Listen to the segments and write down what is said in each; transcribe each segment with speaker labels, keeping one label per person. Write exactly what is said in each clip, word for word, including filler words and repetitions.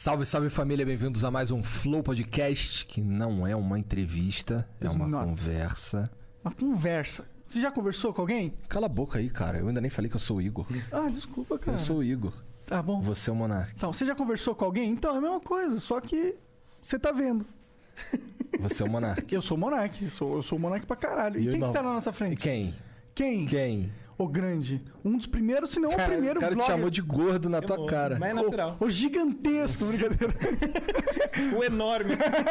Speaker 1: Salve, salve família, bem-vindos a mais um Flow Podcast, que não é uma entrevista, é uma
Speaker 2: Not.
Speaker 1: conversa.
Speaker 2: Uma conversa. Você já conversou com alguém?
Speaker 1: Cala a boca aí, cara, eu ainda nem falei que eu sou o Igor.
Speaker 2: Ah, desculpa, cara.
Speaker 1: Eu sou o Igor.
Speaker 2: Tá bom.
Speaker 1: Você é o Monark.
Speaker 2: Então, você já conversou com alguém? Então, é a mesma coisa, só que você tá vendo.
Speaker 1: Você é o Monark.
Speaker 2: Eu sou o Monark, eu sou, eu sou o Monark pra caralho. E,
Speaker 1: E eu
Speaker 2: quem
Speaker 1: não.
Speaker 2: que tá na nossa frente?
Speaker 1: Quem?
Speaker 2: Quem?
Speaker 1: Quem?
Speaker 2: O grande. Um dos primeiros, se não
Speaker 1: Cara,
Speaker 2: o primeiro
Speaker 1: o cara te
Speaker 2: vlogger.
Speaker 1: chamou de gordo na tua
Speaker 3: bom.
Speaker 1: cara.
Speaker 3: Mas é natural.
Speaker 2: O, o gigantesco, brincadeira.
Speaker 3: O enorme.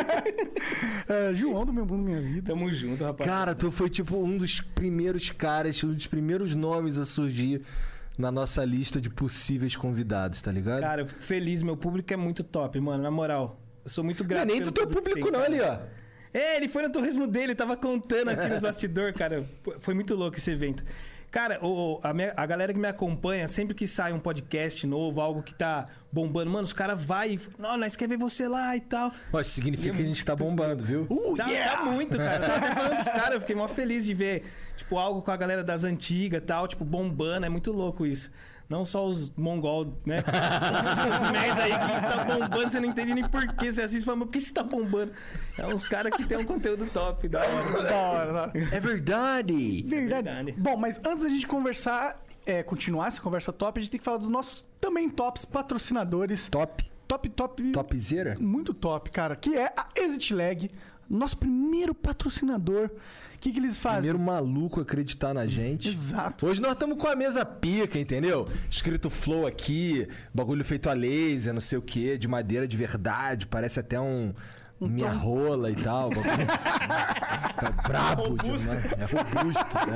Speaker 2: É, João do Meu Mundo Minha Vida.
Speaker 3: Tamo junto, rapaz.
Speaker 1: Cara, tu foi tipo um dos primeiros caras, um dos primeiros nomes a surgir na nossa lista de possíveis convidados, tá ligado?
Speaker 3: Cara, eu fico feliz. Meu público é muito top, mano. Na moral. Eu sou muito
Speaker 1: não é
Speaker 3: grato.
Speaker 1: nem
Speaker 3: pelo
Speaker 1: do teu
Speaker 3: que
Speaker 1: público
Speaker 3: tem,
Speaker 1: não,
Speaker 3: cara.
Speaker 1: ali, ó.
Speaker 3: É, ele foi no torresmo dele, tava contando aqui nos bastidores, cara. Foi muito louco esse evento. Cara, o, a, minha- a galera que me acompanha, sempre que sai um podcast novo, algo que tá bombando, mano, os caras vai e... Não, nós quer ver você lá e tal.
Speaker 1: Ó, isso significa que a gente tá bombando, viu?
Speaker 2: Uh,
Speaker 3: Tá,
Speaker 2: yeah!
Speaker 3: tá muito, cara. Eu tava até falando dos caras, eu fiquei mó feliz de ver, tipo, algo com a galera das antigas e tal, tipo, bombando. É muito louco isso. Não só os mongol, né? Essas merda aí que tá bombando, você não entende nem por que você assiste e fala, mas por que você tá bombando? É uns caras que tem um conteúdo top, da hora.
Speaker 2: Da hora, da hora.
Speaker 1: É verdade!
Speaker 2: Verdade.
Speaker 3: verdade.
Speaker 2: Bom, mas antes da gente conversar, é, continuar essa conversa top, a gente tem que falar dos nossos também tops patrocinadores.
Speaker 1: Top.
Speaker 2: Top, top.
Speaker 1: Topzera?
Speaker 2: Muito top, cara. Que é a Exit Lag, nosso primeiro patrocinador. O que, que eles fazem?
Speaker 1: Primeiro maluco acreditar na gente.
Speaker 2: Exato.
Speaker 1: Hoje nós estamos com a mesa pica, entendeu? Escrito Flow aqui, bagulho feito a laser, não sei o quê, de madeira de verdade, parece até um... Minha rola e tal. bagulho assim. Tá brabo
Speaker 3: Robusto.
Speaker 1: demais. É robusto,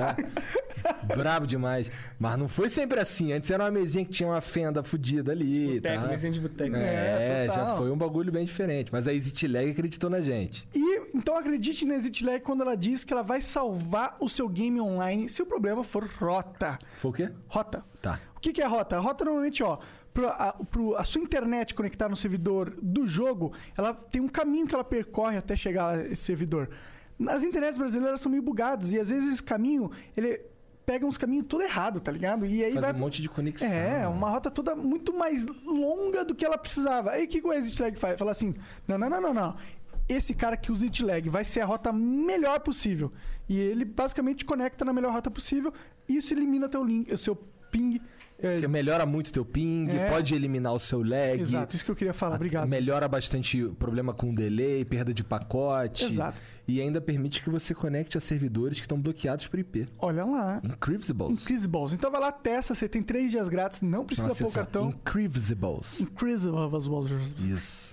Speaker 1: né? Brabo demais. Mas não foi sempre assim. Antes era uma mesinha que tinha uma fenda fodida ali.
Speaker 3: Boteco,
Speaker 1: tá?
Speaker 3: mesinha de boteco.
Speaker 1: É,
Speaker 2: É, total.
Speaker 1: já foi um bagulho bem diferente. Mas a Exit Lag acreditou na gente.
Speaker 2: E então acredite na Exit Lag quando ela diz que ela vai salvar o seu game online se o problema for rota.
Speaker 1: Foi o quê?
Speaker 2: Rota.
Speaker 1: Tá.
Speaker 2: O que, que é rota? A rota normalmente, ó, pro, a, pro, a sua internet conectar no servidor do jogo, ela tem um caminho que ela percorre até chegar a esse servidor. As internets brasileiras são meio bugadas e às vezes esse caminho, ele pega uns caminhos tudo errado, tá ligado? E aí
Speaker 1: Faz
Speaker 2: vai...
Speaker 1: um monte de conexão.
Speaker 2: É, uma rota toda muito mais longa do que ela precisava. Aí o que, que o Exit Lag faz? Fala assim, não, não, não, não, não. Esse cara que usa Exit Lag vai ser a rota melhor possível. E ele basicamente conecta na melhor rota possível e isso elimina teu link, o seu ping. É,
Speaker 1: Que melhora muito teu ping,
Speaker 2: É.
Speaker 1: pode eliminar o seu lag.
Speaker 2: exato, isso que eu queria falar. Obrigado.
Speaker 1: Melhora bastante o problema com delay, perda de pacote.
Speaker 2: Exato.
Speaker 1: E ainda permite que você conecte a servidores que estão bloqueados por I P.
Speaker 2: Olha lá.
Speaker 1: Increvisibles.
Speaker 2: Incredibles. Então vai lá, testa. Você tem três dias grátis. Não precisa
Speaker 1: Nossa,
Speaker 2: pôr o
Speaker 1: só,
Speaker 2: cartão.
Speaker 1: Increvisibles.
Speaker 2: Incredibles.
Speaker 1: Isso.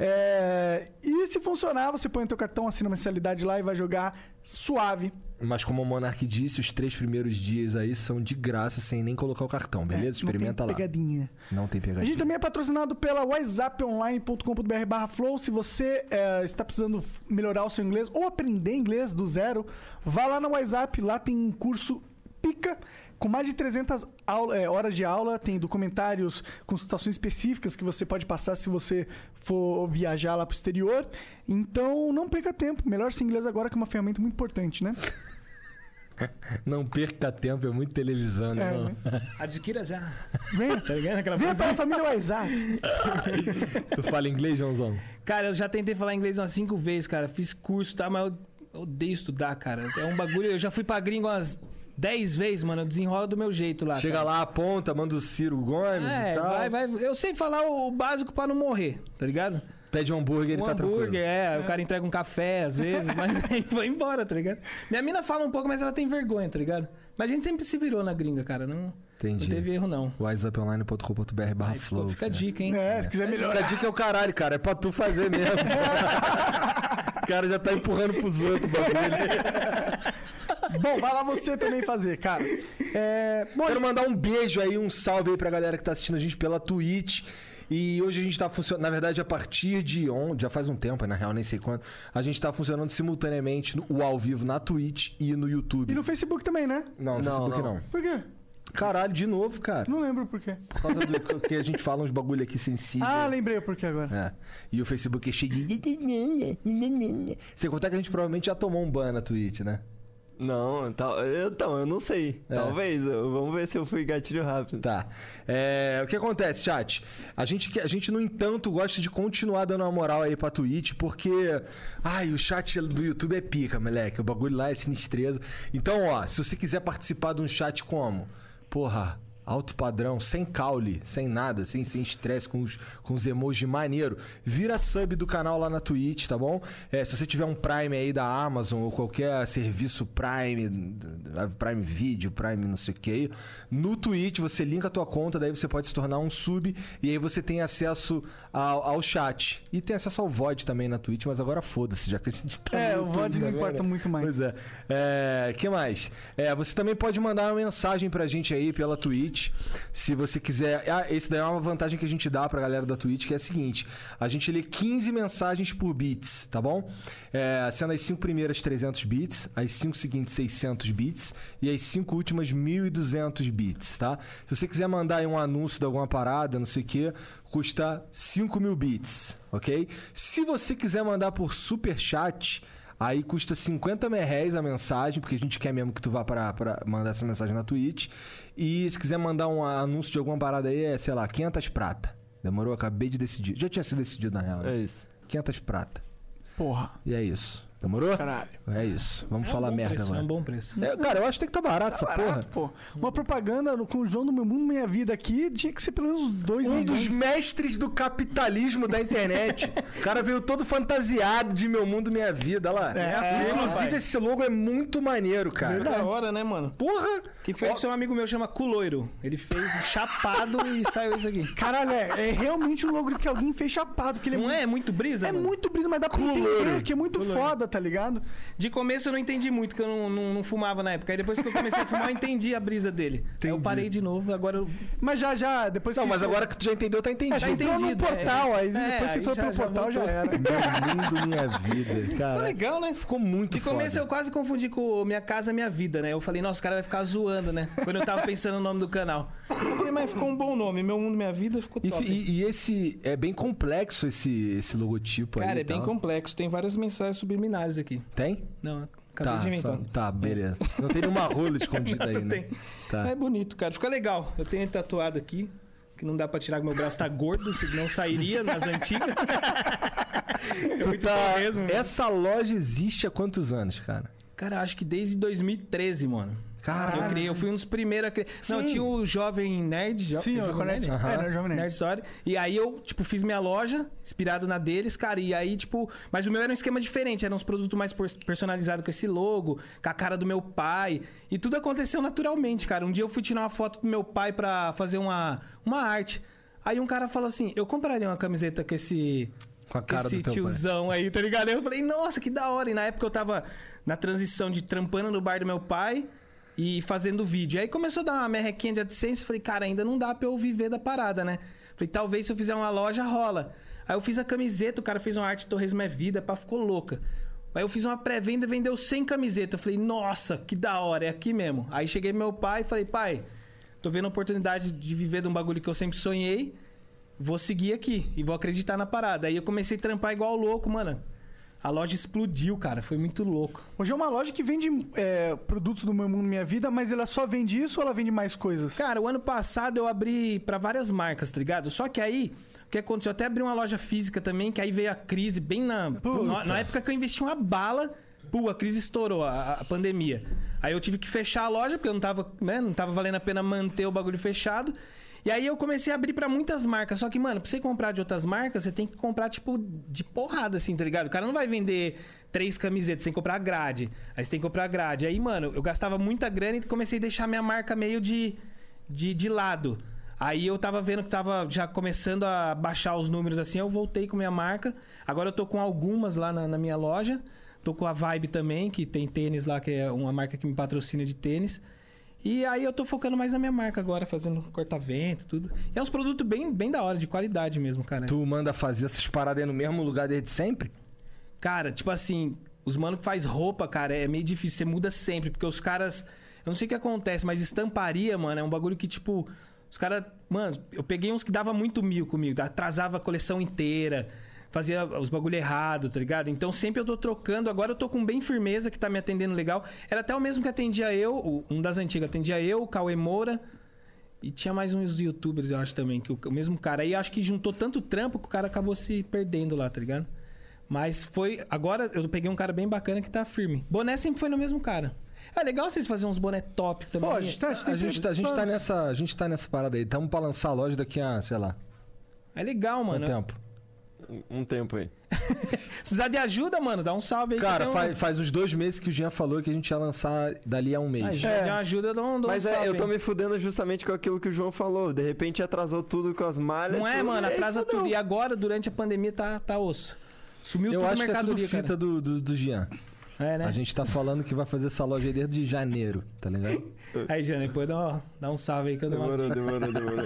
Speaker 2: É... E se funcionar, você põe o teu cartão, assina a mensalidade lá e vai jogar suave.
Speaker 1: Mas como o Monark disse, os três primeiros dias aí são de graça, sem nem colocar o cartão, beleza?
Speaker 2: É,
Speaker 1: Experimenta
Speaker 2: não tem
Speaker 1: lá.
Speaker 2: pegadinha.
Speaker 1: Não tem
Speaker 2: A
Speaker 1: pegadinha.
Speaker 2: gente também é patrocinado pela whatsapp online ponto com ponto b r barra flow. Se você é, está precisando f- melhorar o seu inglês ou aprender inglês do zero, vá lá na WhatsApp. Lá tem um curso pica com mais de trezentas aula, é, horas de aula. Tem documentários, consultações específicas que você pode passar se você for viajar lá para o exterior. Então não perca tempo. Melhor seu inglês agora, que é uma ferramenta muito importante, né?
Speaker 1: Não perca tempo, é muito televisão, né?
Speaker 2: É,
Speaker 1: não?
Speaker 2: né?
Speaker 3: Adquira já.
Speaker 2: Vem,
Speaker 3: Tá ligado? Aquela
Speaker 2: venha
Speaker 3: frase?
Speaker 2: para a família WhatsApp.
Speaker 1: Tu fala inglês, Joãozão?
Speaker 3: Cara, eu já tentei falar inglês umas cinco vezes, cara. Fiz curso, tá? Mas eu, eu odeio estudar, cara. É um bagulho... Eu já fui pra gringo umas dez vezes, mano. Eu desenrola do meu jeito lá.
Speaker 1: Chega
Speaker 3: cara.
Speaker 1: lá, aponta, manda o Ciro Gomes
Speaker 3: É,
Speaker 1: e tal.
Speaker 3: vai, vai. Eu sei falar o básico pra não morrer, tá ligado?
Speaker 1: Pede um hambúrguer, ele
Speaker 3: Um
Speaker 1: tá
Speaker 3: hambúrguer,
Speaker 1: tranquilo.
Speaker 3: é, o cara entrega um café às vezes, mas aí vai embora, tá ligado? Minha mina fala um pouco, mas ela tem vergonha, tá ligado? Mas a gente sempre se virou na gringa, cara. Não,
Speaker 1: Entendi.
Speaker 3: não teve erro, não.
Speaker 1: whatsapp online ponto com ponto b r barra
Speaker 3: Aí,
Speaker 1: flow.
Speaker 3: pô, fica a dica, hein?
Speaker 2: É, se quiser
Speaker 1: Fica
Speaker 2: melhorar.
Speaker 1: a dica é o caralho, cara. É pra tu fazer mesmo. O cara já tá empurrando pros outros o bagulho.
Speaker 2: Bom, vai lá você também fazer, cara. É, bom,
Speaker 1: Quero mandar um beijo aí, um salve aí pra galera que tá assistindo a gente pela Twitch. E hoje a gente tá funcionando, na verdade, a partir de ontem, já faz um tempo, na real, nem sei quando, a gente tá funcionando simultaneamente no, o ao vivo na Twitch e no YouTube.
Speaker 2: e no Facebook também, né?
Speaker 1: Não, no
Speaker 4: Não,
Speaker 1: Facebook
Speaker 4: não.
Speaker 1: não.
Speaker 2: Por quê?
Speaker 1: Caralho, de novo, cara.
Speaker 2: Não lembro por quê.
Speaker 1: Por causa do que a gente fala uns bagulho aqui sensível.
Speaker 2: Ah, lembrei o porquê agora.
Speaker 1: É. E o Facebook é cheio de... Sem contar que a gente provavelmente já tomou um ban na Twitch, né?
Speaker 4: Não, tá, então, eu não sei.
Speaker 1: É.
Speaker 4: Talvez. eu- Vamos ver se eu fui gatilho rápido.
Speaker 1: Tá. É, o que acontece, chat? A gente, que- a gente, no entanto, gosta de continuar dando uma moral aí pra Twitch, porque. Ai, o chat do YouTube é pica, moleque. O bagulho lá é sinistreza. Então, ó, se você quiser participar de um chat como? Porra. Alto padrão, sem caule, sem nada, sem sem estresse, com os, com os emojis maneiro. Vira sub do canal lá na Twitch, tá bom? É, se você tiver um Prime aí da Amazon ou qualquer serviço Prime, Prime Video, Prime não sei o que aí, no Twitch você linka a tua conta, daí você pode se tornar um sub e aí você tem acesso ao, ao chat. E tem acesso ao V O D também na Twitch, mas agora foda-se, já que a gente tá
Speaker 2: É,
Speaker 1: no
Speaker 2: o
Speaker 1: YouTube
Speaker 2: V O D não
Speaker 1: também,
Speaker 2: importa
Speaker 1: né?
Speaker 2: muito mais.
Speaker 1: Pois é. É, que mais? É, você também pode mandar uma mensagem pra gente aí pela Twitch. Se você quiser. Ah, esse daí é uma vantagem que a gente dá pra galera da Twitch, que é a seguinte: a gente lê quinze mensagens por bits, tá bom? É, sendo as cinco primeiras trezentos bits, as cinco seguintes seiscentos bits e as cinco últimas mil e duzentos bits, tá? Se você quiser mandar aí um anúncio de alguma parada, não sei o que, custa cinco mil bits, ok? Se você quiser mandar por superchat. Aí custa cinquenta reais a mensagem, porque a gente quer mesmo que tu vá para pra mandar essa mensagem na Twitch. E se quiser mandar um anúncio de alguma parada aí, é, sei lá, quinhentos prata. Demorou? Acabei de decidir. Já tinha sido decidido, na real. Né?
Speaker 4: É isso.
Speaker 1: quinhentos prata.
Speaker 2: Porra.
Speaker 1: E é isso. Demorou?
Speaker 2: Caralho.
Speaker 1: É isso. Vamos
Speaker 3: É um
Speaker 1: falar
Speaker 3: bom
Speaker 1: merda
Speaker 3: preço,
Speaker 1: agora.
Speaker 3: É um bom preço.
Speaker 1: É, cara, eu acho que tem que estar barato essa
Speaker 2: Barato,
Speaker 1: porra.
Speaker 2: pô. Uma propaganda no- com o João do Meu Mundo Minha Vida aqui tinha que ser pelo menos dois
Speaker 1: Um
Speaker 2: milhões.
Speaker 1: dos mestres do capitalismo da internet. O cara veio todo fantasiado de Meu Mundo Minha Vida. Olha lá.
Speaker 2: É,
Speaker 1: Inclusive,
Speaker 3: rapaz.
Speaker 1: esse logo é muito maneiro, cara.
Speaker 3: Da hora, né, mano?
Speaker 1: Porra!
Speaker 3: Que foi que seu amigo meu chama Culoiro. Ele fez chapado e saiu isso aqui.
Speaker 2: Caralho, é, é realmente um logo que alguém fez chapado. Que ele
Speaker 3: Não
Speaker 2: é,
Speaker 3: é? É muito brisa,
Speaker 2: É
Speaker 3: mano?
Speaker 2: muito brisa, mas dá pra entender que é muito foda, tá ligado?
Speaker 3: De começo eu não entendi muito, que eu não, não, não fumava na época. Aí depois que eu comecei a fumar, eu entendi a brisa dele. Aí eu parei de novo, agora eu...
Speaker 2: Mas já, já, depois
Speaker 1: Não,
Speaker 2: que
Speaker 1: mas
Speaker 2: você-
Speaker 1: agora que tu já entendeu, tá entendido.
Speaker 2: É, você entrou no
Speaker 3: entendido, é,
Speaker 2: portal, aí
Speaker 3: é,
Speaker 2: depois você
Speaker 3: aí
Speaker 2: entrou
Speaker 3: já-
Speaker 2: pelo
Speaker 3: já
Speaker 2: portal, já
Speaker 3: voltou.
Speaker 2: era.
Speaker 1: Meu mundo, minha vida,
Speaker 3: Ficou
Speaker 1: cara.
Speaker 3: legal, né?
Speaker 1: Ficou muito
Speaker 3: De começo
Speaker 1: foda.
Speaker 3: eu quase confundi com Minha Casa Minha Vida, né? Eu falei, nossa, o cara vai ficar zoando, né? Quando eu tava pensando no nome do canal. Eu falei, mas ficou um bom nome. Meu Mundo, Minha Vida ficou
Speaker 1: E,
Speaker 3: top.
Speaker 1: e- e esse é bem complexo esse, esse logotipo aí.
Speaker 3: Cara, é
Speaker 1: e
Speaker 3: bem
Speaker 1: tal.
Speaker 3: complexo. Tem várias mensagens subliminares aqui.
Speaker 1: Tem?
Speaker 3: Não, acabei
Speaker 1: Tá,
Speaker 3: de inventar.
Speaker 1: só- tá, beleza. Não tem nenhuma rola escondida aí,
Speaker 3: Não
Speaker 1: né?
Speaker 3: tem.
Speaker 1: Tá.
Speaker 3: É bonito, cara. Fica legal. Eu tenho tatuado aqui, que não dá pra tirar que meu braço tá gordo, senão sairia nas antigas. é
Speaker 1: Tu
Speaker 3: muito
Speaker 1: tá-
Speaker 3: bom mesmo.
Speaker 1: Essa loja existe há quantos anos, cara?
Speaker 3: Cara, acho que desde dois mil e treze, mano.
Speaker 1: Caralho.
Speaker 3: Eu criei, eu fui um dos primeiros a criar. Não,
Speaker 1: Sim.
Speaker 3: tinha o Jovem Nerd. Jo...
Speaker 2: Sim, o
Speaker 3: Jovem
Speaker 2: Nerd.
Speaker 3: Nerd?
Speaker 1: Aham.
Speaker 2: É, né, Jovem Nerd.
Speaker 3: Nerd Story. E aí eu, tipo, fiz minha loja, inspirado na deles, cara. E aí, tipo... Mas o meu era um esquema diferente. Era uns produtos mais por- personalizados com esse logo, com a cara do meu pai. E tudo aconteceu naturalmente, cara. Um dia eu fui tirar uma foto do meu pai pra fazer uma, uma arte. Aí um cara falou assim, eu compraria uma camiseta com esse...
Speaker 1: Com a cara
Speaker 3: esse
Speaker 1: do teu
Speaker 3: tiozão aí, tá ligado? Eu falei, nossa, que da hora. E na época eu tava na transição de trampando no bar do meu pai e fazendo vídeo. Aí começou a dar uma merrequinha de AdSense. Falei, cara, ainda não dá pra eu viver da parada, né? Falei, talvez se eu fizer uma loja, rola. Aí eu fiz a camiseta, o cara fez uma arte Torresmo é Vida, pá, ficou louca. Aí eu fiz uma pré-venda e vendeu cem camisetas. Eu falei, nossa, que da hora, é aqui mesmo. Aí cheguei pro meu pai e falei, pai, tô vendo a oportunidade de viver de um bagulho que eu sempre sonhei. Vou seguir aqui e vou acreditar na parada. Aí eu comecei a trampar igual louco, mano. A loja explodiu, cara. Foi muito louco.
Speaker 2: Hoje é uma loja que vende é, produtos do Meu Mundo Minha Vida, mas ela só vende isso ou ela vende mais coisas?
Speaker 3: Cara, o ano passado eu abri pra várias marcas, tá ligado? Só que aí, o que aconteceu? Eu até abri uma loja física também, que aí veio a crise bem na... Na, na época que eu investi uma bala, pô, a crise estourou, a, a pandemia. Aí eu tive que fechar a loja, porque eu não tava, né, não tava valendo a pena manter o bagulho fechado. E aí eu comecei a abrir pra muitas marcas. Só que, mano, pra você comprar de outras marcas, você tem que comprar, tipo, de porrada, assim, tá ligado? O cara não vai vender três camisetas, você tem que comprar grade. Aí você tem que comprar grade. Aí, mano, eu gastava muita grana e comecei a deixar minha marca meio de, de, de lado. Aí eu tava vendo que tava já começando a baixar os números assim, eu voltei com minha marca. Agora eu tô com algumas lá na, na minha loja. Tô com a Vibe também, que tem tênis lá, que é uma marca que me patrocina de tênis. E aí eu tô focando mais na minha marca agora, fazendo corta-vento, tudo. E é uns produtos bem, bem da hora, de qualidade mesmo, cara.
Speaker 1: Tu manda fazer essas paradas aí no mesmo lugar desde sempre?
Speaker 3: Cara, tipo assim, os mano que faz roupa, cara, é meio difícil, você muda sempre, porque os caras... Eu não sei o que acontece, mas estamparia, mano, é um bagulho que, tipo... Os caras... Mano, eu peguei uns que dava muito mil comigo, atrasava a coleção inteira. fazia os bagulho errado, tá ligado? Então sempre eu tô trocando. Agora eu tô com bem firmeza, que tá me atendendo legal. Era até o mesmo que atendia eu, um das antigas, atendia eu, o Cauê Moura. E tinha mais uns youtubers, eu acho também, que o, o mesmo cara. Aí acho que juntou tanto trampo que o cara acabou se perdendo lá, tá ligado? Mas foi... Agora eu peguei um cara bem bacana que tá firme. Boné sempre foi no mesmo cara. É legal vocês fazerem uns boné top também.
Speaker 2: Pô, a gente tá, a gente tem
Speaker 1: A gente, tá, a, gente tá nessa, a gente tá nessa parada aí. Estamos pra lançar a loja daqui a, sei lá,
Speaker 3: É legal, mano.
Speaker 1: um tempo.
Speaker 4: Um tempo aí.
Speaker 3: Se precisar de ajuda, mano, dá um salve aí. que
Speaker 1: Cara,
Speaker 3: tem um-
Speaker 1: faz, faz uns dois meses que o Jean falou que a gente ia lançar dali a um
Speaker 3: Ah,
Speaker 1: mês.
Speaker 3: se
Speaker 2: É.
Speaker 3: de ajuda, eu dou um, dou
Speaker 4: Mas
Speaker 3: um
Speaker 4: é,
Speaker 3: salve
Speaker 4: eu tô
Speaker 3: aí.
Speaker 4: me fudendo justamente com aquilo que o João falou. De repente atrasou tudo com as malhas.
Speaker 3: Não é,
Speaker 4: tudo,
Speaker 3: mano,
Speaker 4: e aí
Speaker 3: atrasa
Speaker 4: fudeu.
Speaker 3: tudo. E agora, durante a pandemia, tá, tá osso. Sumiu
Speaker 1: Eu
Speaker 3: tudo
Speaker 1: acho
Speaker 3: a
Speaker 1: que é tudo
Speaker 3: mercadoria,
Speaker 1: fita
Speaker 3: cara.
Speaker 1: do, do, do Jean.
Speaker 3: É, né?
Speaker 1: A gente tá falando que vai fazer essa loja aí desde janeiro, tá ligado?
Speaker 3: Aí, Jana, depois dá, um- dá um salve aí que eu dou umas...
Speaker 4: Demorou, demorou, demorou.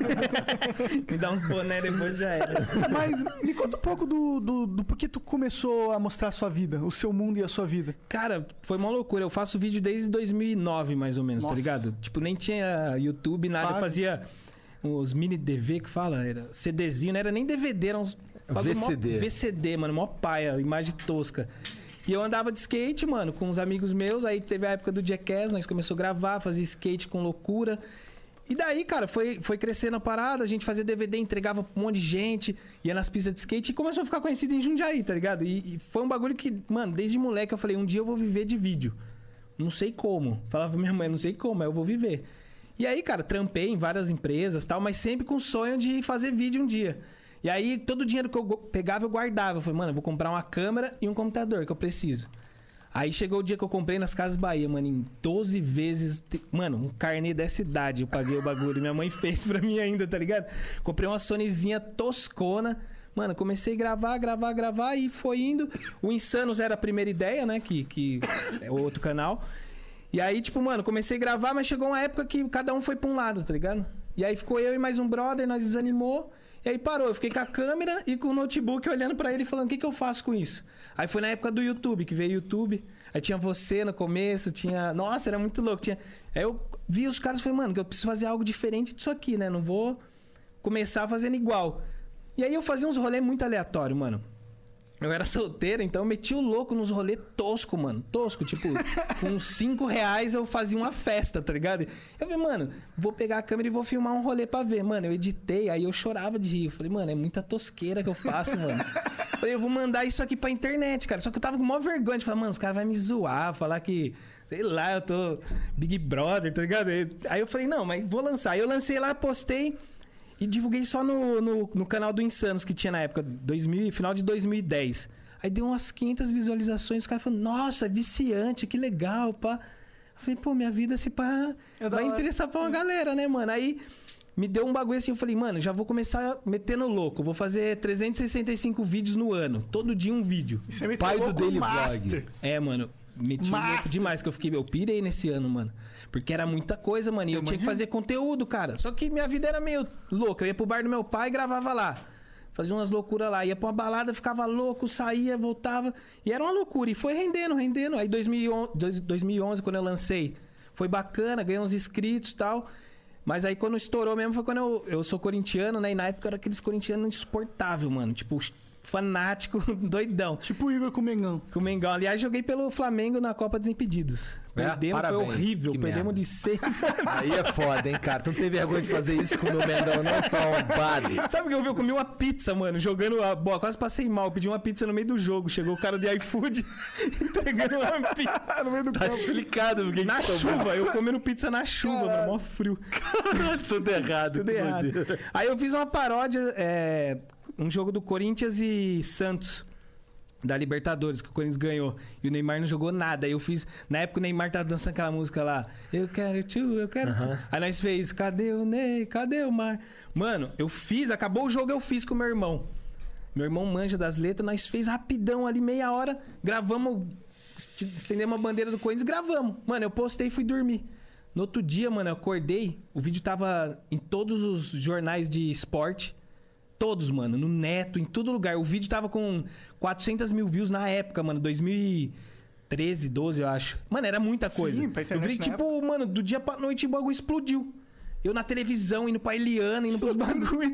Speaker 3: Me dá uns boné depois já era.
Speaker 2: Mas me conta um pouco do, do, do porquê tu começou a mostrar a sua vida, o seu mundo e a sua vida.
Speaker 3: Cara, foi uma loucura. Eu faço vídeo desde dois mil e nove, mais ou menos,
Speaker 2: Nossa.
Speaker 3: tá ligado? Tipo, nem tinha YouTube, nada.
Speaker 2: Quase.
Speaker 3: Eu fazia os mini D V que fala, era CDzinho, não era nem D V D, era uns... bagulho mó-
Speaker 1: V C D.
Speaker 3: V C D, mano, mó paia, imagem tosca. E eu andava de skate, mano, com uns amigos meus. Aí teve a época do Jackass, nós começamos a gravar, fazer skate com loucura. E daí, cara, foi, foi crescendo a parada. A gente fazia D V D, entregava pra um monte de gente, ia nas pistas de skate e começou a ficar conhecido em Jundiaí, tá ligado? E, e foi um bagulho que, mano, desde moleque eu falei, um dia eu vou viver de vídeo. Não sei como. Falava pra minha mãe, não sei como, mas eu vou viver. E aí, cara, trampei em várias empresas e tal, mas sempre com o sonho de fazer vídeo um dia. E aí, todo o dinheiro que eu go- pegava, eu guardava. Eu falei, mano, eu vou comprar uma câmera e um computador que eu preciso. Aí chegou o dia que eu comprei nas Casas Bahia, mano, em doze vezes. te- Mano, um carnê dessa idade eu paguei o bagulho. Minha mãe fez pra mim ainda, tá ligado? Comprei uma Sonyzinha toscona. Mano, comecei a gravar, gravar, gravar e foi indo. O Insanos era a primeira ideia, né? Que, que é outro canal. E aí, tipo, mano, comecei a gravar, mas chegou uma época que cada um foi pra um lado, tá ligado? E aí ficou eu e mais um brother, nós desanimou. E aí parou, eu fiquei com a câmera e com o notebook olhando pra ele e falando, o que que eu faço com isso? Aí foi na época do YouTube, que veio o YouTube. Aí tinha você no começo, tinha... Nossa, era muito louco. Tinha... Aí eu vi os caras e falei, mano, que eu preciso fazer algo diferente disso aqui, né? Não vou começar fazendo igual. E aí eu fazia uns rolês muito aleatórios, mano. Eu era solteiro, então eu meti o louco nos rolês tosco, mano. Tosco, tipo, com cinco reais eu fazia uma festa, tá ligado? Eu falei, mano, vou pegar a câmera e vou filmar um rolê pra ver. Mano, eu editei, aí eu chorava de rir. Eu falei, mano, é muita tosqueira que eu faço, mano. Eu falei, eu vou mandar isso aqui pra internet, cara. Só que eu tava com maior vergonha de falar, mano, os caras vão me zoar, falar que... Sei lá, eu tô Big Brother, tá ligado? Aí eu falei, não, mas vou lançar. Aí eu lancei lá, postei... E divulguei só no, no, no canal do Insanos que tinha na época, dois mil, final de dois mil e dez. Aí deu umas quinhentas visualizações, os caras falaram, nossa, é viciante, que legal, pá. Eu falei, pô, minha vida se pá,
Speaker 2: É da
Speaker 3: vai
Speaker 2: hora.
Speaker 3: interessar pra uma galera, né, mano? Aí me deu um bagulho assim, eu falei, mano, já vou começar metendo louco. Vou fazer trezentos e sessenta e cinco vídeos no ano, todo dia um vídeo.
Speaker 2: Isso é
Speaker 1: Pai do
Speaker 2: louco
Speaker 1: Daily
Speaker 2: master.
Speaker 1: Vlog.
Speaker 3: É, mano, meti
Speaker 2: Master.
Speaker 3: louco demais, que eu fiquei, eu pirei nesse ano, mano. Porque era muita coisa, mano. E eu,
Speaker 2: Eu
Speaker 3: tinha que
Speaker 2: imagino.
Speaker 3: fazer conteúdo, cara. Só que minha vida era meio louca. Eu ia pro bar do meu pai e gravava lá. Fazia umas loucuras lá. Ia pra uma balada, ficava louco, saía, voltava. E era uma loucura. E foi rendendo, rendendo. Aí dois mil e onze, dois- dois mil e onze, quando eu lancei, foi bacana, ganhei uns inscritos e tal. Mas aí quando estourou mesmo foi quando eu, eu sou corintiano, né? E na época eu era aqueles corintianos insuportáveis, mano. Tipo, fanático, doidão.
Speaker 2: Tipo o Igor com o Mengão.
Speaker 3: Com o Mengão. Aliás, joguei pelo Flamengo na Copa dos Impedidos.
Speaker 1: É?
Speaker 3: Perdemos, foi
Speaker 1: Parabéns.
Speaker 3: horrível.
Speaker 1: Que
Speaker 3: Perdemos
Speaker 1: merda.
Speaker 3: de seis.
Speaker 1: Aí é foda, hein, cara? Tu não tem vergonha de fazer isso com o meu Mengão, não só um padre.
Speaker 3: Sabe o que eu vi? Eu comi uma pizza, mano, jogando a bola. Quase passei mal. Pedi uma pizza no meio do jogo. Chegou o cara do iFood entregando uma pizza no meio do
Speaker 1: Tá
Speaker 3: campo.
Speaker 1: explicado porque
Speaker 3: Na chuva, eu comendo pizza na chuva, mano, mó frio.
Speaker 1: Tudo errado.
Speaker 3: Tudo errado. Aí eu fiz uma paródia, é, um jogo do Corinthians e Santos. Da Libertadores, que o Corinthians ganhou. E o Neymar não jogou nada. Aí eu fiz... Na época o Neymar tava dançando aquela música lá. Eu quero tchu, eu quero tchu. Aí nós fez... Cadê o Ney? Cadê o Mar? Mano, eu fiz... Acabou o jogo, eu fiz com o meu irmão. Meu irmão manja das letras. Nós fez rapidão ali, meia hora. Gravamos... est- Estendemos a bandeira do Corinthians. Gravamos. Mano, eu postei e fui dormir. No outro dia, mano, eu acordei. O vídeo tava em todos os jornais de esporte. Todos, mano. No Neto, em todo lugar. O vídeo tava com quatrocentas mil views na época, mano. dois mil e treze, doze, eu acho. Mano, era muita coisa.
Speaker 2: Sim, pra
Speaker 3: eu
Speaker 2: internet
Speaker 3: vi,
Speaker 2: na
Speaker 3: tipo, mano, do dia pra noite o bagulho explodiu. Eu na televisão, indo pra Eliana, indo pros bagulhos.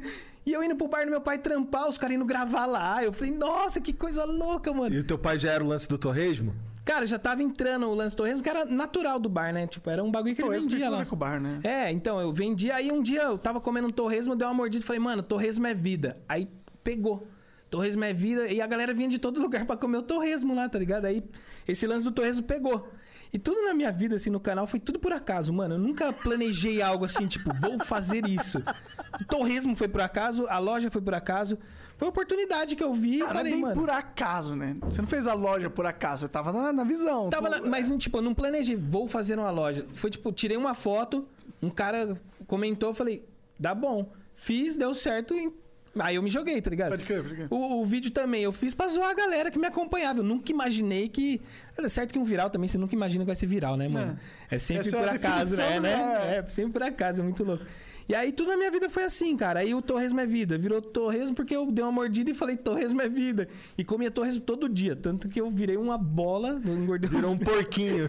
Speaker 3: E eu indo pro bar do meu pai trampar, os caras indo gravar lá. Eu falei, nossa, que coisa louca, mano.
Speaker 1: E o teu pai já era o lance do torresmo?
Speaker 3: Cara, já tava entrando o lance do torresmo, que era natural do bar, né? Tipo, era um bagulho que ele
Speaker 2: Torresmo tem
Speaker 3: vendia
Speaker 2: tudo a
Speaker 3: lá.
Speaker 2: ver com o bar, né?
Speaker 3: É, então, eu vendia. Aí um dia eu tava comendo um torresmo, dei uma mordida e falei, mano, torresmo é vida. Aí pegou. Torresmo é vida. E a galera vinha de todo lugar pra comer o torresmo lá, tá ligado? Aí esse lance do torresmo pegou. E tudo na minha vida, assim, no canal, foi tudo por acaso, mano. Eu nunca planejei algo assim, tipo, vou fazer isso. O torresmo foi por acaso, a loja foi por acaso. Foi uma oportunidade que eu vi e
Speaker 2: Cara,
Speaker 3: falei,
Speaker 2: nem
Speaker 3: mano...
Speaker 2: por acaso, né? Você não fez a loja por acaso, você tava na, na visão.
Speaker 3: Tava
Speaker 2: Tu-
Speaker 3: na- mas, tipo, eu não planejei, vou fazer uma loja. Foi, tipo, tirei uma foto, um cara comentou, eu falei, dá bom. Fiz, deu certo, e... aí eu me joguei, tá ligado?
Speaker 2: Pode crer, pode crer.
Speaker 3: O, o vídeo também, eu fiz pra zoar a galera que me acompanhava. Eu nunca imaginei que... É certo que um viral também, você nunca imagina que vai ser viral, né, mano? É, sempre
Speaker 2: Essa é
Speaker 3: por
Speaker 2: a
Speaker 3: acaso, né?
Speaker 2: definição,
Speaker 3: né?
Speaker 2: né?
Speaker 3: É, sempre por acaso, é muito louco. E aí tudo na minha vida foi assim, cara. Aí o torresmo é vida. Virou torresmo porque eu dei uma mordida e falei torresmo é vida. E comia torresmo todo dia. Tanto que eu virei uma bola, eu engordei uns
Speaker 1: Virou um porquinho.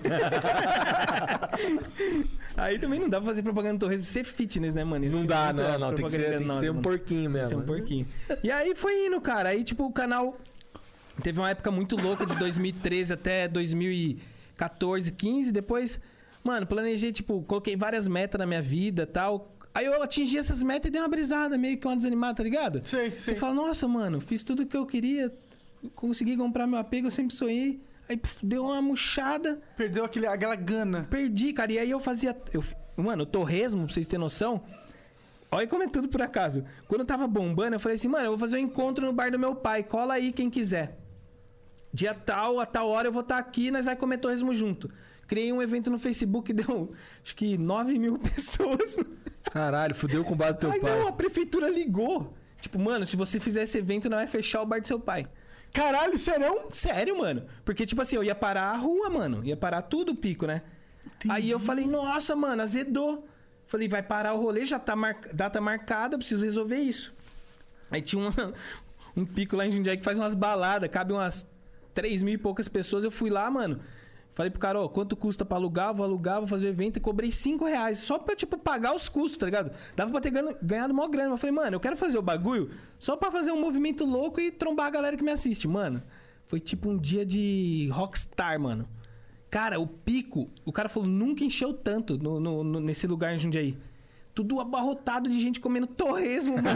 Speaker 3: Aí também não dá pra fazer propaganda do torresmo ser fitness, né, mano? Ia
Speaker 1: Não
Speaker 3: ser
Speaker 1: dá,
Speaker 3: muita
Speaker 1: não, não. Tem que ser,
Speaker 3: propaganda
Speaker 1: tem que
Speaker 3: nossa,
Speaker 1: ser um
Speaker 3: mano.
Speaker 1: porquinho
Speaker 3: Tem que ser
Speaker 1: mesmo.
Speaker 3: um porquinho. E aí foi indo, cara. Aí, tipo, o canal teve uma época muito louca de dois mil e treze até dois mil e quatorze, quinze. Depois, mano, planejei, tipo, coloquei várias metas na minha vida e tal. Aí eu atingi essas metas e dei uma brisada, meio que uma desanimada, tá ligado?
Speaker 2: Sei,
Speaker 3: Você
Speaker 2: sei.
Speaker 3: fala, nossa, mano, fiz tudo que eu queria, consegui comprar meu apego, eu sempre sonhei. Aí puf, deu uma murchada,
Speaker 2: Perdeu aquele, aquela gana.
Speaker 3: perdi, cara. E aí eu fazia. Eu, mano, o torresmo, pra vocês terem noção. Olha como é tudo por acaso. Quando eu tava bombando, eu falei assim, mano, eu vou fazer um encontro no bar do meu pai. Cola aí quem quiser. Dia tal, a tal hora eu vou estar aqui, nós vai comer torresmo junto. Criei um evento no Facebook, deu acho que nove mil pessoas.
Speaker 1: Caralho, fudeu com o bar do teu
Speaker 3: Aí
Speaker 1: pai.
Speaker 3: não, a prefeitura ligou. Tipo, mano, se você fizer esse evento, não vai fechar o bar do seu pai.
Speaker 2: Caralho, serão?
Speaker 3: Sério, mano. Porque, tipo assim, eu ia parar a rua, mano. Ia parar tudo o pico, né? Aí eu falei, nossa, mano, azedou. Falei, vai parar o rolê, já tá mar... data marcada, eu preciso resolver isso. Aí tinha uma... um pico lá em Jundiaí que faz umas baladas, cabe umas três mil e poucas pessoas. Eu fui lá, mano. Falei pro cara, ó, quanto custa pra alugar? Vou alugar, vou fazer o evento. E cobrei cinco reais. Só pra, tipo, pagar os custos, tá ligado? Dava pra ter ganho- ganhado mó grana. Mas eu falei, mano, eu quero fazer o bagulho só pra fazer um movimento louco e trombar a galera que me assiste. Mano, foi tipo um dia de rockstar, mano. Cara, o pico... O cara falou, nunca encheu tanto no, no- no- nesse lugar em Jundiaí. Tudo abarrotado de gente comendo torresmo, mano.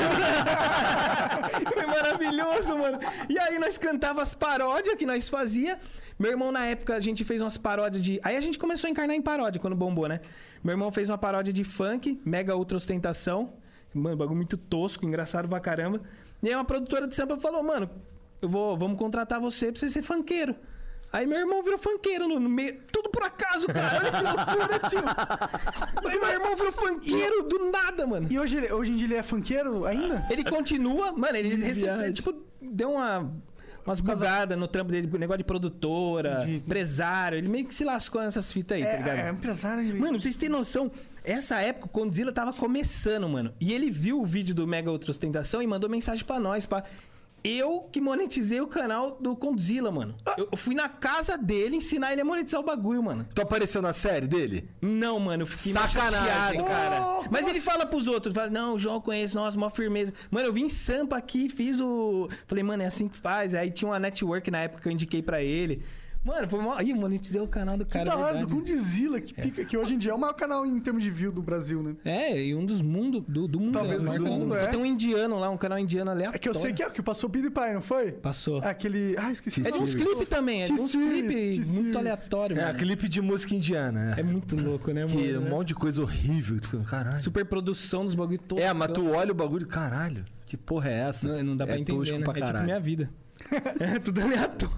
Speaker 3: Foi maravilhoso, mano. E aí nós cantava as paródias que nós fazia. Meu irmão, na época, a gente fez umas paródias de... Aí a gente começou a encarnar em paródia quando bombou, né? Meu irmão fez uma paródia de funk, mega ultra ostentação. Mano, bagulho muito tosco, engraçado pra caramba. E aí uma produtora de samba falou, mano, eu vou, vamos contratar você pra você ser funkeiro. Aí meu irmão virou funkeiro no, no meio. Tudo por acaso, cara. Olha que loucura, tio. Aí meu irmão virou funkeiro do nada, mano.
Speaker 2: E hoje, ele- hoje em dia ele é funkeiro ainda?
Speaker 3: Ele continua, mano, ele recebe,
Speaker 1: viagem.
Speaker 3: tipo, deu uma, umas bugadas no trampo dele, negócio de produtora,
Speaker 2: Entendi.
Speaker 3: empresário. Ele meio que se lascou nessas fitas aí, tá ligado?
Speaker 2: É, é empresário. de-
Speaker 3: Mano, pra vocês terem noção, essa época o Condzilla tava começando, mano. E ele viu o vídeo do Mega Ultra Ostentação e mandou mensagem pra nós, pá. Eu que monetizei o canal do Condzilla, mano. Eu eu fui na casa dele ensinar ele a monetizar o bagulho, mano.
Speaker 1: Tu apareceu na série dele?
Speaker 3: Não, mano, eu fiquei meio
Speaker 1: Sacanagem,
Speaker 3: chateado, cara.
Speaker 2: Oh,
Speaker 3: Mas
Speaker 2: como
Speaker 3: ele fala pros outros, fala, não, o João eu conheço, nossa, mó firmeza. Mano, eu vim em Sampa aqui, fiz o... Falei, mano, é assim que faz. Aí tinha uma network na época que eu indiquei pra ele. Mano, foi mó... Ih, monetizei o canal do
Speaker 2: Que
Speaker 3: cara,
Speaker 2: da hora, do
Speaker 3: verdade.
Speaker 2: Condzilla, que, pica, que hoje em dia é o maior canal em termos de view do Brasil, né?
Speaker 3: É, e um dos mundos, do, do mundo.
Speaker 2: Talvez
Speaker 3: né?
Speaker 2: do
Speaker 3: Maior
Speaker 2: mundo,
Speaker 3: canal. Só
Speaker 2: é.
Speaker 3: tem um indiano lá, um canal indiano aleatório.
Speaker 2: É que eu sei que é o que passou o PewDiePie, não foi?
Speaker 3: Passou.
Speaker 2: Aquele... Ah, esqueci.
Speaker 3: É de uns
Speaker 1: T-Series.
Speaker 3: clipes também, é de uns
Speaker 2: T-Series,
Speaker 3: clipes
Speaker 2: T-Series.
Speaker 3: muito aleatórios,
Speaker 1: É,
Speaker 3: mano.
Speaker 1: clipe de música indiana.
Speaker 3: É muito louco, né, mano?
Speaker 1: Que um monte de coisa horrível. Tu fica, caralho.
Speaker 3: Super produção dos bagulho todos.
Speaker 1: É, mas tu olha o bagulho, caralho. Que porra é essa?
Speaker 3: Não, não dá pra
Speaker 1: é
Speaker 3: entender,
Speaker 1: tosco
Speaker 3: né?
Speaker 1: pra
Speaker 3: É tipo
Speaker 1: caralho.
Speaker 3: minha vida. É tudo aleatório.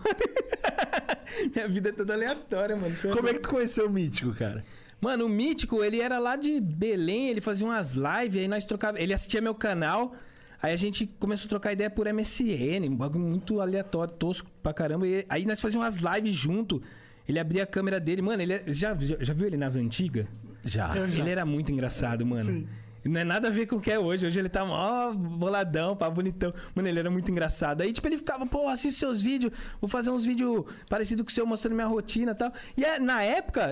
Speaker 3: Minha vida é toda aleatória, mano. Você
Speaker 1: Como é que tu conheceu o Mítico, cara?
Speaker 3: Mano, o Mítico, ele era lá de Belém, ele fazia umas lives, aí nós trocava, ele assistia meu canal, aí a gente começou a trocar ideia por M S N, um bagulho muito aleatório, tosco pra caramba. E aí nós fazíamos umas lives junto. Ele abria a câmera dele, mano, ele é- já, já, já viu ele nas antigas?
Speaker 1: Já.
Speaker 2: Eu já.
Speaker 3: Ele era muito engraçado, mano.
Speaker 2: Sim.
Speaker 3: Não é nada a ver com o que é hoje. Hoje ele tá mó boladão, pá, bonitão. Mano, ele era muito engraçado. Aí, tipo, ele ficava, pô, assiste seus vídeos, vou fazer uns vídeos parecidos com o seu, mostrando minha rotina e tal. E é, na época,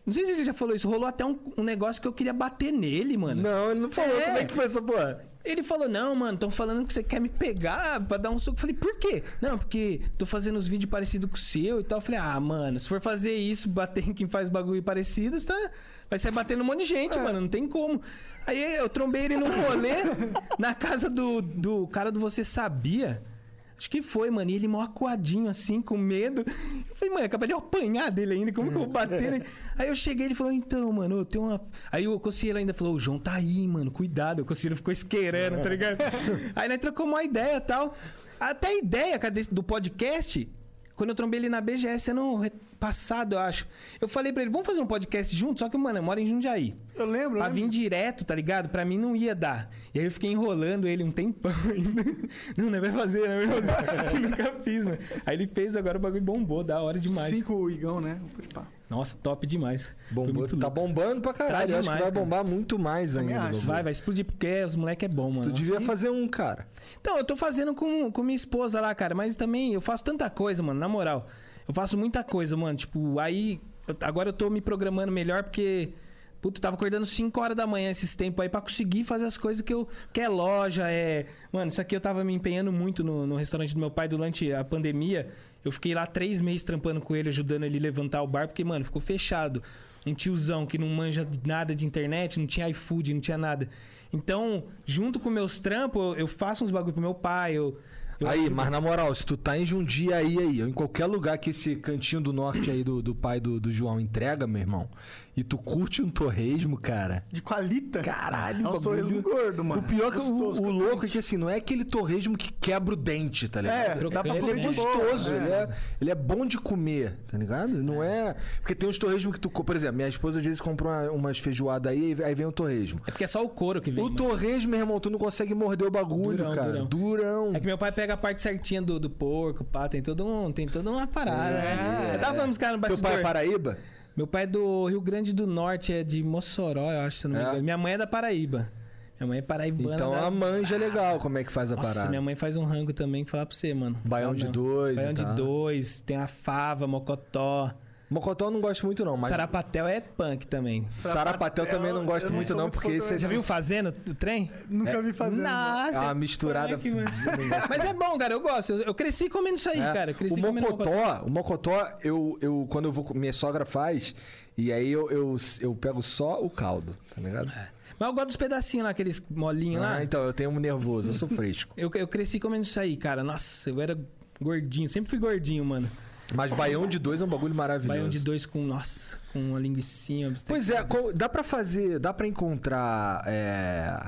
Speaker 3: Não sei se ele já falou isso. Rolou até um, um negócio que eu queria bater nele, mano.
Speaker 1: Não, ele não falou.
Speaker 3: É.
Speaker 1: Como é que foi essa porra?
Speaker 3: Ele falou, não, mano, estão falando que você quer me pegar pra dar um soco. Eu falei, por quê? Não, porque tô fazendo uns vídeos parecidos com o seu e tal. Eu falei, ah, mano, se for fazer isso, bater em quem faz bagulho parecido, tá... vai sair batendo um monte de gente, é. mano, não tem como. Aí eu trombei ele num rolê na casa do, do cara do Você Sabia. Acho que foi, mano. E ele mó acuadinho, assim, com medo. Eu falei, mano, acabei de eu apanhar dele ainda. Como que eu vou bater nele? Aí eu cheguei e ele falou, então, mano, eu tenho uma... Aí o Cossielo ainda falou, o João tá aí, mano, cuidado. O Cossielo ficou esquerando, tá ligado? Aí nós trocamos uma ideia e tal. Até a ideia, cara, do podcast... Quando eu trombei ele na B G S ano passado, eu acho. Eu falei pra ele, vamos fazer um podcast junto? Só que, mano, eu moro em Jundiaí.
Speaker 2: Eu lembro.
Speaker 3: Pra
Speaker 2: eu
Speaker 3: vir
Speaker 2: lembro.
Speaker 3: direto, tá ligado? Pra mim não ia dar. E aí eu fiquei enrolando ele um tempão ainda. Não, não vai fazer, não vai fazer. Eu nunca fiz, mano. Aí ele fez, agora o bagulho bombou, da hora demais.
Speaker 2: Cinco o Igão, né? Pá.
Speaker 3: Nossa, top demais. Foi
Speaker 1: Bombou,
Speaker 3: muito
Speaker 1: tá
Speaker 3: louco.
Speaker 1: bombando pra caralho.
Speaker 3: Tá
Speaker 1: Eu acho que
Speaker 3: demais,
Speaker 1: vai
Speaker 3: cara.
Speaker 1: bombar muito mais
Speaker 2: Também
Speaker 1: ainda.
Speaker 2: acho.
Speaker 1: Bobo.
Speaker 3: Vai, vai explodir, porque os moleque é bom, mano.
Speaker 1: Tu
Speaker 3: Nossa,
Speaker 1: devia
Speaker 3: e-
Speaker 1: fazer um, cara.
Speaker 3: Então, eu tô fazendo com, com minha esposa lá, cara. Mas também eu faço tanta coisa, mano, na moral. Eu faço muita coisa, mano. Tipo, aí... eu- agora eu tô me programando melhor porque... Puta, eu tava acordando cinco horas da manhã esses tempos aí pra conseguir fazer as coisas que eu... Que é loja, é... Mano, isso aqui eu tava me empenhando muito no, no restaurante do meu pai durante a pandemia. Eu fiquei lá três meses trampando com ele, ajudando ele a levantar o bar. Porque, mano, ficou fechado. Um tiozão que não manja nada de internet, não tinha iFood, não tinha nada. Então, junto com meus trampos, eu- eu faço uns bagulho pro meu pai, eu... eu
Speaker 1: Aí,
Speaker 3: ajudo-
Speaker 1: mas na moral, se tu tá em Jundiaí aí, ou em qualquer lugar que esse cantinho do norte aí do, do pai do, do João entrega, meu irmão, e tu curte um torresmo, cara...
Speaker 2: De qualita?
Speaker 1: Caralho,
Speaker 2: é um
Speaker 1: bagulho-
Speaker 2: torresmo gordo, mano.
Speaker 1: O pior é que o,
Speaker 2: Gostoso,
Speaker 1: o
Speaker 2: crocante.
Speaker 1: louco é que assim, não é aquele torresmo que quebra o dente, tá ligado?
Speaker 2: É,
Speaker 1: ele
Speaker 2: dá pra
Speaker 3: crocante,
Speaker 2: comer
Speaker 1: é
Speaker 2: de
Speaker 3: né?
Speaker 2: boa.
Speaker 1: gostoso,
Speaker 2: É.
Speaker 1: ele, é, ele é bom de comer, tá ligado? Não é... Porque tem uns torresmos que tu... co- Por exemplo, minha esposa às vezes compra uma- umas feijoadas aí, aí vem o torresmo.
Speaker 3: É porque é só o couro que vem,
Speaker 1: O
Speaker 3: mano.
Speaker 1: torresmo, meu irmão, tu não consegue morder o bagulho,
Speaker 3: Durão,
Speaker 1: cara.
Speaker 3: durão.
Speaker 1: Durão.
Speaker 3: É que meu pai pega a parte certinha do, do porco, pá, tem todo um, tem toda uma parada.
Speaker 1: É.
Speaker 3: É. Eu tava falando com os caras no
Speaker 1: Teu
Speaker 3: bastidor.
Speaker 1: pai é Paraíba?
Speaker 3: Meu pai é do Rio Grande do Norte, é de Mossoró, eu acho, se eu não me
Speaker 1: É?
Speaker 3: engano. Minha mãe é da Paraíba. Minha mãe é paraibana.
Speaker 1: Então a
Speaker 3: das...
Speaker 1: manja é legal como é que faz a
Speaker 3: Nossa,
Speaker 1: parada.
Speaker 3: minha mãe faz um rango também que falar pra você, mano.
Speaker 1: Baião
Speaker 3: Não,
Speaker 1: de
Speaker 3: não.
Speaker 1: dois
Speaker 3: Baião
Speaker 1: e
Speaker 3: de
Speaker 1: tal.
Speaker 3: dois, tem a fava, mocotó.
Speaker 1: Mocotó eu não gosto muito não, mas...
Speaker 3: Sarapatel é punk também.
Speaker 1: Sarapatel também não gosto
Speaker 2: eu não
Speaker 1: muito
Speaker 2: sou
Speaker 1: não,
Speaker 2: muito
Speaker 1: porque
Speaker 2: fã
Speaker 1: você
Speaker 3: Já viu fazendo o trem?
Speaker 2: Nunca vi fazendo.
Speaker 3: Nossa,
Speaker 1: É uma misturada...
Speaker 3: punk, mano. Mas é bom, cara, eu gosto. Eu, eu cresci comendo isso aí,
Speaker 1: É.
Speaker 3: cara. Eu cresci
Speaker 1: O
Speaker 3: comendo
Speaker 1: mocotó, o mocotó, eu, eu, quando eu vou... Minha sogra faz, e aí eu, eu, eu pego só o caldo, tá ligado?
Speaker 3: Mas eu gosto dos pedacinhos lá, aqueles molinhos
Speaker 1: Ah,
Speaker 3: lá.
Speaker 1: então, eu tenho um nervoso, eu sou fresco.
Speaker 3: Eu, eu cresci comendo isso aí, cara. Nossa, eu era gordinho. Sempre fui gordinho, mano.
Speaker 1: Mas baião de dois é um bagulho maravilhoso.
Speaker 3: Baião de dois com, nossa, com uma linguicinha.
Speaker 1: Pois é, co- dá pra fazer, dá pra encontrar é,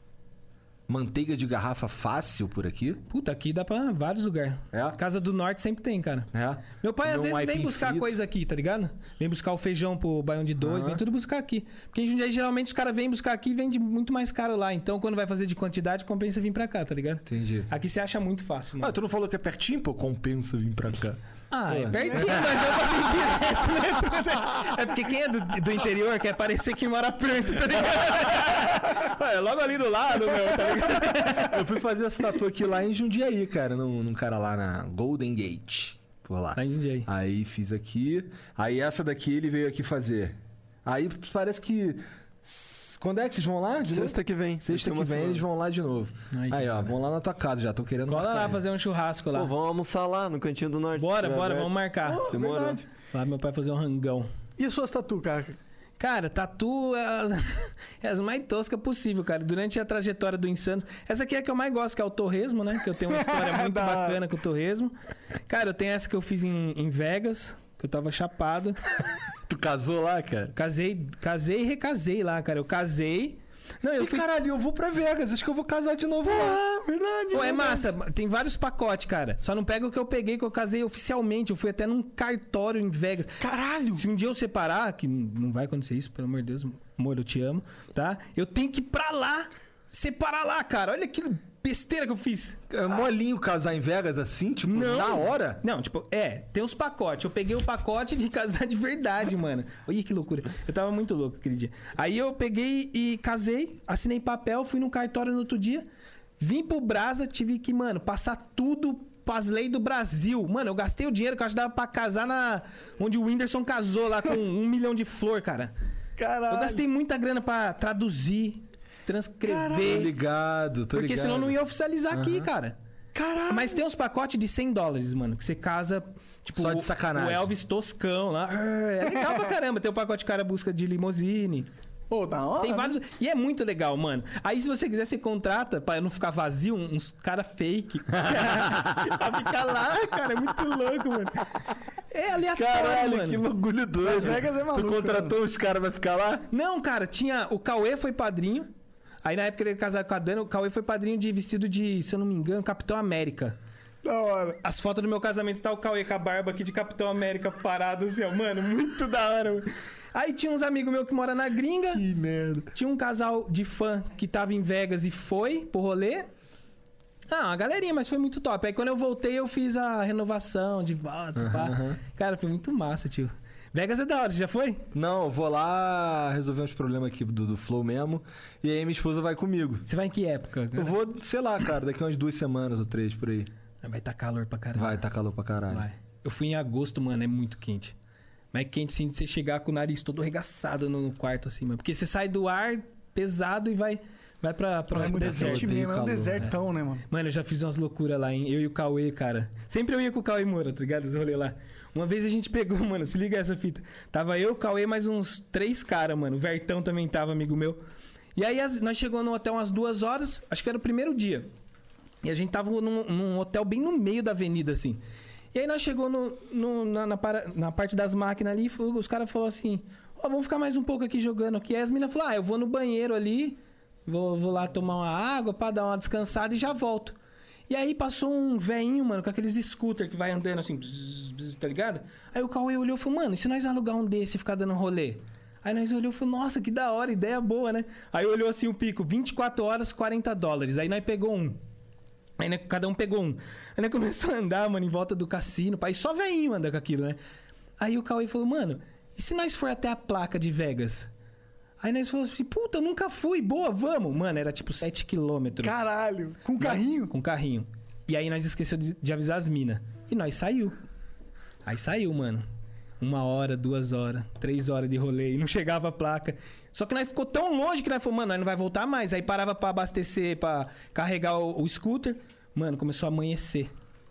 Speaker 1: manteiga de garrafa fácil por aqui?
Speaker 3: Puta, aqui dá pra vários lugares.
Speaker 1: É?
Speaker 3: Casa do Norte sempre tem, cara.
Speaker 1: É.
Speaker 3: Meu pai
Speaker 1: Comer
Speaker 3: às
Speaker 1: um
Speaker 3: vezes vem
Speaker 1: aipim
Speaker 3: buscar
Speaker 1: frito.
Speaker 3: coisa aqui, tá ligado? Vem buscar o feijão pro baião de dois,
Speaker 1: Aham.
Speaker 3: vem tudo buscar aqui. Porque em Jundiaí, geralmente, os caras vêm buscar aqui e vende muito mais caro lá. Então, quando vai fazer de quantidade, compensa vir pra cá, tá ligado?
Speaker 1: Entendi.
Speaker 3: Aqui você acha muito fácil, mano.
Speaker 1: Ah, tu não falou que é pertinho? Pô, compensa vir pra cá.
Speaker 3: Ah, é
Speaker 1: Pô.
Speaker 3: pertinho, mas eu vou vir direto, né? É porque quem é do, do interior quer parecer que mora perto, tá ligado? É logo ali do lado, meu, tá ligado?
Speaker 1: Eu fui fazer essa tatu aqui lá em Jundiaí, cara, num, num cara lá na Golden Gate, por lá.
Speaker 3: Lá em Jundiaí.
Speaker 1: Aí fiz aqui, aí essa daqui ele veio aqui fazer. Aí parece que... Quando é que vocês vão lá? de novo?
Speaker 4: Sexta que vem.
Speaker 1: Sexta
Speaker 4: Daqui
Speaker 1: que
Speaker 4: uma
Speaker 1: vem
Speaker 4: semana.
Speaker 1: eles vão lá de novo.
Speaker 3: Ai,
Speaker 1: Aí, ó,
Speaker 3: cara.
Speaker 1: vão lá na tua casa já, tô querendo
Speaker 3: Cola
Speaker 1: marcar
Speaker 3: lá
Speaker 1: aí.
Speaker 3: fazer um churrasco lá.
Speaker 4: Pô, vamos almoçar lá no Cantinho do Norte.
Speaker 3: Bora,
Speaker 4: se tiver
Speaker 3: bora,
Speaker 4: aberto.
Speaker 3: vamos marcar.
Speaker 4: Demorou.
Speaker 2: Verdade.
Speaker 3: Lá meu pai fazer um rangão.
Speaker 2: E as suas tatu, cara?
Speaker 3: Cara, tatu é as, é as mais toscas possível, cara. Durante a trajetória do Insanos. Essa aqui é a que eu mais gosto, que é o torresmo, né? Que eu tenho uma história muito
Speaker 2: Da hora.
Speaker 3: bacana com o torresmo. Cara, eu tenho essa que eu fiz em, em Vegas, que eu tava chapado.
Speaker 1: Tu casou lá, cara?
Speaker 3: Casei, casei e recasei lá, cara. Eu casei. Não, eu
Speaker 1: E
Speaker 3: fui.
Speaker 1: caralho, eu vou pra Vegas, acho que eu vou casar de novo lá.
Speaker 2: Ah, verdade.
Speaker 3: Pô, é
Speaker 2: verdade.
Speaker 3: massa, tem vários pacotes, cara. Só não pega o que eu peguei, que eu casei oficialmente. Eu fui até num cartório em Vegas.
Speaker 2: Caralho!
Speaker 3: Se um dia eu separar, que não vai acontecer isso, pelo amor de Deus, amor, eu te amo, tá? Eu tenho que ir pra lá, separar lá, cara. Olha que besteira que eu fiz.
Speaker 1: É molinho casar em Vegas assim, tipo,
Speaker 3: Não.
Speaker 1: na hora?
Speaker 3: Não, tipo, é, tem os pacotes. Eu peguei o pacote de casar de verdade, mano. Olha que loucura. Eu tava muito louco aquele dia. Aí eu peguei e casei, assinei papel, fui no cartório no outro dia, vim pro Brasa, tive que, mano, passar tudo pras leis do Brasil. Mano, eu gastei o dinheiro que eu acho que dava pra casar na... onde o Whindersson casou lá com um milhão de flor, cara.
Speaker 2: Caralho.
Speaker 3: Eu gastei muita grana pra traduzir, transcrever.
Speaker 1: Tô ligado, tô
Speaker 3: Porque
Speaker 1: ligado.
Speaker 3: senão não ia oficializar aqui, cara.
Speaker 2: Caralho.
Speaker 3: Mas tem uns pacotes de cem dólares, mano, que você casa... Tipo,
Speaker 1: Só de
Speaker 3: o-
Speaker 1: sacanagem.
Speaker 3: O Elvis Toscão lá. É legal pra caramba. Tem o pacote cara busca de limousine.
Speaker 2: Pô, da hora.
Speaker 3: Tem
Speaker 2: né?
Speaker 3: vários. E é muito legal, mano. Aí, se você quiser, você contrata pra não ficar vazio, uns cara fake. Pra ficar lá, cara. É muito louco, mano. É aleatório,
Speaker 1: Caralho,
Speaker 3: mano.
Speaker 1: que bagulho doido.
Speaker 2: Las Vegas é maluco,
Speaker 1: Tu contratou os caras, vai ficar lá?
Speaker 3: Não, cara, tinha. O Cauê foi padrinho. Aí, na época, ele era casado com a Dani. O Cauê foi padrinho de vestido de, se eu não me engano, Capitão América.
Speaker 2: Da hora.
Speaker 3: As fotos do meu casamento tá o Cauê com a barba aqui de Capitão América parado assim, ó. Mano, muito da hora, mano. Aí tinha uns amigos meus que moram na gringa.
Speaker 1: Que merda.
Speaker 3: Tinha um casal de fã que tava em Vegas e foi pro rolê. Ah, uma galerinha, mas foi muito top. Aí quando eu voltei, eu fiz a renovação de votos, pá. Cara, foi muito massa, tio. Vegas é da hora, você já foi?
Speaker 1: Não, eu vou lá resolver uns problemas aqui do, do Flow mesmo. E aí minha esposa vai comigo.
Speaker 3: Você vai em que época?
Speaker 1: Eu vou, sei lá, cara, daqui umas duas semanas ou três por aí.
Speaker 3: Vai tá calor pra caramba.
Speaker 1: Vai, tá calor pra caralho.
Speaker 3: Vai. Eu fui em agosto, mano, é muito quente. Mas é quente, sim, de você chegar com o nariz todo arregaçado no quarto, assim, mano. Porque você sai do ar pesado e vai, vai pra, pra
Speaker 2: É muito
Speaker 3: deserto.
Speaker 2: quente
Speaker 1: eu odeio
Speaker 2: mesmo, é um
Speaker 1: calor,
Speaker 2: desertão, né, mano?
Speaker 3: Mano, eu já fiz umas loucuras lá, hein? Eu e o Cauê, cara. Sempre eu ia com o Cauê Moura, tá ligado? Esse rolê lá. Uma vez a gente pegou, mano, se liga essa fita. Tava eu, o Cauê, mais uns três caras, mano. O Vertão também tava, amigo meu. E aí as- nós chegamos no hotel umas duas horas, acho que era o primeiro dia. E a gente tava num, num hotel bem no meio da avenida, assim. E aí nós chegou no, no- na, na, para- na parte das máquinas ali, falou- os caras falaram assim, ó, vamos ficar mais um pouco aqui jogando aqui. Aí as meninas falaram, ah, eu vou no banheiro ali, vou, vou lá tomar uma água pra dar uma descansada e já volto. E aí passou um velhinho, mano, com aqueles scooter que vai andando assim, bzz, bzz, tá ligado? Aí o Cauê olhou e falou, mano, e se nós alugar um desse e ficar dando rolê? Aí nós olhou e falou, nossa, que da hora, ideia boa, né? Aí olhou assim o pico, vinte e quatro horas, quarenta dólares. Aí nós pegou um. Aí né, cada um pegou um. Aí nós começou a andar, mano, em volta do cassino. Aí só velhinho anda com aquilo, né? Aí o Cauê falou, mano, e se nós for até a placa de Vegas? Aí nós falamos assim, puta, eu nunca fui, boa, vamos. Mano, era tipo sete quilômetros.
Speaker 2: Caralho. Com carrinho?
Speaker 3: Com carrinho. E aí nós esqueceu de, de avisar as minas. E nós saiu. Aí saiu, mano. Uma hora, duas horas, três horas de rolê. E não chegava a placa. Só que nós ficou tão longe que nós falamos, mano, nós não vai voltar mais. Aí parava pra abastecer, pra carregar o, o scooter. Mano, começou a amanhecer.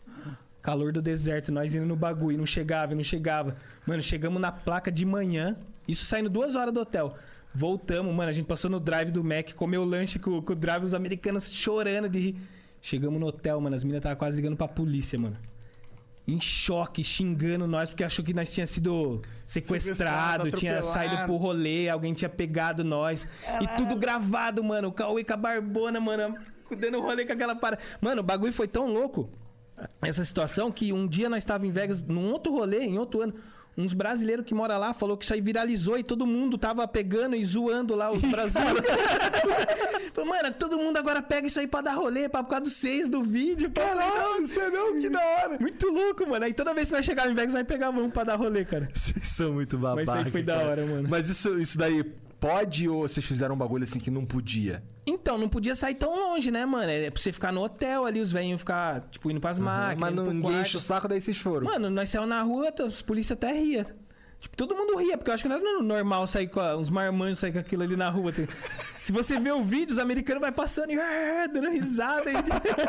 Speaker 3: Calor do deserto, nós indo no bagulho. Não chegava, não chegava. Mano, chegamos na placa de manhã. Isso saindo duas horas do hotel. Voltamos, mano. A gente passou no drive do Mac, comeu lanche com, com o drive, os americanos chorando de rir. Chegamos no hotel, mano. As meninas estavam quase ligando pra polícia, mano. Em choque, xingando nós, porque achou que nós tinha sido sequestrado,
Speaker 2: Sequestrado,
Speaker 3: tinha
Speaker 2: atropelado.
Speaker 3: saído pro rolê, alguém tinha pegado nós. E tudo gravado, mano. O Cauê com a barbona, mano, dando rolê com aquela para. Mano, o bagulho foi tão louco, essa situação, que um dia nós estávamos em Vegas, num outro rolê, em outro ano. Uns brasileiros que moram lá falou que isso aí viralizou e todo mundo tava pegando e zoando lá os brasileiros. Falou, mano, todo mundo agora pega isso aí pra dar rolê, pra, por causa dos seis do vídeo. pá.
Speaker 2: Caralho, você não, que da hora.
Speaker 3: Muito louco, mano. Aí toda vez que nós chegava em Vegas, nós pegava um pra dar rolê, cara.
Speaker 1: Vocês são muito babaca.
Speaker 3: Mas isso aí foi da
Speaker 1: cara.
Speaker 3: hora, mano.
Speaker 1: Mas isso, isso daí pode ou vocês fizeram um bagulho assim que não podia?
Speaker 3: Então, não podia sair tão longe, né, mano? É pra você ficar no hotel ali, os velhinhos ficar, tipo, indo pras máquinas.
Speaker 1: Mas
Speaker 3: indo
Speaker 1: não,
Speaker 3: pro
Speaker 1: ninguém
Speaker 3: quarto.
Speaker 1: enche o saco, daí vocês foram.
Speaker 3: Mano, nós saímos na rua, as polícia até ria. Tipo, todo mundo ria, porque eu acho que não era normal sair com a, uns marmanjos sair com aquilo ali na rua. Tem- Se você vê o vídeo, os americanos vai passando e ah, dando risada. Aí.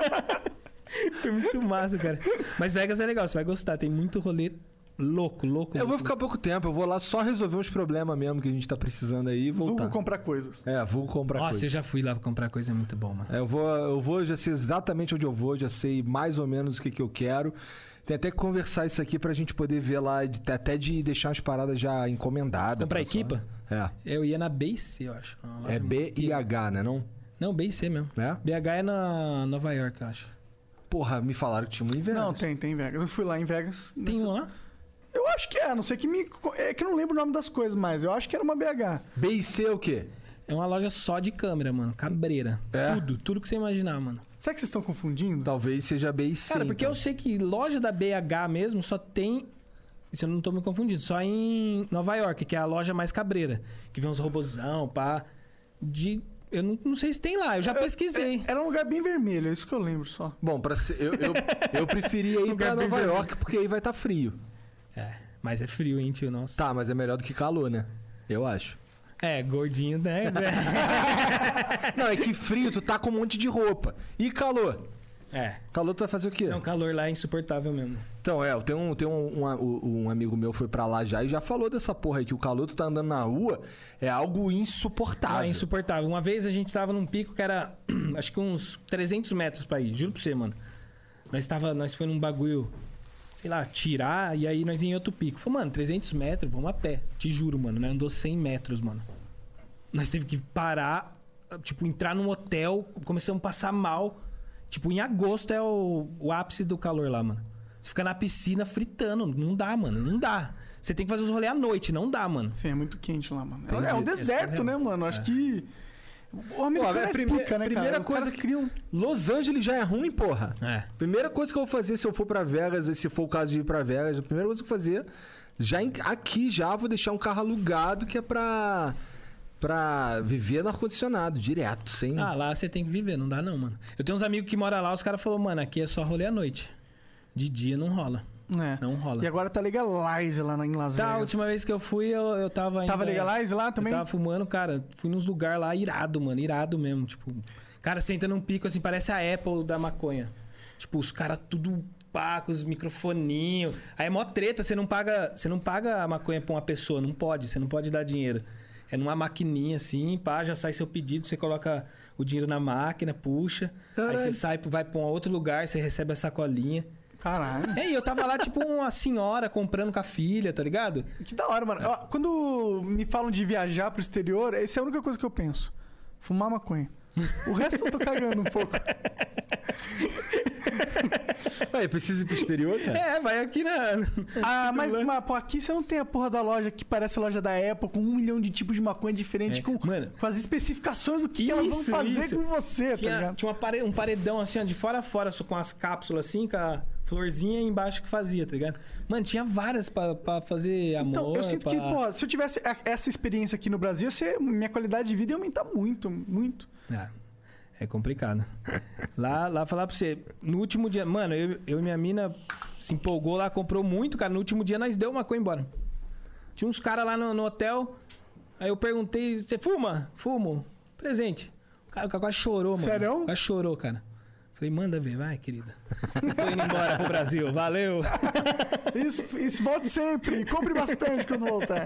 Speaker 3: Foi muito massa, cara. Mas Vegas é legal, você vai gostar. Tem muito rolê louco, louco.
Speaker 1: Eu vou
Speaker 3: louco.
Speaker 1: ficar pouco tempo, eu vou lá só resolver uns problemas mesmo que a gente tá precisando aí e voltar.
Speaker 2: Vulgo comprar coisas.
Speaker 1: É, vou comprar
Speaker 3: Nossa,
Speaker 1: coisa.
Speaker 3: eu já fui lá pra comprar coisa, é muito bom, mano.
Speaker 1: É, eu vou, eu vou, já sei exatamente onde eu vou, já sei mais ou menos o que, que eu quero. Tem até que conversar isso aqui pra gente poder ver lá, de- até de deixar as paradas já encomendadas.
Speaker 3: Comprar
Speaker 1: pra só-
Speaker 3: equipa?
Speaker 1: É.
Speaker 3: Eu ia na B e C, eu acho. Uma loja
Speaker 1: É B
Speaker 3: muito-
Speaker 1: e H, né não?
Speaker 3: Não, B e C mesmo.
Speaker 1: É?
Speaker 3: B H é na Nova York, eu acho.
Speaker 1: Porra, me falaram que tinha um em Vegas.
Speaker 2: Não, tem, tem em Vegas. Eu fui lá em Vegas.
Speaker 3: Tem
Speaker 2: nessa-
Speaker 3: um lá?
Speaker 2: Eu acho que é, a não sei que me. É que eu não lembro o nome das coisas, mas eu acho que era uma B H.
Speaker 1: B e C é o quê?
Speaker 3: É uma loja só de câmera, mano. Cabreira.
Speaker 1: É?
Speaker 3: Tudo, tudo que você imaginar, mano.
Speaker 2: Será que vocês estão confundindo?
Speaker 1: Talvez seja B e C.
Speaker 3: Cara, porque
Speaker 1: então.
Speaker 3: eu sei que loja da B H mesmo só tem. Se eu não tô me confundindo, só em Nova York, que é a loja mais cabreira. Que vem uns robozão, pá. De Eu não, não sei se tem lá, eu já pesquisei.
Speaker 2: Era um lugar bem vermelho, é isso que eu lembro só.
Speaker 1: Bom, pra ser, eu, eu, eu preferia ir pra Nova York, porque aí vai estar frio.
Speaker 3: É, mas é frio, hein, tio? Nossa.
Speaker 1: Tá, mas é melhor do que calor, né? Eu acho.
Speaker 3: É, gordinho, né?
Speaker 1: Não, é que frio, tu tá com um monte de roupa. E calor?
Speaker 3: É.
Speaker 1: Calor tu vai fazer o quê?
Speaker 3: Não, calor lá é insuportável mesmo.
Speaker 1: Então, é, tem um, tem um, um, um amigo meu foi pra lá já e já falou dessa porra aí, que o calor tu tá andando na rua é algo insuportável.
Speaker 3: Não, é insuportável. Uma vez a gente tava num pico que era, acho que uns trezentos metros pra ir. Juro pra você, mano. Nós tava, nós foi num bagulho, sei lá, tirar e aí nós ia em outro pico. Falei, mano, trezentos metros, vamos a pé. Te juro, mano, né? Andou cem metros, mano. Nós teve que parar, tipo, entrar num hotel, começamos a passar mal. Tipo, em agosto é o, o ápice do calor lá, mano. Você fica na piscina fritando. Não dá, mano. Não dá. Você tem que fazer os rolês à noite. Não dá, mano.
Speaker 2: Sim, é muito quente lá, mano.
Speaker 1: Entendi.
Speaker 2: É um deserto, né, mano? Acho
Speaker 1: É.
Speaker 2: que... O americano
Speaker 1: Pô,
Speaker 2: é
Speaker 1: a primeira-
Speaker 2: pica, né,
Speaker 1: primeira
Speaker 2: cara? Os
Speaker 1: coisa
Speaker 2: caras
Speaker 1: que-
Speaker 2: criam...
Speaker 1: Los Angeles já é ruim, porra.
Speaker 3: É.
Speaker 1: Primeira coisa que eu vou fazer se eu for pra Vegas, e se for o caso de ir pra Vegas, a primeira coisa que eu vou fazer, já em- aqui já vou deixar um carro alugado que é pra, pra viver no ar-condicionado, direto, sem...
Speaker 3: Ah, lá você tem que viver. Não dá, não, mano. Eu tenho uns amigos que moram lá, os caras falaram, mano, aqui é só rolê à noite. De dia não rola.
Speaker 2: É.
Speaker 3: Não rola.
Speaker 2: E agora tá legalize lá na- em Las
Speaker 3: Tá,
Speaker 2: Vegas.
Speaker 3: a última vez que eu fui, eu, eu tava ainda...
Speaker 2: Tava legalize lá também?
Speaker 3: Eu tava fumando, cara. Fui nos lugares lá irado, mano. Irado mesmo. Tipo, cara, você entra num pico assim, parece a Apple da maconha. Tipo, os caras tudo pá, com os microfoninhos. Aí é mó treta, você não paga. Você não paga a maconha pra uma pessoa, não pode, você não pode dar dinheiro. É numa maquininha assim, pá, já sai seu pedido, você coloca o dinheiro na máquina, puxa.
Speaker 1: Caralho.
Speaker 3: Aí você sai, vai pra um outro lugar, você recebe a sacolinha.
Speaker 2: Caralho.
Speaker 3: É, e eu tava lá, tipo, uma senhora comprando com a filha, tá ligado?
Speaker 2: Que da hora, mano. Ó, quando me falam de viajar pro exterior, essa é a única coisa que eu penso. Fumar maconha. O resto eu tô cagando um pouco.
Speaker 1: Ué, precisa ir pro exterior, cara?
Speaker 3: É, vai aqui na.
Speaker 2: Ah, mas, mas pô, aqui você não tem a porra da loja que parece a loja da Apple, com um milhão de tipos de maconha diferente,
Speaker 3: É.
Speaker 2: com,
Speaker 3: Mano.
Speaker 2: com as especificações do que, que elas vão
Speaker 3: Isso,
Speaker 2: fazer
Speaker 3: isso.
Speaker 2: com você, tá
Speaker 3: Tinha,
Speaker 2: ligado?
Speaker 3: tinha uma pare- um paredão assim, ó, de fora a fora, só com as cápsulas assim, com a florzinha embaixo que fazia, tá ligado? Mano, tinha várias pra, pra fazer amor.
Speaker 2: Então, eu sinto
Speaker 3: pra...
Speaker 2: que, pô, se eu tivesse a- essa experiência aqui no Brasil, ia ser- minha qualidade de vida ia aumentar muito, muito.
Speaker 3: É, é complicado. Lá, lá falar pra você, no último dia, mano, eu, eu e minha mina se empolgou lá, comprou muito, cara. No último dia nós deu uma coisa embora. Tinha uns caras lá no, no hotel. Aí eu perguntei, você fuma? Fumo. Presente. O cara, o cara quase chorou, mano.
Speaker 2: Sério?
Speaker 3: Quase chorou, cara. Falei, manda ver, vai, querida. Tô indo embora pro Brasil, valeu.
Speaker 2: Isso, isso volte sempre, compre bastante quando voltar.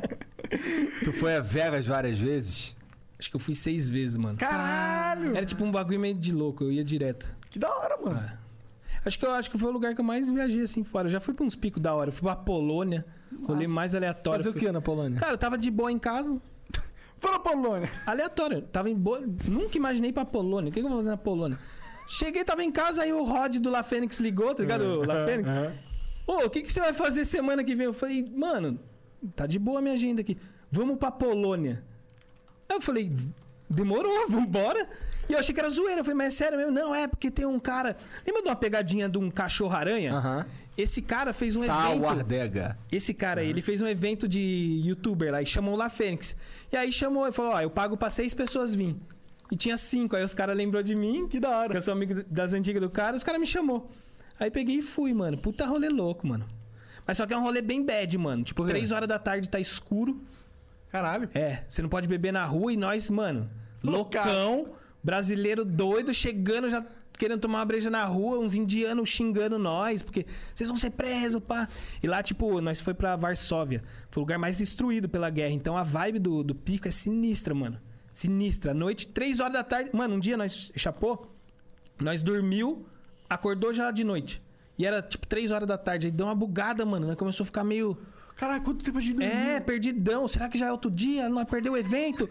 Speaker 1: Tu foi a Vegas várias vezes?
Speaker 3: Acho que eu fui seis vezes, mano.
Speaker 2: Caralho!
Speaker 3: Era tipo um bagulho meio de louco, eu ia direto.
Speaker 2: Que da hora, mano.
Speaker 3: É. Acho que eu acho que foi o lugar que eu mais viajei assim fora. Eu já fui pra uns picos da hora. Eu fui pra Polônia, rolê mais aleatório.
Speaker 1: Fazer o
Speaker 3: Fui-
Speaker 1: que na Polônia?
Speaker 3: Cara, eu tava de boa em casa,
Speaker 2: Foi na Polônia.
Speaker 3: aleatório. Tava em boa. Nunca imaginei ir pra Polônia. O que, que eu vou fazer na Polônia? Cheguei, tava em casa, aí o Rod do La Fênix ligou, tá ligado? O La Fênix. Ô, o que, que você vai fazer semana que vem? Eu falei, mano, tá de boa a minha agenda aqui. Vamos pra Polônia. Aí eu falei, demorou, vambora. E eu achei que era zoeira. Eu falei, mas é sério mesmo? Não, é porque tem um cara. Lembra de uma pegadinha de um cachorro-aranha?
Speaker 1: Aham.
Speaker 3: Esse cara fez um evento.
Speaker 1: Sauardega.
Speaker 3: Esse cara aí, ele fez um evento de youtuber lá e chamou o La Fênix. E aí chamou e falou: ó, eu pago pra seis pessoas vir. E tinha cinco. Aí os caras lembrou de mim,
Speaker 2: Que da hora.
Speaker 3: que eu sou amigo das antigas do cara, os caras me chamou. Aí peguei e fui, mano. Puta rolê louco, mano. Mas só que é um rolê bem bad, mano. Tipo,
Speaker 1: Por quê?
Speaker 3: três horas da tarde tá escuro.
Speaker 2: Caralho.
Speaker 3: É, você não pode beber na rua e nós, mano,
Speaker 2: Loucaço.
Speaker 3: loucão, brasileiro doido, chegando já querendo tomar uma breja na rua, uns indianos xingando nós, porque vocês vão ser presos, pá. E lá, tipo, nós foi pra Varsóvia. Foi o lugar mais destruído pela guerra. Então a vibe do, do pico é sinistra, mano. Sinistra. À noite, três horas da tarde. Mano, um dia nós chapou, nós dormiu, acordou já de noite. E era tipo três horas da tarde. Aí deu uma bugada, mano. Nós começou a ficar meio.
Speaker 2: Caralho, quanto tempo a gente dormiu?
Speaker 3: É, perdidão. Será que já é outro dia? Não perdeu o evento?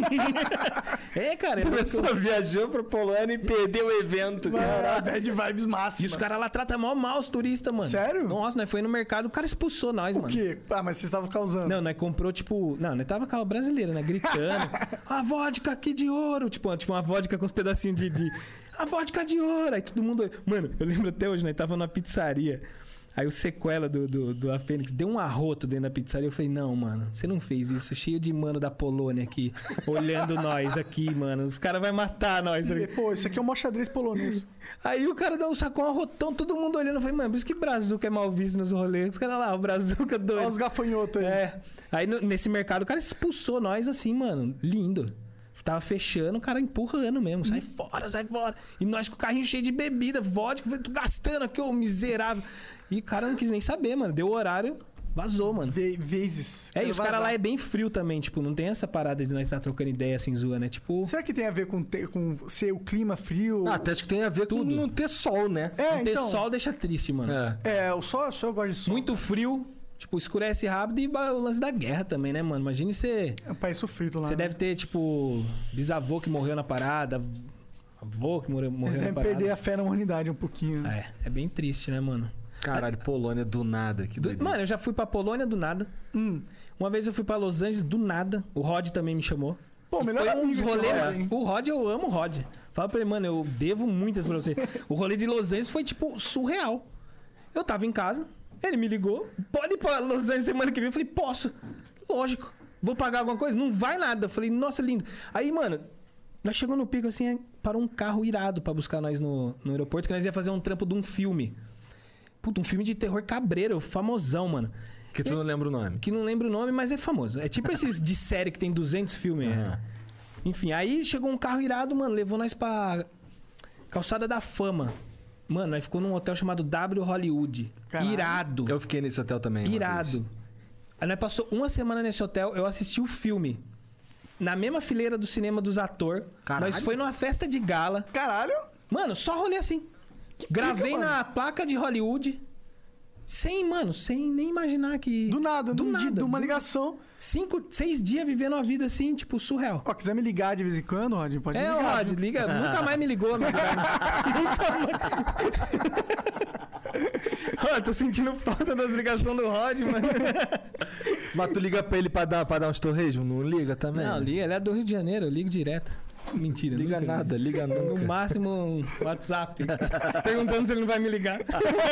Speaker 3: É, cara. É
Speaker 1: Começou viajou pra Polônia e perdeu o evento,
Speaker 2: Caralho, bad vibes
Speaker 3: E
Speaker 2: máximas.
Speaker 3: os caras lá tratam mal mal os turistas, mano.
Speaker 2: Sério?
Speaker 3: Nossa, nós foi no mercado, o cara expulsou nós,
Speaker 2: O
Speaker 3: mano.
Speaker 2: quê? Ah, mas vocês estavam causando.
Speaker 3: Não, nós comprou, tipo... Não, nós tava com a brasileira, né? Gritando. A vodka aqui de ouro. Tipo, tipo uma vodka com uns pedacinhos de... de... A vodka de ouro. Aí todo mundo... Mano, eu lembro até hoje, nós tava numa pizzaria. Aí o sequela do, do, do A Fênix deu um arroto dentro da pizzaria. Eu falei, não, mano, você não fez isso. Cheio de mano da Polônia aqui, olhando nós aqui, mano. Os caras vão matar nós.
Speaker 2: E, pô, isso aqui é um mó xadrez polonês.
Speaker 3: Aí o cara deu um sacão arrotão, todo mundo olhando. Eu falei, mano, por isso que Brazuca é mal visto nos rolês. Os caras lá, o Brazuca doido.
Speaker 2: Olha os gafanhotos aí.
Speaker 3: É. Aí no- nesse mercado o cara expulsou nós assim, mano. Lindo. Tava fechando, o cara empurrando mesmo. Sai fora, sai fora. E nós com o carrinho cheio de bebida, vodka. Eu falei, tô gastando aqui, ô miserável. E o cara não quis nem saber, mano. Deu o horário, vazou, mano.
Speaker 2: Ve vezes.
Speaker 3: É, e os caras
Speaker 2: vazar.
Speaker 3: lá é bem frio também. Tipo, não tem essa parada de nós estar trocando ideia assim, zoando. É tipo...
Speaker 2: Será que tem a ver com, te- com ser o clima frio?
Speaker 1: Ah, até acho que tem a ver com
Speaker 3: Tudo.
Speaker 1: não ter sol, né?
Speaker 2: é,
Speaker 3: não ter
Speaker 2: então,
Speaker 3: sol deixa triste, mano.
Speaker 1: É.
Speaker 2: É, o sol, o sol eu gosto de sol.
Speaker 3: Muito frio, tipo, escurece rápido e ba- o lance da guerra também, né, mano? Imagine você...
Speaker 2: É um país sofrido lá.
Speaker 3: Você
Speaker 2: né?
Speaker 3: deve ter, tipo, bisavô que morreu na parada, avô que morreu,
Speaker 2: Eles
Speaker 3: morreu na
Speaker 2: devem
Speaker 3: parada.
Speaker 2: perder a fé na humanidade um pouquinho. né?
Speaker 3: É, é bem triste, né, mano?
Speaker 1: Caralho, Polônia do nada. Que
Speaker 3: Do-
Speaker 1: doideira.
Speaker 3: Mano, eu já fui pra Polônia do nada.
Speaker 2: Hum.
Speaker 3: Uma vez eu fui pra Los Angeles do nada. O Rod também me chamou.
Speaker 2: Pô,
Speaker 3: E
Speaker 2: melhor
Speaker 3: foi um
Speaker 2: amigo
Speaker 3: dos
Speaker 2: esse
Speaker 3: rolês.
Speaker 2: Rod, hein?
Speaker 3: O Rod, eu amo o Rod. Fala pra ele, mano, eu devo muitas pra você. O rolê de Los Angeles foi, tipo, surreal. Eu tava em casa, ele me ligou. Pode ir pra Los Angeles semana que vem? Eu falei, posso. Lógico. Vou pagar alguma coisa? Não vai nada. Eu falei, nossa, lindo. Aí, mano, nós chegamos no pico assim, parou um carro irado pra buscar nós no, no aeroporto, que nós ia fazer um trampo de um filme. Puta, um filme de terror cabreiro, famosão, mano.
Speaker 1: Que tu não lembra o nome.
Speaker 3: Que não lembro o nome, mas é famoso. É tipo esses de série que tem duzentos filmes. é.
Speaker 1: Aham.
Speaker 3: Enfim, aí chegou um carro irado, mano, levou nós pra Calçada da Fama. Mano, nós ficou num hotel chamado W Hollywood.
Speaker 2: Caralho.
Speaker 3: Irado.
Speaker 1: Eu fiquei nesse hotel também. uma
Speaker 3: Irado.
Speaker 1: vez.
Speaker 3: Aí nós passou uma semana nesse hotel, eu assisti o filme. Na mesma fileira do cinema dos atores.
Speaker 1: Caralho.
Speaker 3: Nós foi numa festa de gala.
Speaker 2: Caralho.
Speaker 3: Mano, só rolê assim. Gravei
Speaker 2: pica,
Speaker 3: na placa de Hollywood. Sem, mano, sem nem imaginar que...
Speaker 2: Do nada,
Speaker 3: do
Speaker 2: num dia,
Speaker 3: nada.
Speaker 2: de uma
Speaker 3: do-
Speaker 2: ligação.
Speaker 3: Cinco, seis dias vivendo uma vida assim, tipo, surreal.
Speaker 2: Ó, quiser me ligar de vez em quando, Rod, pode me
Speaker 3: É,
Speaker 2: ligar.
Speaker 3: Rod,
Speaker 2: viu?
Speaker 3: liga. Nunca mais me ligou, mas. Nunca mais. Ó, tô sentindo falta das ligações do Rod, mano.
Speaker 1: Mas tu liga pra ele pra dar, pra dar uns torresmos? Não liga também?
Speaker 3: Não, liga. Ele é do Rio de Janeiro, eu ligo direto. Mentira,
Speaker 1: Liga
Speaker 3: nunca.
Speaker 1: nada, liga
Speaker 3: No
Speaker 1: nunca.
Speaker 3: máximo, um WhatsApp. Perguntando se ele não vai me ligar.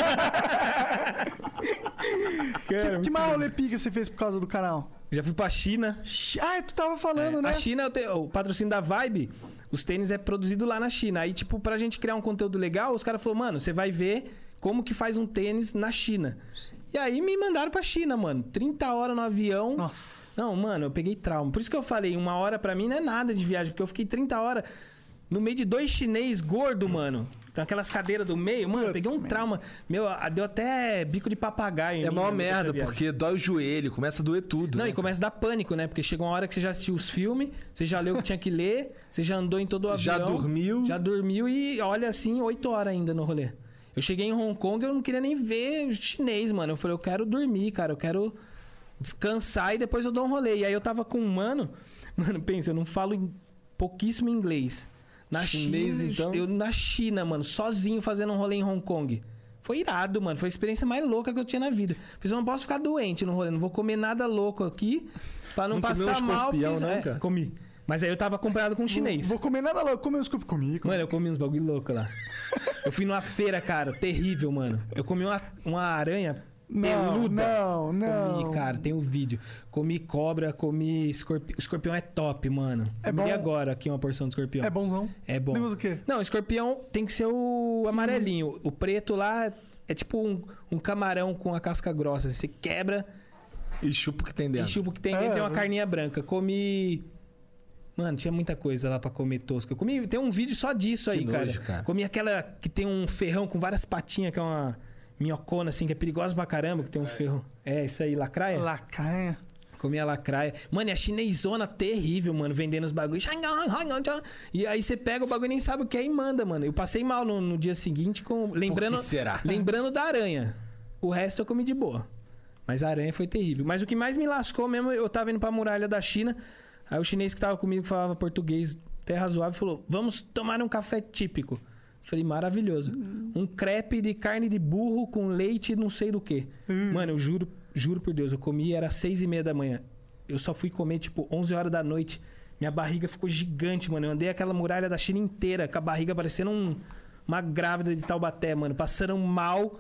Speaker 3: Cara,
Speaker 2: Que, que mais rolê pica você fez por causa do canal?
Speaker 3: Já fui pra China.
Speaker 2: Ah, tu tava falando,
Speaker 3: É,
Speaker 2: né?
Speaker 3: A China, eu te- o patrocínio da Vibe, os tênis é produzido lá na China. Aí, tipo, pra gente criar um conteúdo legal, os caras falaram, mano, você vai ver como que faz um tênis na China. E aí me mandaram pra China, mano. trinta horas no avião.
Speaker 2: Nossa.
Speaker 3: Não, mano, eu peguei trauma. Por isso que eu falei, uma hora pra mim não é nada de viagem, porque eu fiquei trinta horas no meio de dois chinês gordo, mano. Com aquelas cadeiras do meio, mano, eu peguei um trauma. Meu, a- deu até bico de papagaio. em
Speaker 1: É
Speaker 3: mim,
Speaker 1: mó
Speaker 3: né, durante a
Speaker 1: merda,
Speaker 3: viagem.
Speaker 1: porque dói o joelho, começa a doer tudo.
Speaker 3: Não,
Speaker 1: né?
Speaker 3: e começa a dar pânico, né? Porque chega uma hora que você já assistiu os filmes, você já leu o que tinha que ler, você já andou em todo o avião.
Speaker 1: Já dormiu.
Speaker 3: Já dormiu e olha assim, oito horas ainda no rolê. Eu cheguei em Hong Kong, eu não queria nem ver chinês, mano. Eu falei, eu quero dormir, cara, eu quero descansar e depois eu dou um rolê. E aí eu tava com um mano, mano, pensa, eu não falo em pouquíssimo inglês. Na
Speaker 1: Chinês,
Speaker 3: China,
Speaker 1: então?
Speaker 3: eu na China, mano, sozinho fazendo um rolê em Hong Kong. Foi irado, mano. Foi a experiência mais louca que eu tinha na vida. Fiz, eu não posso ficar doente no rolê, não vou comer nada louco aqui pra não,
Speaker 1: Não comeu
Speaker 3: passar
Speaker 1: um
Speaker 3: mal.
Speaker 1: escorpião,
Speaker 3: porque-
Speaker 1: não,
Speaker 3: é,
Speaker 1: cara?
Speaker 3: comi. Mas aí eu tava acompanhado com um chinês.
Speaker 2: Vou comer nada louco. Comer os cupos comigo.
Speaker 3: Mano, eu comi uns bagulho louco lá. Eu fui numa feira, cara, terrível, mano. Eu comi uma, uma aranha
Speaker 2: Não,
Speaker 3: peluda.
Speaker 2: não, não.
Speaker 3: Comi, cara, tem um vídeo. Comi cobra, comi escorpião. O escorpião é top, mano.
Speaker 2: É
Speaker 3: Comi
Speaker 2: bom?
Speaker 3: agora aqui uma porção de escorpião.
Speaker 2: É bonzão.
Speaker 3: É bom.
Speaker 2: Negócio o quê?
Speaker 3: Não, escorpião tem que ser o amarelinho. O preto lá é tipo um, um camarão com a casca grossa. Você quebra
Speaker 1: E chupa o que tem
Speaker 3: e
Speaker 1: dentro.
Speaker 3: chupa o que tem
Speaker 2: É,
Speaker 3: dentro, tem uma
Speaker 2: né?
Speaker 3: carninha branca. Comi... Mano, tinha muita coisa lá pra comer tosca. Eu comi... Tem um vídeo só disso aí,
Speaker 1: Que
Speaker 3: cara.
Speaker 1: nojo, cara.
Speaker 3: Comi aquela que tem um ferrão com várias patinhas, que é uma minhocona, assim, que é perigosa pra caramba, que tem um ferro. É, isso aí, lacraia?
Speaker 2: Lacaia.
Speaker 3: Comi a lacraia. Mano, e a chinesona terrível, mano, vendendo os bagulhos. E aí você pega o bagulho e nem sabe o que é e manda, mano. Eu passei mal no, no dia seguinte, com lembrando,
Speaker 1: Por que será?
Speaker 3: lembrando da aranha. O resto eu comi de boa. Mas a aranha foi terrível. Mas o que mais me lascou mesmo, eu tava indo pra muralha da China. Aí o chinês que tava comigo, que falava português até razoável, falou: vamos tomar um café típico. Falei, maravilhoso. Um crepe de carne de burro com leite e não sei do que. Mano, eu juro, juro por Deus, eu comi, era seis e meia da manhã. Eu só fui comer, tipo, onze horas da noite. Minha barriga ficou gigante, mano. Eu andei aquela muralha da China inteira, com a barriga parecendo um- uma grávida de Taubaté, mano. Passando mal.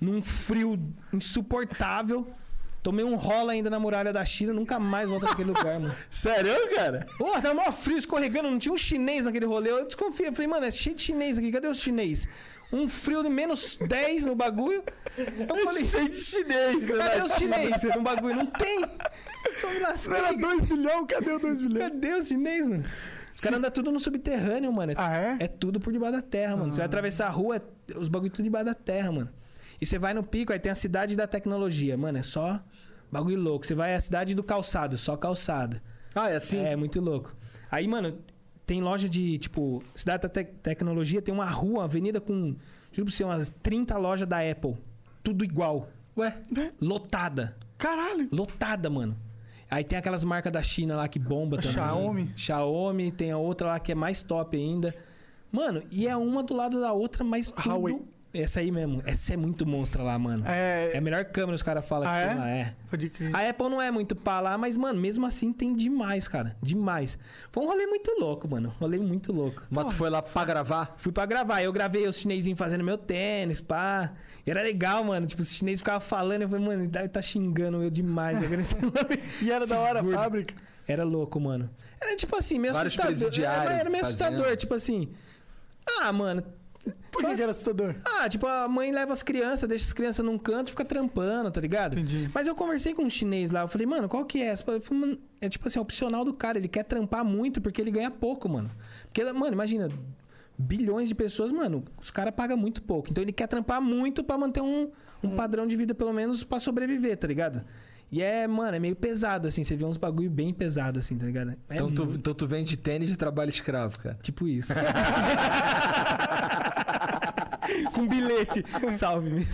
Speaker 3: num frio insuportável. Tomei um rola ainda na muralha da China, nunca mais volto naquele lugar, mano.
Speaker 1: Sério, cara?
Speaker 3: Pô, tá mó frio, escorregando, não tinha um chinês naquele rolê. Eu desconfiei, eu falei, mano, é cheio de chinês aqui, cadê os chinês? Um frio de menos dez no bagulho. Eu falei,
Speaker 1: Cheio de chinês, né?
Speaker 3: cadê os chinês no bagulho? Não tem. Só me lasquei.
Speaker 2: Era dois milhões, cadê o dois milhões?
Speaker 3: Cadê os chinês, mano? Os caras andam tudo no subterrâneo, mano.
Speaker 2: Ah, é?
Speaker 3: É tudo por debaixo da terra, mano.
Speaker 2: Ah.
Speaker 3: Você vai atravessar a rua, é os bagulho tudo debaixo da terra, mano. E você vai no pico, aí tem a cidade da tecnologia, mano. É só bagulho louco. Você vai à cidade do calçado, só calçado.
Speaker 1: Ah, é assim?
Speaker 3: É, muito louco. Aí, mano, tem loja de, tipo... Cidade da te tecnologia tem uma rua, uma avenida com... Juro pra você, umas trinta lojas da Apple. Tudo igual. Ué? Lotada.
Speaker 2: Caralho.
Speaker 3: Lotada, mano. Aí tem aquelas marcas da China lá que bomba também.
Speaker 2: Xiaomi.
Speaker 3: Xiaomi. Tem a outra lá que é mais top ainda. Mano, e é uma do lado da outra, mas tudo...
Speaker 2: Huawei.
Speaker 3: Essa aí mesmo. Essa é muito monstra lá, mano. É,
Speaker 2: É...
Speaker 3: a melhor câmera, os caras falam
Speaker 2: Ah,
Speaker 3: que
Speaker 2: é?
Speaker 3: tem lá. É.
Speaker 2: Pode crer.
Speaker 3: A Apple não é muito pá lá, mas, mano, mesmo assim tem demais, cara. Demais. Foi um rolê muito louco, mano. Um rolê muito louco.
Speaker 1: Mas tu foi lá pra gravar?
Speaker 3: Fui pra gravar. Eu gravei os chinesinhos fazendo meu tênis, pá. E era legal, mano. Tipo, os chineses ficavam falando. Eu falei, mano, ele deve tá xingando eu demais.
Speaker 2: E era da hora a
Speaker 3: Segura.
Speaker 2: fábrica.
Speaker 3: Era louco, mano. Era tipo assim, meio
Speaker 1: Vários
Speaker 3: assustador.
Speaker 1: presidiários
Speaker 3: Era, era meio
Speaker 1: fazendo.
Speaker 3: assustador, tipo assim. Ah, mano.
Speaker 2: Por que, que era assustador?
Speaker 3: Ah, tipo, a mãe leva as crianças, deixa as crianças num canto e fica trampando, tá ligado?
Speaker 2: Entendi.
Speaker 3: Mas eu conversei com um chinês lá, eu falei, mano, qual que é essa? Eu falei, mano, é tipo assim, é opcional do cara, ele quer trampar muito porque ele ganha pouco, mano. Porque, mano, imagina, bilhões de pessoas, mano, os caras pagam muito pouco. Então ele quer trampar muito pra manter um, um padrão de vida, pelo menos, pra sobreviver, tá ligado? E é, mano, é meio pesado, assim, você vê uns bagulho bem pesado, assim, tá ligado? É
Speaker 1: Então tu,
Speaker 3: muito-
Speaker 1: então tu vende tênis de trabalho escravo, cara.
Speaker 3: Tipo isso. Com bilhete. Salve-me.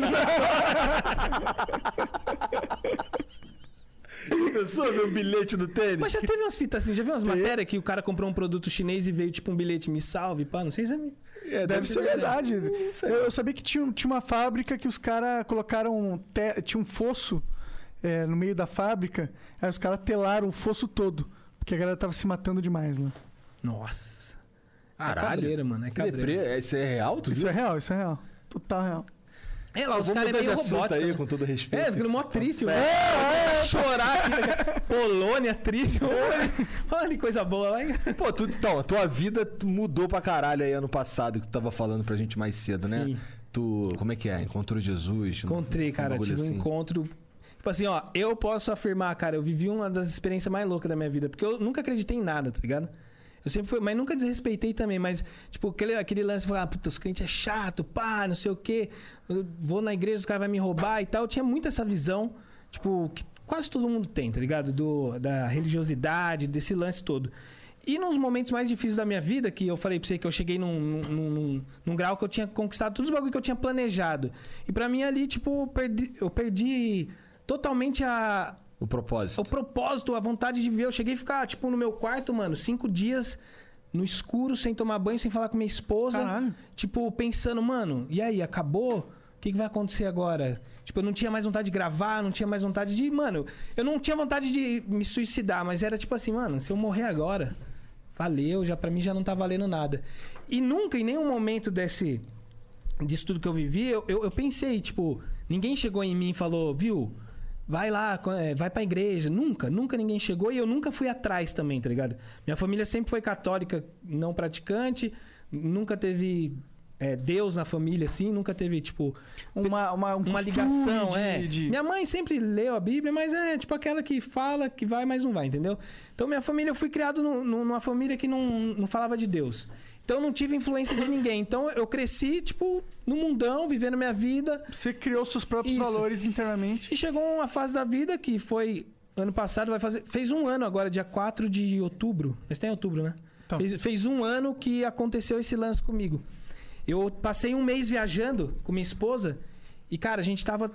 Speaker 1: Eu sou meu bilhete do tênis.
Speaker 3: Mas já teve umas fitas assim, já viu umas matérias que o cara comprou um produto chinês e veio tipo um bilhete, me salve, pá, não sei se é...
Speaker 1: É,
Speaker 2: Deve ser verdade.
Speaker 1: Isso aí.
Speaker 2: Eu, eu sabia que tinha, tinha uma fábrica que os caras colocaram. Te, tinha um fosso é, no meio da fábrica. Aí os caras telaram o fosso todo. Porque a galera tava se matando demais lá.
Speaker 3: Nossa. É
Speaker 1: Caralho.
Speaker 3: cabreira, mano, é
Speaker 1: Que
Speaker 3: cabreira.
Speaker 1: deprê. Isso é real, tu
Speaker 2: Isso
Speaker 1: viu?
Speaker 2: é real, isso é real. Total real.
Speaker 3: É, lá os
Speaker 1: Vamos
Speaker 3: caras é
Speaker 1: mudar de
Speaker 3: meio
Speaker 1: assunto
Speaker 3: robótico,
Speaker 1: aí,
Speaker 3: né?
Speaker 1: com todo respeito.
Speaker 3: É, ficando mó triste, mano.
Speaker 2: É,
Speaker 3: Começa a chorar aqui, né? Polônia, triste. Olha, olha que coisa boa. Vai.
Speaker 1: Pô, tu, então, a tua vida mudou pra caralho aí ano passado, que tu tava falando pra gente mais cedo, né?
Speaker 3: Sim.
Speaker 1: Tu, como é que é? Encontrou Jesus?
Speaker 3: Encontrei,
Speaker 1: Um
Speaker 3: cara.
Speaker 1: bagulho
Speaker 3: Tive um
Speaker 1: assim.
Speaker 3: encontro. Tipo assim, ó, eu posso afirmar, cara, eu vivi uma das experiências mais loucas da minha vida. Porque eu nunca acreditei em nada, tá ligado? Eu sempre fui, mas nunca desrespeitei também. Mas, tipo, aquele, aquele lance de falar, ah, puta, os crentes é chato, pá, não sei o quê. Eu vou na igreja, os caras vão me roubar e tal. Eu tinha muito essa visão, tipo, que quase todo mundo tem, tá ligado? Do, da religiosidade, desse lance todo. E nos momentos mais difíceis da minha vida, que eu falei pra você que eu cheguei num, num, num, num grau que eu tinha conquistado todos os bagulhos que eu tinha planejado. E pra mim ali, tipo, eu perdi, eu perdi totalmente a,
Speaker 1: O propósito.
Speaker 3: o propósito, a vontade de ver. Eu cheguei a ficar, tipo, no meu quarto, mano, cinco dias no escuro, sem tomar banho, sem falar com minha esposa.
Speaker 2: Caralho.
Speaker 3: Tipo, pensando, mano, e aí, acabou? O que, que vai acontecer agora? Tipo, eu não tinha mais vontade de gravar, não tinha mais vontade de... Mano, eu não tinha vontade de me suicidar, mas era tipo assim, mano, se eu morrer agora, valeu, já pra mim já não tá valendo nada. E nunca, em nenhum momento desse... disso tudo que eu vivi, eu, eu, eu pensei, tipo, ninguém chegou em mim e falou, viu, vai lá, é, vai pra igreja. Nunca, nunca ninguém chegou e eu nunca fui atrás também, tá ligado? Minha família sempre foi católica, não praticante, nunca teve é, Deus na família, assim, nunca teve, tipo,
Speaker 2: Uma, uma, um
Speaker 3: uma
Speaker 2: costume
Speaker 3: ligação,
Speaker 2: de,
Speaker 3: é.
Speaker 2: de-
Speaker 3: Minha mãe sempre leu a Bíblia, mas é tipo aquela que fala que vai, mas não vai, entendeu? Então, minha família, eu fui criado no- no- numa família que não, não falava de Deus. Então, eu não tive influência de ninguém. Então, eu cresci, tipo, no mundão, vivendo minha vida.
Speaker 2: Você criou seus próprios
Speaker 3: Isso.
Speaker 2: valores internamente.
Speaker 3: E chegou uma fase da vida que foi ano passado, vai fazer. Fez um ano agora, dia quatro de outubro. Mas tem outubro, né?
Speaker 2: Então.
Speaker 3: Fez, fez um ano que aconteceu esse lance comigo. Eu passei um mês viajando com minha esposa e, cara, a gente tava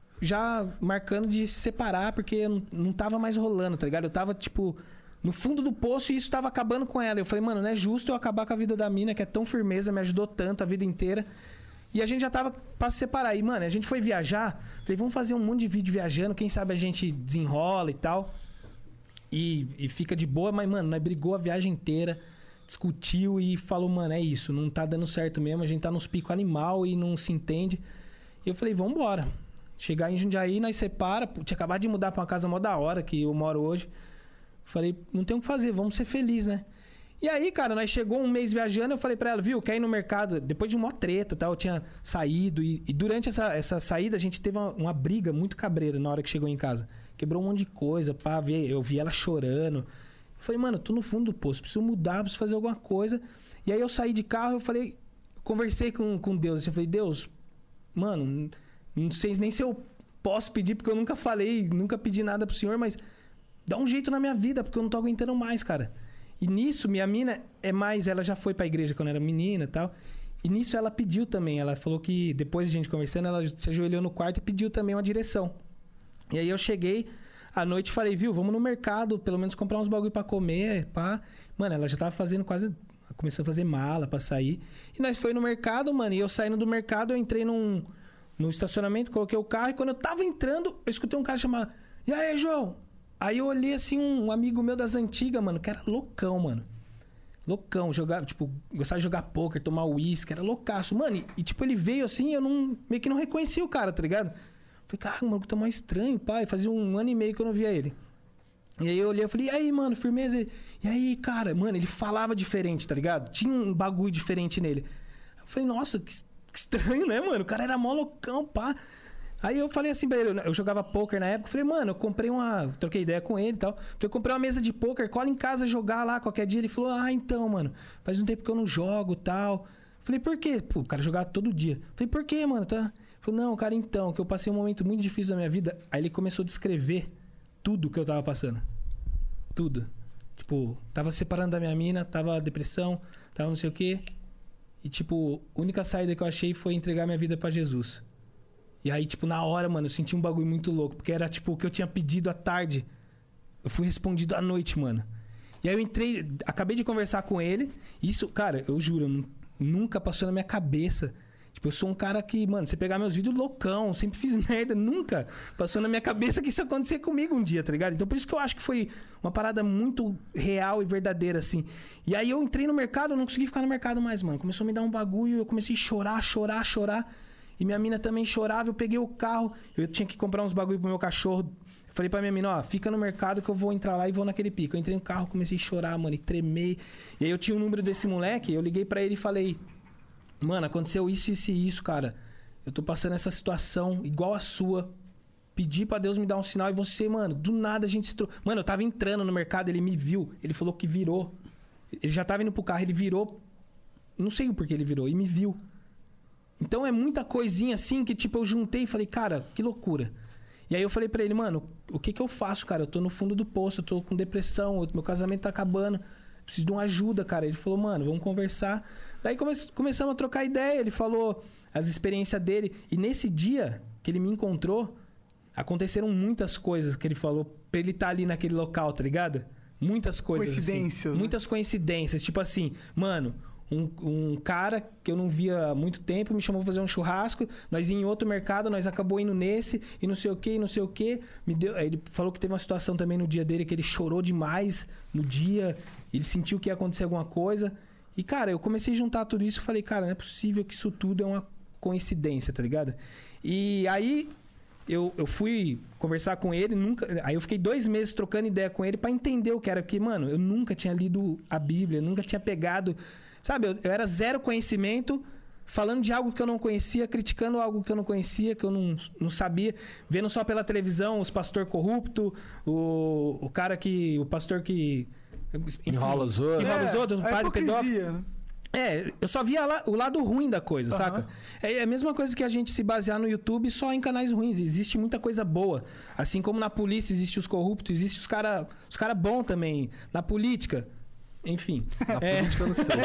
Speaker 3: já marcando de se separar porque eu não, não tava mais rolando, tá ligado? Eu tava, tipo, no fundo do poço e isso tava acabando com ela. Eu falei, mano, não é justo eu acabar com a vida da mina que é tão firmeza, me ajudou tanto a vida inteira. E a gente já tava pra se separar. E, mano, a gente foi viajar. Falei, vamos fazer um monte de vídeo viajando. Quem sabe a gente desenrola e tal. E, e fica de boa. Mas, mano, nós brigou a viagem inteira. Discutiu e falou, mano, é isso. Não tá dando certo mesmo. A gente tá nos picos animal e não se entende. E eu falei, vambora. Chegar em Jundiaí, nós separa. Tinha acabado de mudar pra uma casa mó da hora, que eu moro hoje. Falei, não tem o que fazer, vamos ser felizes, né? E aí, cara, nós chegou um mês viajando, eu falei pra ela, viu, quer ir no mercado? Depois de uma treta, tal, eu tinha saído. E, e durante essa, essa saída, a gente teve uma, uma briga muito cabreira na hora que chegou em casa. Quebrou um monte de coisa, pá, eu vi ela chorando. Eu falei, mano, eu tô no fundo do poço, preciso mudar, preciso fazer alguma coisa. E aí eu saí de carro, eu falei, conversei com, com Deus, assim, eu falei, Deus, mano, não sei nem se eu posso pedir, porque eu nunca falei, nunca pedi nada pro Senhor, mas dá um jeito na minha vida, porque eu não tô aguentando mais, cara. E nisso, minha mina é mais... Ela já foi pra igreja quando era menina e tal. E nisso ela pediu também. Ela falou que depois de a gente conversando, ela se ajoelhou no quarto e pediu também uma direção. E aí eu cheguei à noite e falei, viu, vamos no mercado, pelo menos comprar uns bagulho pra comer, pá. Mano, ela já tava fazendo quase... Começando a fazer mala pra sair. E nós foi no mercado, mano. E eu saindo do mercado, eu entrei num, num estacionamento, coloquei o carro. E quando eu tava entrando, eu escutei um cara chamar... E aí, João? Aí eu olhei assim, um amigo meu das antigas, mano, que era loucão, mano. Loucão, jogava, tipo, gostava de jogar poker, tomar uísque, era loucaço. Mano, e, e tipo, ele veio assim, eu não, meio que não reconhecia o cara, tá ligado? Falei, cara, o maluco tá mais estranho, pai. Fazia um ano e meio que eu não via ele. E aí eu olhei e falei, e aí, mano, firmeza? Ele, e aí, cara, mano, ele falava diferente, tá ligado? Tinha um bagulho diferente nele. Eu falei, nossa, que, que estranho, né, mano? O cara era mó loucão, pá. Aí eu falei assim pra ele, eu jogava poker na época, falei, mano, eu comprei uma... Troquei ideia com ele e tal. Falei, eu comprei uma mesa de poker, cola em casa jogar lá qualquer dia. Ele falou, ah, então, mano, faz um tempo que eu não jogo e tal. Falei, por quê? Pô, o cara jogava todo dia. Falei, por quê, mano? Tá? Falei, não, cara, então, que eu passei um momento muito difícil da minha vida. Aí ele começou a descrever tudo que eu tava passando. Tudo. Tipo, tava separando da minha mina, tava depressão, tava não sei o quê. E, tipo, a única saída que eu achei foi entregar minha vida pra Jesus. E aí, tipo, na hora, mano, eu senti um bagulho muito louco. Porque era, tipo, o que eu tinha pedido à tarde. Eu fui respondido à noite, mano. E aí eu entrei... Acabei de conversar com ele. Isso, cara, eu juro, nunca passou na minha cabeça. Tipo, eu sou um cara que, mano, você pegar meus vídeos loucão, sempre fiz merda. Nunca passou na minha cabeça que isso ia acontecer comigo um dia, tá ligado? Então, por isso que eu acho que foi uma parada muito real e verdadeira, assim. E aí eu entrei no mercado, eu não consegui ficar no mercado mais, mano. Começou a me dar um bagulho, eu comecei a chorar, chorar, chorar. E minha mina também chorava, eu peguei o carro, eu tinha que comprar uns bagulho pro meu cachorro. Eu falei pra minha mina, ó, fica no mercado que eu vou entrar lá e vou naquele pico. Eu entrei no carro, comecei a chorar, mano, e tremer. E aí eu tinha o número desse moleque, eu liguei pra ele e falei, mano, aconteceu isso, isso e isso, cara. Eu tô passando essa situação igual a sua. Pedi pra Deus me dar um sinal e você, mano, do nada a gente se trocou. Mano, eu tava entrando no mercado, ele me viu, ele falou que virou. Ele já tava indo pro carro, ele virou. Não sei o porquê ele virou, e me viu. Então é muita coisinha assim que, tipo, eu juntei e falei, cara, que loucura. E aí eu falei pra ele, mano, o que que eu faço, cara? Eu tô no fundo do poço, eu tô com depressão, meu casamento tá acabando, preciso de uma ajuda, cara. Ele falou, mano, vamos conversar. Daí come começamos a trocar ideia, ele falou as experiências dele. E nesse dia que ele me encontrou, aconteceram muitas coisas que ele falou pra ele estar ali naquele local, tá ligado? Muitas coisas.
Speaker 2: Coincidências.
Speaker 3: Assim,
Speaker 2: né?
Speaker 3: Muitas coincidências. Tipo assim, mano... Um, um cara que eu não via há muito tempo me chamou pra fazer um churrasco. Nós ia em outro mercado, nós acabou indo nesse e não sei o que, não sei o que. Me deu, ele falou que teve uma situação também no dia dele que ele chorou demais no dia. Ele sentiu que ia acontecer alguma coisa. E, cara, eu comecei a juntar tudo isso e falei, cara, não é possível que isso tudo é uma coincidência, tá ligado? E aí eu, eu fui conversar com ele, nunca. Aí eu fiquei dois meses trocando ideia com ele pra entender o que era. Porque, mano, eu nunca tinha lido a Bíblia, nunca tinha pegado. Sabe, eu, eu era zero conhecimento, falando de algo que eu não conhecia, criticando algo que eu não conhecia, que eu não, não sabia, vendo só pela televisão os pastor corrupto, o, o cara que... O pastor que... Enfim,
Speaker 1: enrola os outros.
Speaker 3: Enrola os outros, o
Speaker 2: a
Speaker 3: padre pedófilo.
Speaker 2: hipocrisia, né?
Speaker 3: É, eu só via lá, o lado ruim da coisa,
Speaker 2: Uhum.
Speaker 3: saca? É a mesma coisa que a gente se basear no YouTube só em canais ruins. Existe muita coisa boa. Assim como na polícia existe os corruptos, existe os caras os cara bons também. Na política... Enfim.
Speaker 1: Na
Speaker 3: é...
Speaker 1: política eu não sei.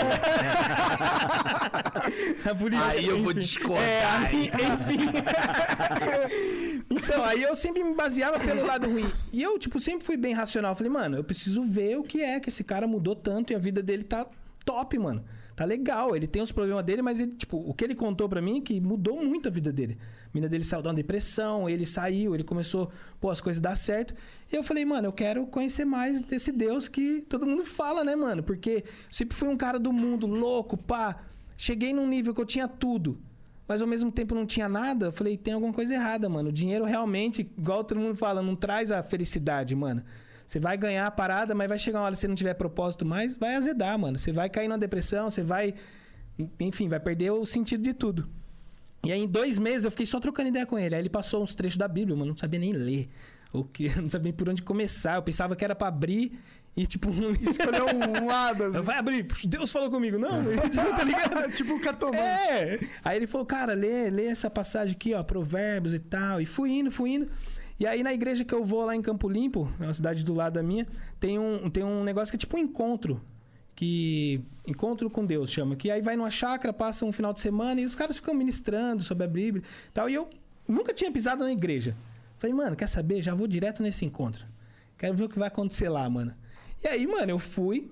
Speaker 3: A política,
Speaker 1: Aí eu
Speaker 3: enfim.
Speaker 1: vou discordar.
Speaker 3: É, aí, enfim. Então, aí eu sempre me baseava pelo lado ruim. E eu, tipo, sempre fui bem racional. Falei, mano, eu preciso ver o que é que esse cara mudou tanto e a vida dele tá top, mano. Tá legal. Ele tem os problemas dele, mas ele, tipo, o que ele contou pra mim é que mudou muito a vida dele. A mina dele saiu de uma depressão, ele saiu, ele começou, pô, as coisas dar certo. E eu falei, mano, eu quero conhecer mais desse Deus que todo mundo fala, né, mano? Porque eu sempre fui um cara do mundo, louco, pá. Cheguei num nível que eu tinha tudo. mas ao mesmo tempo não tinha nada. Eu falei, tem alguma coisa errada, mano. O dinheiro realmente, igual todo mundo fala, não traz a felicidade, mano. Você vai ganhar a parada, mas vai chegar uma hora, se você não tiver propósito mais, vai azedar, mano. Você vai cair numa depressão, você vai... Enfim, vai perder o sentido de tudo. E aí, em dois meses, eu fiquei só trocando ideia com ele. Aí ele passou uns trechos da Bíblia, mano. Não sabia nem ler. O que? Não sabia nem por onde começar. Eu pensava que era pra abrir e, tipo...
Speaker 2: Escolheu um lado. Assim.
Speaker 3: Vai abrir. Deus falou comigo. Não, tá ligado?
Speaker 2: Tipo o cartomante.
Speaker 3: É. Aí ele falou, cara, lê, lê essa passagem aqui, ó. Provérbios e tal. E fui indo, fui indo. E aí, na igreja que eu vou lá em Campo Limpo, é uma cidade do lado da minha, tem um, tem um negócio que é tipo um encontro. Que... Encontro com Deus, chama. Que aí vai numa chácara, passa um final de semana e os caras ficam ministrando sobre a Bíblia e tal. E eu nunca tinha pisado na igreja. Falei, mano, quer saber? Já vou direto nesse encontro. Quero ver o que vai acontecer lá, mano. E aí, mano, eu fui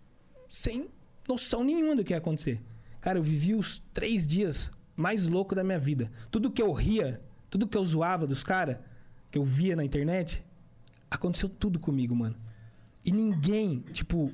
Speaker 3: sem noção nenhuma do que ia acontecer. Cara, eu vivi os três dias mais loucos da minha vida. Tudo que eu ria, tudo que eu zoava dos caras, que eu via na internet, aconteceu tudo comigo, mano. E ninguém, tipo...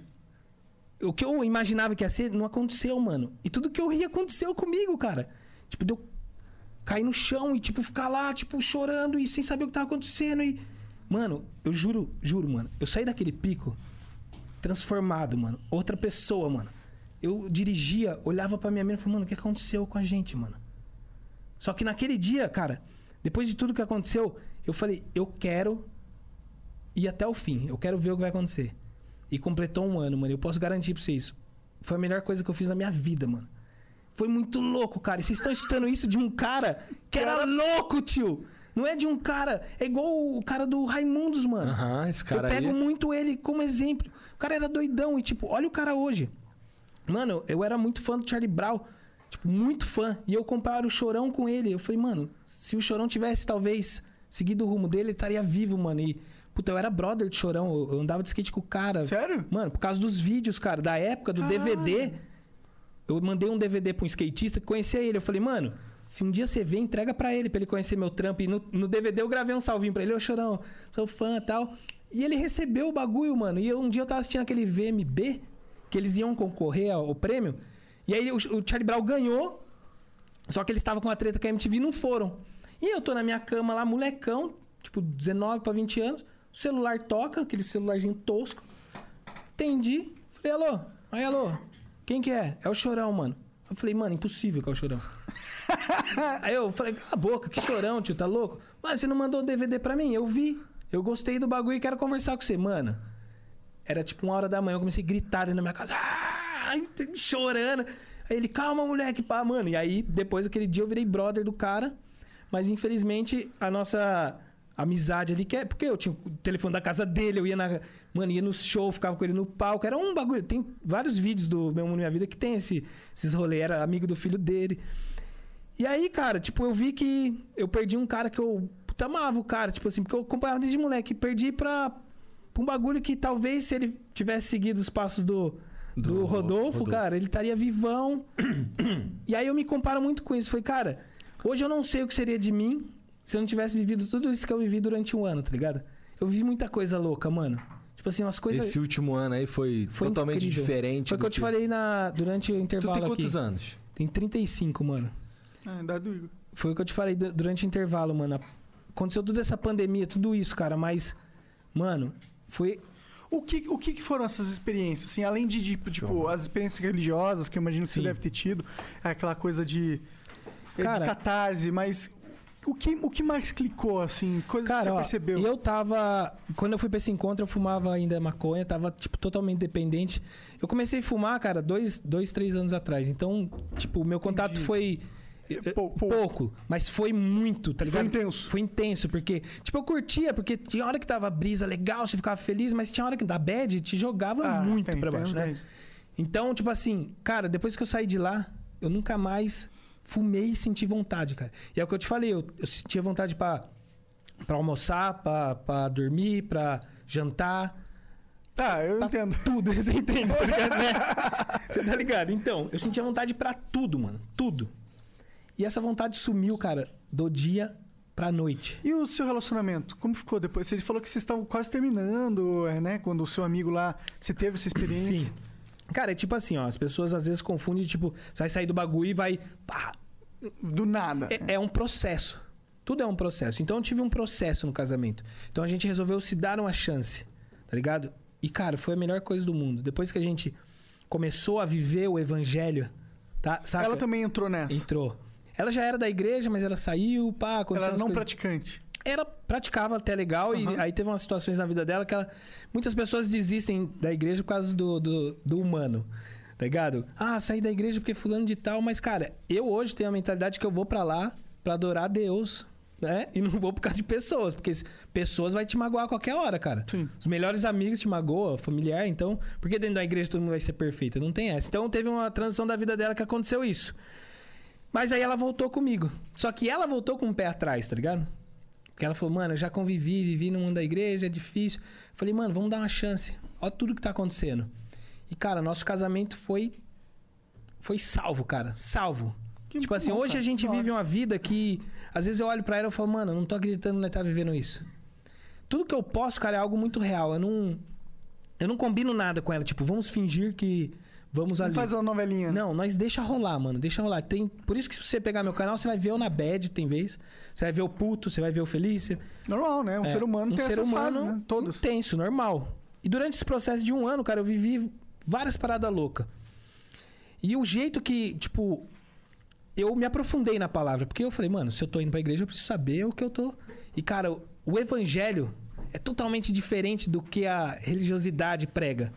Speaker 3: O que eu imaginava que ia ser, não aconteceu, mano. E tudo que eu ria aconteceu comigo, cara. Tipo, deu... Cair no chão e, tipo, ficar lá, tipo, chorando e sem saber o que tava acontecendo e... Mano, eu juro, juro, mano. Eu saí daquele pico transformado, mano. Outra pessoa, mano. Eu dirigia, olhava pra minha mina e falava, mano, o que aconteceu com a gente, mano? Só que naquele dia, cara, depois de tudo que aconteceu, eu falei, eu quero ir até o fim. Eu quero ver o que vai acontecer. E completou um ano, mano. Eu posso garantir pra vocês. Foi a melhor coisa que eu fiz na minha vida, mano. Foi muito louco, cara. E vocês estão escutando isso de um cara que era louco, tio. Não é de um cara... É igual o cara do Raimundos, mano.
Speaker 1: Aham, esse cara
Speaker 3: Eu pego
Speaker 1: aí...
Speaker 3: muito ele como exemplo. O cara era doidão. E, tipo, olha o cara hoje. Mano, eu era muito fã do Charlie Brown. Tipo, muito fã. E eu comparo o Chorão com ele. Eu falei, mano, se o Chorão tivesse, talvez, seguido o rumo dele, ele estaria vivo, mano. E... Puta, eu era brother de Chorão, eu andava de skate com o cara.
Speaker 2: Sério?
Speaker 3: Mano, por causa dos vídeos, cara, da época, do
Speaker 2: Caralho.
Speaker 3: D V D. Eu mandei um D V D pra um skatista que conhecia ele. Eu falei, mano, se um dia você vê, entrega pra ele, pra ele conhecer meu trampo. E no, no D V D eu gravei um salvinho pra ele. Ô, Chorão, sou fã e tal. E ele recebeu o bagulho, mano. E eu, um dia eu tava assistindo aquele V M B, que eles iam concorrer ao, ao prêmio. E aí o, o Charlie Brown ganhou, só que eles estavam com a treta com a M T V e não foram. E eu tô na minha cama lá, molecão, tipo, dezenove pra vinte anos. O celular toca, aquele celularzinho tosco. Atendi. Falei, alô? Aí, alô? Quem que é? É o Chorão, mano. Eu falei, mano, impossível que é o Chorão. Aí eu falei, cala a boca, que Chorão, tio, tá louco? Mano, você não mandou o D V D pra mim? Eu vi. Eu gostei do bagulho e quero conversar com você. Mano, era tipo uma hora da manhã, eu comecei a gritar dentro da minha casa. Ah, chorando. Aí ele, calma, moleque, pá, mano. E aí, depois daquele dia, eu virei brother do cara. Mas, infelizmente, a nossa... amizade ali, que é porque eu tinha o telefone da casa dele, eu ia na. Mano, ia no show, ficava com ele no palco. Era um bagulho. Tem vários vídeos do Meu Mundo Minha Vida que tem esse, esses rolês. Era amigo do filho dele. E aí, cara, tipo, eu vi que eu perdi um cara que eu puta, amava o cara, tipo assim, porque eu acompanhava desde moleque. Perdi pra, pra um bagulho que talvez se ele tivesse seguido os passos do, do, do Rodolfo, Rodolfo, cara, ele estaria vivão. E aí eu me comparo muito com isso. Falei, cara, hoje eu não sei o que seria de mim se eu não tivesse vivido tudo isso que eu vivi durante um ano, tá ligado? Eu vivi muita coisa louca, mano. Tipo assim, umas coisas...
Speaker 1: Esse último ano aí foi,
Speaker 3: foi
Speaker 1: totalmente
Speaker 3: incrível.
Speaker 1: diferente.
Speaker 3: Foi o que eu te falei na, durante o intervalo aqui.
Speaker 1: Tu tem quantos
Speaker 3: aqui.
Speaker 1: anos?
Speaker 3: Tem trinta e cinco, mano.
Speaker 2: É, idade do Igor.
Speaker 3: Foi o que eu te falei durante o intervalo, mano. Aconteceu toda essa pandemia, tudo isso, cara. Mas, mano, foi...
Speaker 2: O que, o que foram essas experiências? Assim, além de, tipo, tipo as experiências religiosas, que eu imagino que
Speaker 3: Sim.
Speaker 2: você deve ter tido. Aquela coisa de,
Speaker 3: Cara,
Speaker 2: de catarse, mas... O que, o que mais clicou, assim? Coisas
Speaker 3: cara,
Speaker 2: que você
Speaker 3: ó,
Speaker 2: percebeu?
Speaker 3: E eu tava... Quando eu fui pra esse encontro, eu fumava ainda maconha. Tava, tipo, totalmente dependente. Eu comecei a fumar, cara, dois, dois três anos atrás. Então, tipo, o meu contato
Speaker 2: Entendi.
Speaker 3: foi...
Speaker 2: Pou- pouco.
Speaker 3: pouco, mas foi muito, tá ligado?
Speaker 2: Foi intenso.
Speaker 3: Foi intenso, porque... Tipo, eu curtia, porque tinha hora que tava brisa legal, você ficava feliz, mas tinha hora que da bad te jogava
Speaker 2: Ah,
Speaker 3: muito
Speaker 2: tem,
Speaker 3: pra
Speaker 2: tem,
Speaker 3: baixo,
Speaker 2: tem.
Speaker 3: né? Então, tipo assim, cara, depois que eu saí de lá, eu nunca mais fumei e senti vontade, cara. E é o que eu te falei, eu, eu sentia vontade pra, pra almoçar, pra, pra dormir, pra jantar...
Speaker 2: Tá, eu
Speaker 3: Pra
Speaker 2: entendo.
Speaker 3: tudo, você entende, tá ligado, né? Você tá ligado? Então, eu sentia vontade pra tudo, mano. Tudo. E essa vontade sumiu, cara, do dia pra noite.
Speaker 2: E o seu relacionamento? Como ficou depois? Você falou que vocês estavam quase terminando, é, né? Quando o seu amigo lá, você teve essa experiência.
Speaker 3: Sim. Cara, é tipo assim, ó. As pessoas às vezes confundem, tipo, você vai sair do bagulho e vai... Pá,
Speaker 2: Do nada.
Speaker 3: É, é um processo. Tudo é um processo. Então eu tive um processo no casamento. Então a gente resolveu se dar uma chance, tá ligado? E, cara, foi a melhor coisa do mundo. Depois que a gente começou a viver o evangelho, tá? Saca?
Speaker 2: Ela também entrou nessa.
Speaker 3: Entrou. Ela já era da igreja, mas ela saiu, pá, aconteceu
Speaker 2: Ela era
Speaker 3: umas
Speaker 2: não
Speaker 3: coisas.
Speaker 2: praticante.
Speaker 3: Ela praticava até legal,
Speaker 2: Uhum.
Speaker 3: e aí teve umas situações na vida dela que ela... Muitas pessoas desistem da igreja por causa do, do, do humano, tá ligado? Ah, saí da igreja porque fulano de tal, mas, cara, eu hoje tenho a mentalidade que eu vou pra lá pra adorar a Deus, né? E não vou por causa de pessoas, porque pessoas vai te magoar a qualquer hora, cara.
Speaker 2: Sim.
Speaker 3: Os melhores amigos te magoam, familiar, então... Por que dentro da igreja todo mundo vai ser perfeito? Não tem essa. Então teve uma transição da vida dela que aconteceu isso. Mas aí ela voltou comigo. Só que ela voltou com o pé atrás, tá ligado? Porque ela falou, mano, eu já convivi, vivi no mundo da igreja, é difícil. Eu falei, mano, vamos dar uma chance. Olha tudo que tá acontecendo. E, cara, nosso casamento foi... Foi salvo, cara. Salvo.
Speaker 2: Que
Speaker 3: tipo assim,
Speaker 2: bom,
Speaker 3: hoje
Speaker 2: cara.
Speaker 3: a gente
Speaker 2: Nossa.
Speaker 3: vive uma vida que... Às vezes eu olho pra ela e falo, mano, eu não tô acreditando que nós tá vivendo isso. Tudo que eu posso, cara, é algo muito real. Eu não... Eu não combino nada com ela. Tipo, vamos fingir que... Vamos
Speaker 2: Não
Speaker 3: ali.
Speaker 2: faz a novelinha.
Speaker 3: Não, nós deixa rolar, mano. Deixa rolar. Tem... Por isso que se você pegar meu canal, você vai ver eu na bad, tem vez. Você vai ver o puto, você vai ver o feliz. Você...
Speaker 2: Normal, né? Um
Speaker 3: É,
Speaker 2: ser humano
Speaker 3: um
Speaker 2: tem
Speaker 3: ser
Speaker 2: essas
Speaker 3: humano
Speaker 2: fases, né? Todos.
Speaker 3: intenso, normal. E durante esse processo de um ano, cara, eu vivi várias paradas loucas. E o jeito que, tipo... Eu me aprofundei na palavra. Porque eu falei, mano, se eu tô indo pra igreja, eu preciso saber o que eu tô... E, cara, o evangelho é totalmente diferente do que a religiosidade prega.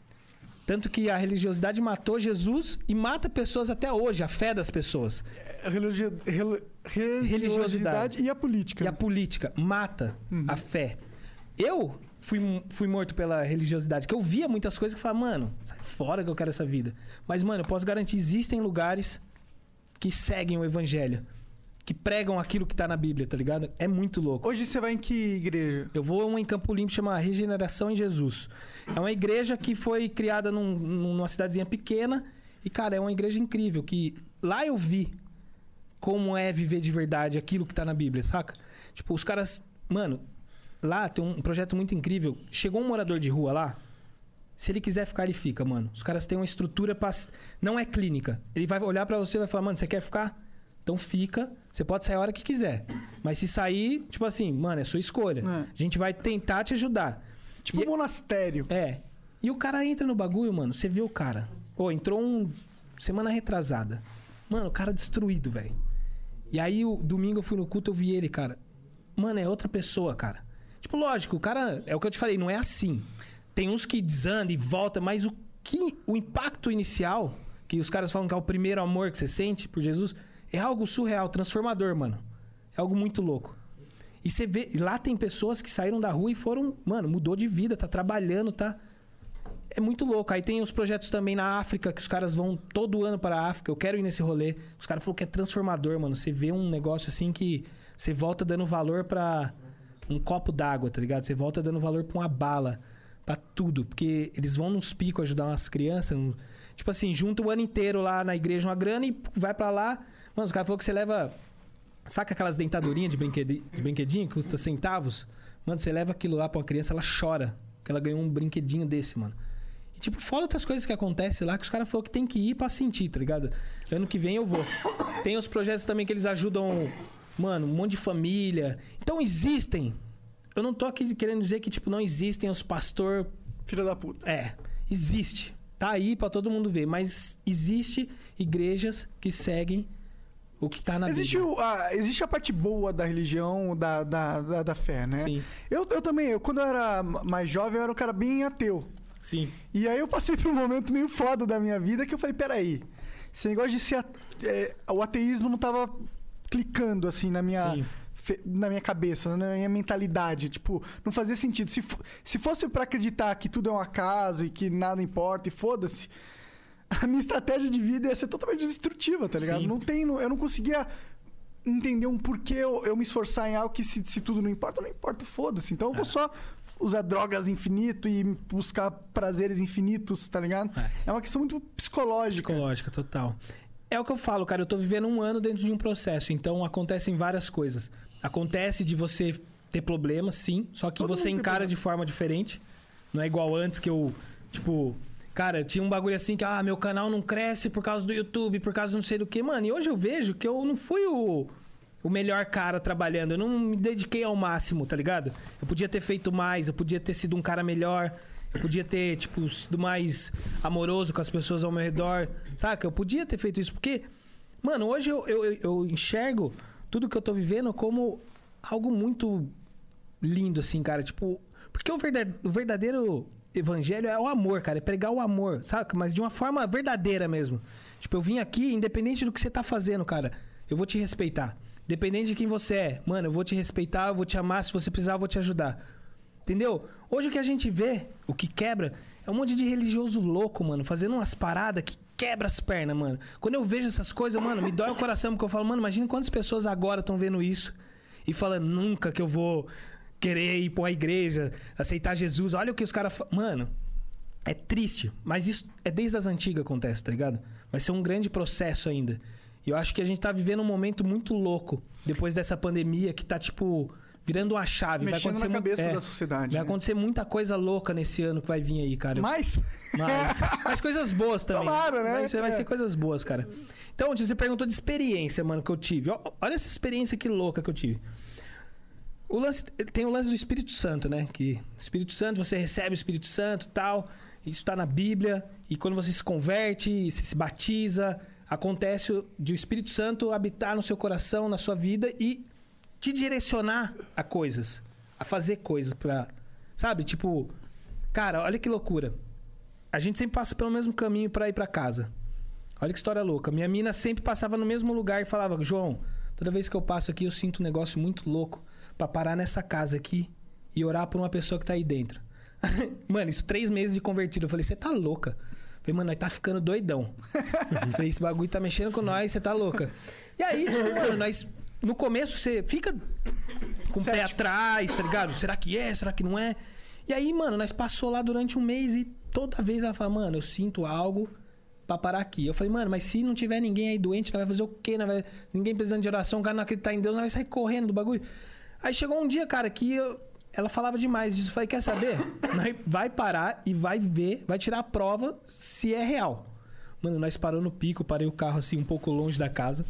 Speaker 3: Tanto que a religiosidade matou Jesus e mata pessoas até hoje, a fé das pessoas.
Speaker 2: Religi... rel- Religiosidade e a política.
Speaker 3: E a política mata
Speaker 2: Uhum.
Speaker 3: a fé. Eu fui, fui morto pela religiosidade, que eu via muitas coisas que eu falava, mano, sai fora que eu quero essa vida. Mas, mano, eu posso garantir, existem lugares que seguem o evangelho, que pregam aquilo que tá na Bíblia, tá ligado? É muito louco.
Speaker 2: Hoje você vai em que igreja?
Speaker 3: Eu vou a uma em Campo Limpo, chama Regeneração em Jesus. É uma igreja que foi criada num- numa cidadezinha pequena. E, cara, é uma igreja incrível. Que lá eu vi como é viver de verdade aquilo que tá na Bíblia, saca? Tipo, os caras... Mano, lá tem um projeto muito incrível. Chegou um morador de rua lá. Se ele quiser ficar, ele fica, mano. Os caras têm uma estrutura pra... Não é clínica. Ele vai olhar pra você e vai falar, mano, você quer ficar? Então fica, você pode sair a hora que quiser. Mas se sair, tipo assim, mano, é sua escolha.
Speaker 2: É.
Speaker 3: A gente vai tentar te ajudar.
Speaker 2: Tipo
Speaker 3: E-
Speaker 2: um monastério.
Speaker 3: É. E o cara entra no bagulho, mano, você vê o cara. Pô, entrou um... Semana retrasada. Mano, o cara destruído, velho. E aí, o domingo eu fui no culto, eu vi ele, cara. Mano, é outra pessoa, cara. Tipo, lógico, o cara... É o que eu te falei, não é assim. Tem uns que desandam e voltam, mas o que... O impacto inicial, que os caras falam que é o primeiro amor que você sente por Jesus... É algo surreal, transformador, mano. É algo muito louco. E você vê... e lá tem pessoas que saíram da rua e foram... Mano, mudou de vida, tá trabalhando, tá... É muito louco. Aí tem os projetos também na África, que os caras vão todo ano para a África. Eu quero ir nesse rolê. Os caras falaram que é transformador, mano. Você vê um negócio assim que... Você volta dando valor pra um copo d'água, tá ligado? Você volta dando valor pra uma bala. Pra tudo. Porque eles vão nos picos ajudar umas crianças. um- Tipo assim, junta o ano inteiro lá na igreja uma grana e vai pra lá... Mano, os caras falaram que você leva... Saca aquelas dentadurinhas de, brinquedi... de brinquedinho que custa centavos? Mano, você leva aquilo lá pra uma criança, ela chora. Porque ela ganhou um brinquedinho desse, mano. E tipo, fora outras coisas que acontecem lá, que os caras falaram que tem que ir pra sentir, tá ligado? Ano que vem eu vou. Tem os projetos também que eles ajudam... Mano, um monte de família. Então existem... Eu não tô aqui querendo dizer que, tipo, não existem os pastor...
Speaker 2: Filha da puta.
Speaker 3: É, existe. Tá aí pra todo mundo ver. Mas existe igrejas que seguem o que tá na
Speaker 2: Existe,
Speaker 3: Bíblia.
Speaker 2: o- a, existe a parte boa da religião, da, da, da, da fé, né?
Speaker 3: Sim,
Speaker 2: Eu, eu também, eu, quando eu era mais jovem, eu era um cara bem ateu.
Speaker 3: sim.
Speaker 2: E aí eu passei por um momento meio foda da minha vida que eu falei, peraí, esse negócio de ser... a- é, o ateísmo não tava clicando, assim, na minha...
Speaker 3: Sim.
Speaker 2: fe- na minha cabeça, na minha mentalidade. Tipo, não fazia sentido. Se, fo- se fosse pra acreditar que tudo é um acaso e que nada importa e foda-se, a minha estratégia de vida ia ser totalmente destrutiva, tá ligado?
Speaker 3: Sim.
Speaker 2: Não tem, não- eu não conseguia entender um porquê eu, eu me esforçar em algo que se, se tudo não importa, não importa, foda-se. Então eu vou só usar drogas infinito e buscar prazeres infinitos, tá ligado?
Speaker 3: É.
Speaker 2: É uma questão muito psicológica.
Speaker 3: Psicológica, total. É o que eu falo, cara. Eu tô vivendo um ano dentro de um processo. Então, acontecem várias coisas. Acontece de você ter problemas, sim. Só que
Speaker 2: Todo
Speaker 3: você
Speaker 2: mundo tem
Speaker 3: encara
Speaker 2: problema.
Speaker 3: de forma diferente. Não é igual antes que eu, tipo... Cara, tinha um bagulho assim que, ah, meu canal não cresce por causa do YouTube, por causa de não sei do que. Mano, e hoje eu vejo que eu não fui o, o melhor cara trabalhando. Eu não me dediquei ao máximo, tá ligado? Eu podia ter feito mais, eu podia ter sido um cara melhor. Eu podia ter, tipo, sido mais amoroso com as pessoas ao meu redor. Saca? Eu podia ter feito isso. Porque, mano, hoje eu, eu, eu enxergo tudo que eu tô vivendo como algo muito lindo, assim, cara. Tipo, porque o verdadeiro, o verdadeiro evangelho é o amor, cara. É pregar o amor, saca? Mas de uma forma verdadeira mesmo. Tipo, eu vim aqui, independente do que você tá fazendo, cara, eu vou te respeitar. Independente de quem você é. Mano, eu vou te respeitar, eu vou te amar. Se você precisar, eu vou te ajudar. Entendeu? Hoje o que a gente vê, o que quebra, é um monte de religioso louco, mano, fazendo umas paradas que quebra as pernas, mano. Quando eu vejo essas coisas, mano, me dói o coração, porque eu falo, mano, imagina quantas pessoas agora estão vendo isso e falando, nunca que eu vou querer ir pra uma igreja, aceitar Jesus. Olha o que os caras falam. Mano, é triste, mas isso é desde as antigas acontece, tá ligado? Vai ser um grande processo ainda. E eu acho que a gente tá vivendo um momento muito louco depois dessa pandemia que tá, tipo, virando uma chave.
Speaker 2: Mexendo
Speaker 3: vai acontecer
Speaker 2: na cabeça
Speaker 3: é,
Speaker 2: da sociedade.
Speaker 3: Vai
Speaker 2: né?
Speaker 3: acontecer muita coisa louca nesse ano que vai vir aí, cara.
Speaker 2: Mas...
Speaker 3: Mas, mas coisas boas também.
Speaker 2: Tomara, né?
Speaker 3: Vai ser, vai
Speaker 2: É.
Speaker 3: ser coisas boas, cara. Então, você perguntou de experiência, mano, que eu tive. Ó, olha essa experiência que louca que eu tive. O lance, tem o lance do Espírito Santo, né? Que o Espírito Santo, você recebe o Espírito Santo e tal. Isso tá na Bíblia. E quando você se converte, você se batiza, acontece o- de o Espírito Santo habitar no seu coração, na sua vida e te direcionar a coisas. A fazer coisas pra... Sabe? Tipo... Cara, olha que loucura. A gente sempre passa pelo mesmo caminho pra ir pra casa. Olha que história louca. Minha mina sempre passava no mesmo lugar e falava, João, toda vez que eu passo aqui eu sinto um negócio muito louco pra parar nessa casa aqui e orar por uma pessoa que tá aí dentro. Mano, isso três meses de convertido. Eu falei, você tá louca? Eu falei, mano, nós tá ficando doidão. Eu falei, esse bagulho tá mexendo com nós, você tá louca. E aí, tipo, mano, nós... No começo você fica com o pé
Speaker 2: Cético.
Speaker 3: atrás, tá ligado? Será que é? Será que não é? E aí, mano, nós passou lá durante um mês e toda vez ela fala, mano, eu sinto algo pra parar aqui. Eu falei, mano, mas se não tiver ninguém aí doente, nós vai fazer o quê? Nós vai... Ninguém precisando de oração, o cara não acreditar em Deus, nós vai sair correndo do bagulho. Aí chegou um dia, cara, que eu... ela falava demais disso. Eu falei, quer saber? Nós vai parar e vai ver, vai tirar a prova se é real. Mano, nós parou no pico, parei o carro assim um pouco longe da casa.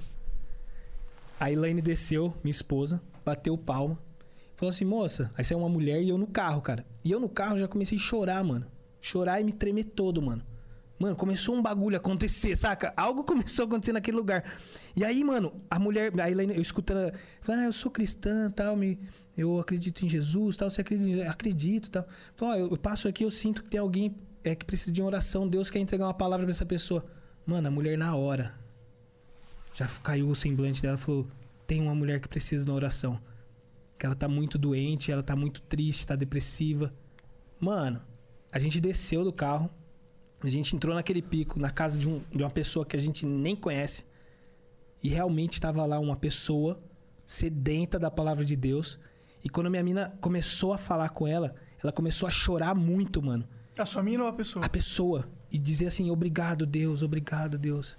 Speaker 3: A Elaine desceu, minha esposa, bateu palma. Falou assim, moça, aí saiu uma mulher e eu no carro, cara. E eu no carro já comecei a chorar, mano. Chorar e me tremer todo, mano. Mano, começou um bagulho a acontecer, saca? Algo começou a acontecer naquele lugar. E aí, mano, a mulher, a Elaine, eu escutando, falei, ah, eu sou cristã, tal, me, eu acredito em Jesus, tal, você acredita? Acredito, tal. Falou, ó, eu, eu passo aqui, eu sinto que tem alguém é, que precisa de uma oração, Deus quer entregar uma palavra pra essa pessoa. Mano, a mulher na hora, já caiu o semblante dela, falou, tem uma mulher que precisa de uma oração. Que ela tá muito doente, ela tá muito triste, tá depressiva. Mano, a gente desceu do carro, a gente entrou naquele pico, na casa de, um, de uma pessoa que a gente nem conhece. E realmente tava lá uma pessoa sedenta da palavra de Deus. E quando minha mina começou a falar com ela, ela começou a chorar muito, mano.
Speaker 2: A sua mina ou a pessoa?
Speaker 3: A pessoa. E dizer assim, obrigado, Deus, obrigado, Deus.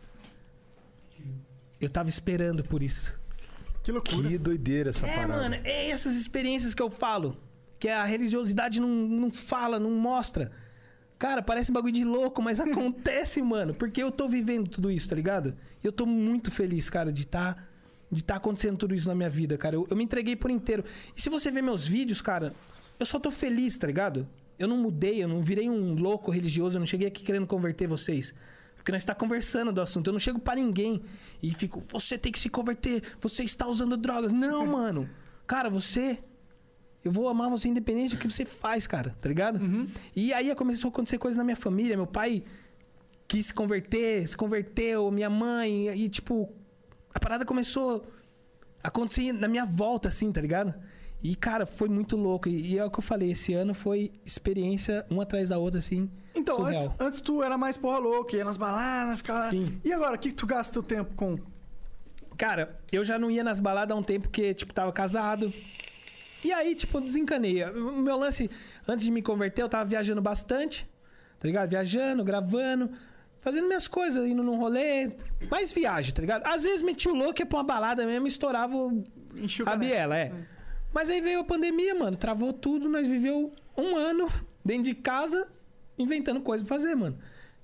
Speaker 3: Eu tava esperando por isso.
Speaker 2: Que loucura.
Speaker 1: Que doideira essa
Speaker 3: É,
Speaker 1: parada.
Speaker 3: mano, é essas experiências que eu falo. Que a religiosidade não, não fala, não mostra. Cara, parece um bagulho de louco, mas acontece, mano. Porque eu tô vivendo tudo isso, tá ligado? Eu tô muito feliz, cara, de tá, de tá acontecendo tudo isso na minha vida, cara. Eu, eu me entreguei por inteiro. E se você ver meus vídeos, cara, eu só tô feliz, tá ligado? Eu não mudei, eu não virei um louco religioso, eu não cheguei aqui querendo converter vocês. Porque nós está conversando do assunto. Eu não chego pra ninguém e fico, você tem que se converter, você está usando drogas. Não, mano. Cara, você... Eu vou amar você independente do que você faz, cara. Tá ligado?
Speaker 2: Uhum.
Speaker 3: E aí começou a acontecer coisas na minha família. Meu pai quis se converter, se converteu. Minha mãe... E, tipo... A parada começou a acontecer na minha volta, assim, tá ligado? E, cara, foi muito louco. E, e é o que eu falei. Esse ano foi experiência uma atrás da outra, assim,
Speaker 2: Então,
Speaker 3: surreal.
Speaker 2: antes, antes tu era mais porra louca, ia nas baladas, ficava...
Speaker 3: Sim.
Speaker 2: E agora, o que, que tu gasta teu tempo com?
Speaker 3: Cara, eu já não ia nas baladas há um tempo porque, tipo, tava casado. E aí, tipo, eu desencanei. O meu lance, antes de me converter, eu tava viajando bastante, tá ligado? Viajando, gravando, fazendo minhas coisas, indo num rolê. Mais viagem, tá ligado? Às vezes meti o louco, ia pra uma balada mesmo e estourava o-
Speaker 2: Enchi o
Speaker 3: a
Speaker 2: caneco.
Speaker 3: biela, é. Mas aí veio a pandemia, mano. Travou tudo, nós viveu um ano dentro de casa, inventando coisa pra fazer, mano.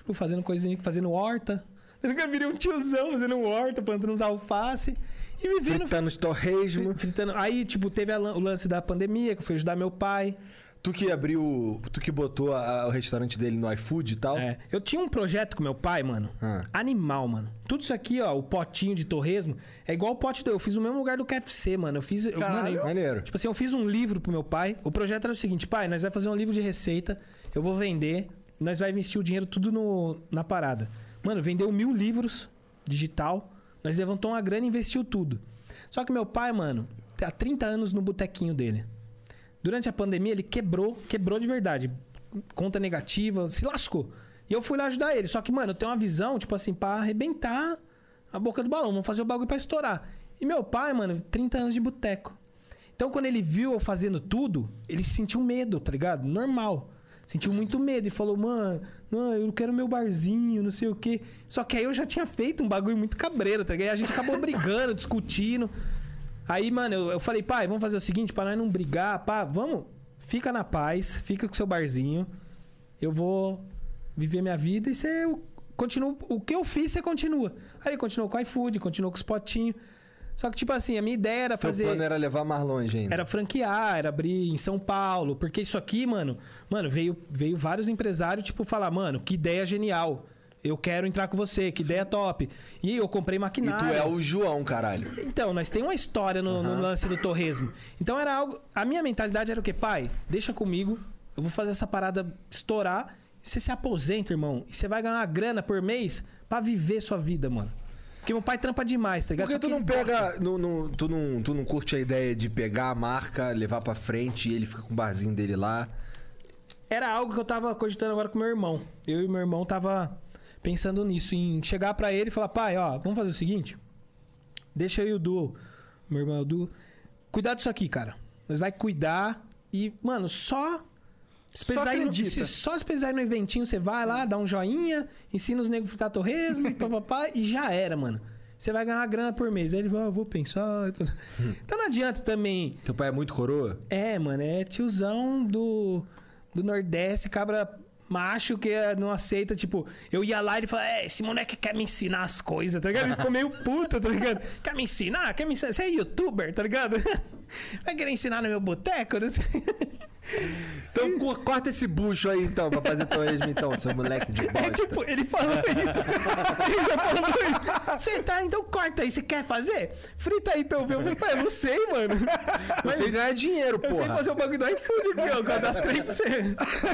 Speaker 3: tipo, fazendo coisinha, fazendo horta. Eu nunca virei um tiozão fazendo horta, plantando uns alface. E vivendo...
Speaker 1: Fritando de torresmo.
Speaker 3: Fritando. Aí, tipo, teve a, o lance da pandemia, que eu fui ajudar meu pai.
Speaker 1: Tu que abriu... Tu que botou a- o restaurante dele no iFood e tal.
Speaker 3: É. Eu tinha um projeto com meu pai, mano.
Speaker 1: Ah.
Speaker 3: Animal, mano. Tudo isso aqui, ó, o potinho de torresmo, é igual o pote do... Eu fiz no mesmo lugar do K F C, mano. Eu fiz... Eu, mano,
Speaker 2: Caralho.
Speaker 3: eu-
Speaker 1: Maneiro.
Speaker 3: Tipo assim, eu fiz um livro pro meu pai. O projeto era o seguinte, pai, nós vamos fazer um livro de receita, eu vou vender, nós vamos investir o dinheiro tudo no, na parada. Mano, vendeu mil livros digital, nós levantamos uma grana e investiu tudo. Só que meu pai, mano, há trinta anos no botequinho dele. Durante a pandemia, ele quebrou, quebrou de verdade. Conta negativa, se lascou. E eu fui lá ajudar ele. Só que, mano, eu tenho uma visão, tipo assim, pra arrebentar a boca do balão. Vamos fazer o bagulho pra estourar. E meu pai, mano, trinta anos de boteco. Então, quando ele viu eu fazendo tudo, ele sentiu medo, tá ligado? Normal. Sentiu muito medo e falou, mano, não, eu quero meu barzinho, não sei o quê. Só que aí eu já tinha feito um bagulho muito cabreiro, tá ligado? E a gente acabou brigando, discutindo. Aí, mano, eu, eu falei, pai, vamos fazer o seguinte, pra nós não brigar, pá, vamos, fica na paz, fica com seu barzinho. Eu vou viver minha vida e você continua. O que eu fiz, você continua. Aí ele continuou com o iFood, continuou com os potinhos. Só que, tipo assim, a minha ideia era
Speaker 1: Teu
Speaker 3: fazer.
Speaker 1: plano era levar mais longe ainda.
Speaker 3: Era franquear, era abrir em São Paulo. Porque isso aqui, mano, mano, veio, veio vários empresários, tipo, falar, mano, que ideia genial. Eu quero entrar com você, que ideia top. E eu comprei
Speaker 1: E
Speaker 3: maquinário.
Speaker 1: tu é o João, caralho.
Speaker 3: Então, nós temos uma história no, no
Speaker 1: Aham.
Speaker 3: lance do torresmo. Então era algo. A minha mentalidade era o quê? Pai, deixa comigo. Eu vou fazer essa parada estourar. E você se aposenta, irmão. E você vai ganhar uma grana por mês pra viver sua vida, mano. Porque meu pai trampa demais, tá ligado?
Speaker 1: Por que
Speaker 3: Só
Speaker 1: tu
Speaker 3: que
Speaker 1: não
Speaker 3: ele gosta.
Speaker 1: pega. não- não- tu, não, tu não curte a ideia de pegar a marca, levar pra frente e ele fica com o barzinho dele lá?
Speaker 3: Era algo que eu tava cogitando agora com meu irmão. Eu e meu irmão tava pensando nisso, em chegar pra ele e falar, pai, ó, vamos fazer o seguinte. Deixa eu e o Du, meu irmão é o Du, cuidar disso aqui, cara. Nós vai cuidar e, mano, só... Se
Speaker 2: Só
Speaker 3: precisar ir no,
Speaker 2: acredita.
Speaker 3: se só se precisar ir no eventinho, você vai lá, dá um joinha, ensina os negros a fritar torresmo, papapá, e já era, mano. Você vai ganhar uma grana por mês. Aí ele vai, ah, vou pensar. Então não adianta também.
Speaker 1: Teu pai é muito coroa?
Speaker 3: É, mano, é tiozão do, do Nordeste, cabra macho que eh, não aceita, tipo, eu ia lá e ele falava, é, esse moleque quer me ensinar as coisas, tá ligado? Ele ficou meio puto, tá ligado? Quer me ensinar? Quer me ensinar? Você é youtuber, tá ligado? Vai querer ensinar no meu boteco? Não sei.
Speaker 1: Então co- corta esse bucho aí então, pra fazer torresmo então, seu moleque de bosta.
Speaker 3: É tipo, ele falou isso. Ele já falou isso. Você tá, então corta aí, você quer fazer? Frita aí pra eu ver. Eu falei, pai, eu não sei, mano.
Speaker 1: Você ganha dinheiro,
Speaker 3: Eu sei
Speaker 1: porra.
Speaker 3: fazer o bagulho do iFood aqui, ó. Eu cadastrei pra você.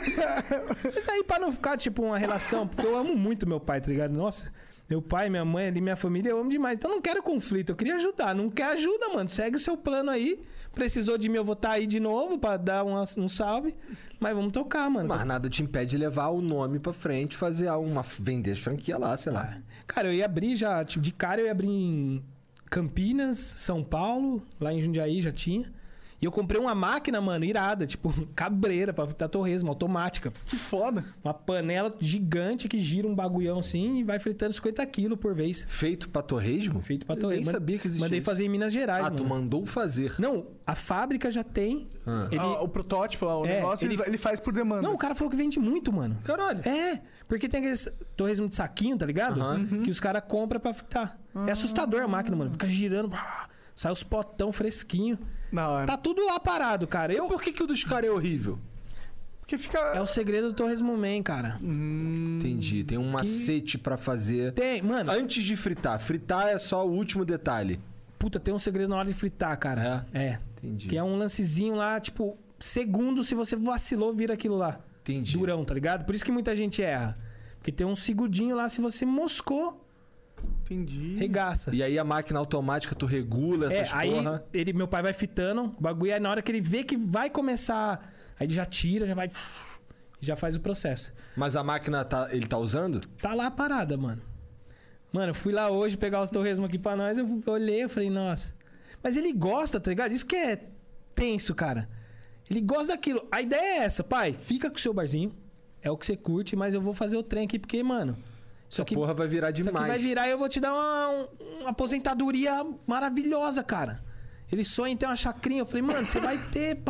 Speaker 3: Mas aí, pra não ficar, tipo, uma relação, porque eu amo muito meu pai, tá ligado? Nossa, meu pai, minha mãe ali, minha família, eu amo demais. Então eu não quero conflito, eu queria ajudar. Não quer ajuda, mano. Segue o seu plano aí. Precisou de mim, eu vou estar aí de novo pra dar uma- um salve. Mas vamos tocar, mano.
Speaker 1: Mas nada te impede de levar o nome pra frente, fazer uma. Vender as franquias lá, sei lá.
Speaker 3: Cara, eu ia abrir já, tipo, de cara eu ia abrir em Campinas, São Paulo, lá em Jundiaí já tinha. E eu comprei uma máquina, mano, irada, tipo, cabreira pra fritar torresmo, automática.
Speaker 2: Que foda.
Speaker 3: Uma panela gigante que gira um bagulhão assim e vai fritando cinquenta quilos por vez.
Speaker 1: Feito pra torresmo?
Speaker 3: Feito pra
Speaker 1: Eu
Speaker 3: torresmo.
Speaker 1: nem sabia que existia
Speaker 3: Mandei
Speaker 1: isso.
Speaker 3: fazer em Minas Gerais,
Speaker 1: Ah,
Speaker 3: mano.
Speaker 1: tu mandou fazer.
Speaker 3: Não, a fábrica já tem.
Speaker 1: Ah.
Speaker 3: Ele...
Speaker 2: Ah, o protótipo lá, o
Speaker 3: É,
Speaker 2: negócio, ele...
Speaker 3: ele-
Speaker 2: ele faz por demanda.
Speaker 3: Não, o cara falou que vende muito, mano.
Speaker 1: Caralho.
Speaker 3: É, porque tem aqueles torresmo de saquinho, tá ligado?
Speaker 1: Aham.
Speaker 3: Que os caras compram pra fritar. É assustador a máquina, mano. Fica girando, pá, sai os potão fresquinho.
Speaker 2: Na hora.
Speaker 3: Tá tudo lá parado, cara. Eu...
Speaker 1: Por que, que o dos caras é horrível?
Speaker 2: Porque fica...
Speaker 3: É o segredo do Torresmo Man, cara.
Speaker 1: Entendi. Tem um macete pra fazer.
Speaker 3: Tem, mano,
Speaker 1: Antes de fritar. Fritar é só o último detalhe.
Speaker 3: puta, tem um segredo na hora de fritar, cara. É.
Speaker 1: Entendi.
Speaker 3: Que é um lancezinho lá, tipo, segundo, se você vacilou, vira aquilo lá.
Speaker 1: Entendi.
Speaker 3: Durão, tá ligado? Por isso que muita gente erra. Porque tem um segundinho lá, se você moscou,
Speaker 2: Entendi.
Speaker 3: regaça.
Speaker 1: E aí a máquina automática, tu regula
Speaker 3: É,
Speaker 1: essas
Speaker 3: aí
Speaker 1: porra.
Speaker 3: ele, meu pai vai fitando o bagulho, aí na hora que ele vê que vai começar, aí ele já tira, já vai, já faz o processo.
Speaker 1: Mas a máquina tá, ele tá usando?
Speaker 3: Tá lá a parada, mano. Mano, eu fui lá hoje pegar os torresmos aqui pra nós, eu olhei, eu falei, nossa. Mas ele gosta, tá ligado? Isso que é tenso, cara. Ele gosta daquilo. A ideia é essa, pai, fica com o seu barzinho, é o que você curte, mas eu vou fazer o trem aqui porque, mano... Isso
Speaker 1: Essa
Speaker 3: aqui,
Speaker 1: porra vai virar
Speaker 3: isso aqui
Speaker 1: demais.
Speaker 3: vai virar e eu vou te dar uma, um- uma aposentadoria maravilhosa, cara. Ele sonha em ter uma chacrinha. Eu falei, mano, você vai ter, pá.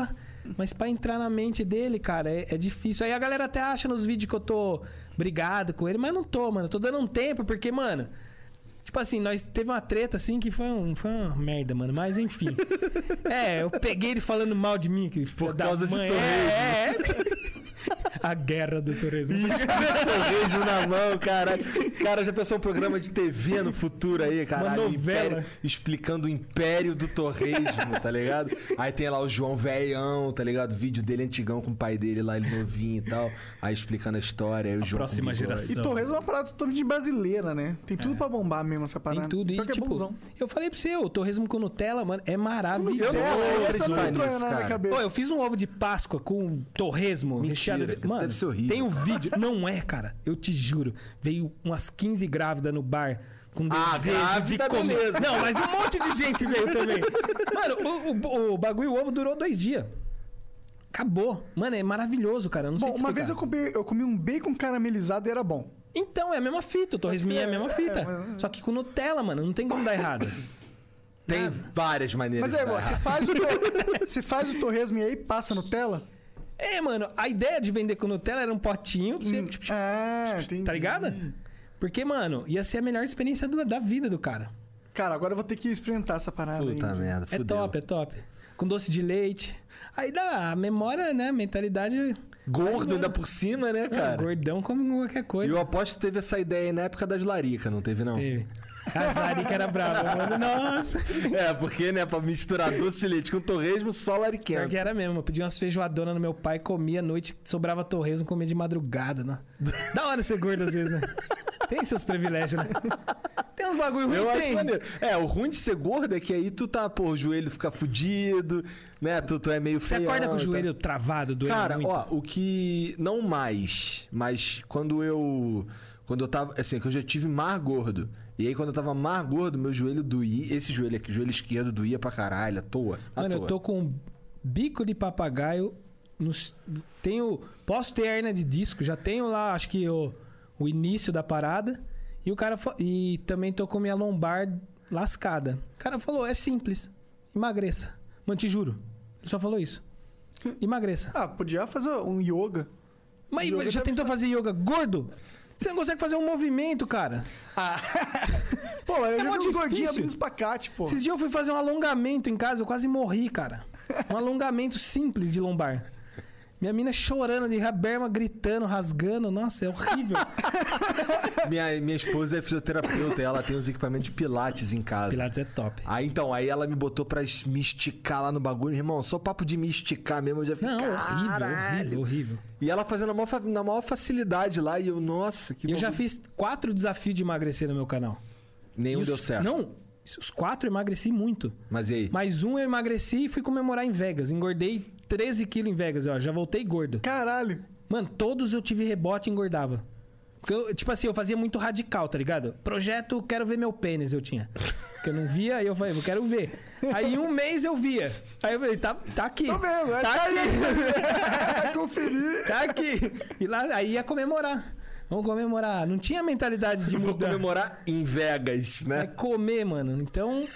Speaker 3: Mas pra entrar na mente dele, cara, é, é difícil. Aí a galera até acha nos vídeos que eu tô brigado com ele, mas não tô, mano. Eu tô dando um tempo, porque, mano... Tipo assim, nós teve uma treta, assim, que foi, um, foi uma merda, mano. Mas, enfim. É, eu peguei ele falando mal de mim. Que
Speaker 1: Por
Speaker 3: da
Speaker 1: causa
Speaker 3: mãe.
Speaker 1: de
Speaker 3: É, é. A guerra do torresmo.
Speaker 1: Torresmo na mão, cara. Cara, já pensou um programa de T V no futuro aí, caralho?
Speaker 3: Uma novela.
Speaker 1: Império, explicando o império do torresmo, tá ligado? Aí tem lá o João velhão, tá ligado? Vídeo dele antigão com o pai dele lá, ele novinho e tal. Aí explicando a história. Aí o
Speaker 3: A
Speaker 1: João
Speaker 3: próxima
Speaker 1: com bigode.
Speaker 3: geração.
Speaker 2: E torresmo é uma parada totalmente brasileira, né? Tem tudo pra bombar mesmo essa parada.
Speaker 3: Tem tudo. E,
Speaker 2: Pior que é
Speaker 3: tipo,
Speaker 2: bonzão.
Speaker 3: eu falei pra você, o torresmo com Nutella, mano, é maravilhoso.
Speaker 1: Eu não
Speaker 2: É,
Speaker 1: sei
Speaker 2: essa não
Speaker 1: acreditar
Speaker 2: entrou
Speaker 1: nisso,
Speaker 2: na minha
Speaker 1: cara.
Speaker 2: cabeça.
Speaker 3: Pô, eu fiz um ovo de Páscoa com torresmo
Speaker 1: Mentira,
Speaker 3: recheado.
Speaker 1: que isso
Speaker 3: Mano,
Speaker 1: deve ser horrível.
Speaker 3: tem um vídeo. Não é, cara. Eu te juro. Veio umas quinze grávidas no bar com
Speaker 1: Ah,
Speaker 3: desejo de
Speaker 1: grávida,
Speaker 3: comer.
Speaker 1: beleza.
Speaker 3: Não, mas um monte de gente veio também. Mano, o, o, o bagulho, o ovo durou dois dias. Acabou. Mano, é maravilhoso, cara. Eu não sei
Speaker 2: Bom,
Speaker 3: te
Speaker 2: uma
Speaker 3: explicar.
Speaker 2: vez eu comi, eu comi um bacon caramelizado e era bom.
Speaker 3: Então, é a mesma fita. O torresminho é a mesma fita.
Speaker 2: É, mas-
Speaker 3: Só que com Nutella, mano. Não tem como dar errado.
Speaker 1: Tem
Speaker 3: Nada.
Speaker 1: várias maneiras
Speaker 2: Mas é,
Speaker 1: de dar
Speaker 2: você
Speaker 1: errado.
Speaker 2: faz, o tor- você faz o torresmo e aí passa Nutella?
Speaker 3: É, mano. A ideia de vender com Nutella era um potinho. Você, tipo,
Speaker 2: Ah, entendi.
Speaker 3: tá ligado? Porque, mano, ia ser a melhor experiência do- da vida do cara.
Speaker 2: Cara, agora eu vou ter que experimentar essa parada
Speaker 1: Puta
Speaker 2: aí.
Speaker 1: merda,
Speaker 3: É
Speaker 1: fudeu.
Speaker 3: top, é top. Com doce de leite. Aí dá a memória, né? A mentalidade.
Speaker 1: Gordo ainda por cima, né,
Speaker 3: É,
Speaker 1: cara?
Speaker 3: gordão come qualquer
Speaker 1: E
Speaker 3: coisa.
Speaker 1: eu aposto que teve essa ideia aí na época das laricas, não teve, não?
Speaker 3: Teve. As laricas era brava, mano. Nossa.
Speaker 1: É, porque, né, pra misturar doce de leite com torresmo, só
Speaker 3: Pior
Speaker 1: lariquento.
Speaker 3: que era mesmo. Eu pedi umas feijoadonas no meu pai, comia à noite, sobrava torresmo, comia de madrugada, né? Da hora ser gordo às vezes, né? Tem seus privilégios, né? Tem uns bagulho ruim,
Speaker 1: Eu acho
Speaker 3: tem.
Speaker 1: maneiro. É, o ruim de ser gordo é que aí tu tá, pô, o joelho fica fudido, né? Tu, tu é meio
Speaker 3: Você
Speaker 1: feião,
Speaker 3: acorda com o
Speaker 1: tá?
Speaker 3: joelho travado, doendo
Speaker 1: Cara,
Speaker 3: muito?
Speaker 1: ó, o que... Não mais, mas quando eu... Quando eu tava... Assim, que eu já tive mais gordo. E aí, quando eu tava mais gordo, meu joelho doía... Esse joelho aqui, o joelho esquerdo doía pra caralho, à toa. À
Speaker 3: Mano,
Speaker 1: toa.
Speaker 3: eu tô com bico de papagaio. Nos... Tenho. Posso ter hernia de disco, já tenho lá, acho que o, o início da parada. E o cara. fa- E também tô com minha lombar lascada. O cara falou: é simples. Emagreça. Mano, te juro. Ele só falou isso. Emagreça.
Speaker 2: Ah, podia fazer um yoga.
Speaker 3: Mas
Speaker 2: yoga
Speaker 3: já
Speaker 2: deve-
Speaker 3: tentou fazer yoga gordo? Você não consegue fazer um movimento, cara.
Speaker 2: Pô, eu já
Speaker 3: mó
Speaker 2: vi uns gordinhos
Speaker 3: difícil.
Speaker 2: abrindo espacate, pô.
Speaker 3: Esses dias eu fui fazer um alongamento em casa, eu quase morri, cara. Um alongamento simples de lombar. Minha mina chorando de raberma, gritando, rasgando. Nossa, é horrível.
Speaker 1: Minha, minha esposa é fisioterapeuta e ela tem os equipamentos de pilates em casa.
Speaker 3: Pilates é top.
Speaker 1: Aí então, aí ela me botou pra me esticar lá no bagulho. Irmão, só papo de me esticar mesmo, eu já fiquei,
Speaker 3: Não, horrível,
Speaker 1: caralho.
Speaker 3: horrível, horrível.
Speaker 1: E ela fazendo na maior, fa- na maior facilidade lá. E eu, nossa, que
Speaker 3: E eu já
Speaker 1: bagulho.
Speaker 3: fiz quatro desafios de emagrecer no meu canal.
Speaker 1: Nenhum
Speaker 3: E os-
Speaker 1: deu certo.
Speaker 3: Não, os quatro eu emagreci muito.
Speaker 1: Mas e aí?
Speaker 3: Mais um eu emagreci e fui comemorar em Vegas. Engordei treze quilos em Vegas, ó. Já voltei gordo.
Speaker 2: Caralho.
Speaker 3: Mano, todos eu tive rebote e engordava. Porque eu, tipo assim, eu fazia muito radical, tá ligado? Projeto, quero ver meu pênis, eu tinha. Porque eu não via, aí eu falei, eu quero ver. Aí em um mês eu via. Aí eu falei, tá, tá aqui.
Speaker 2: Tô vendo,
Speaker 3: Tá
Speaker 2: tá
Speaker 3: aqui.
Speaker 2: Conferir.
Speaker 3: Tá aqui. E lá, aí ia comemorar. Vamos comemorar. Não tinha mentalidade de
Speaker 1: Vou
Speaker 3: mudar.
Speaker 1: comemorar em Vegas,
Speaker 3: É
Speaker 1: né?
Speaker 3: comer, mano. Então...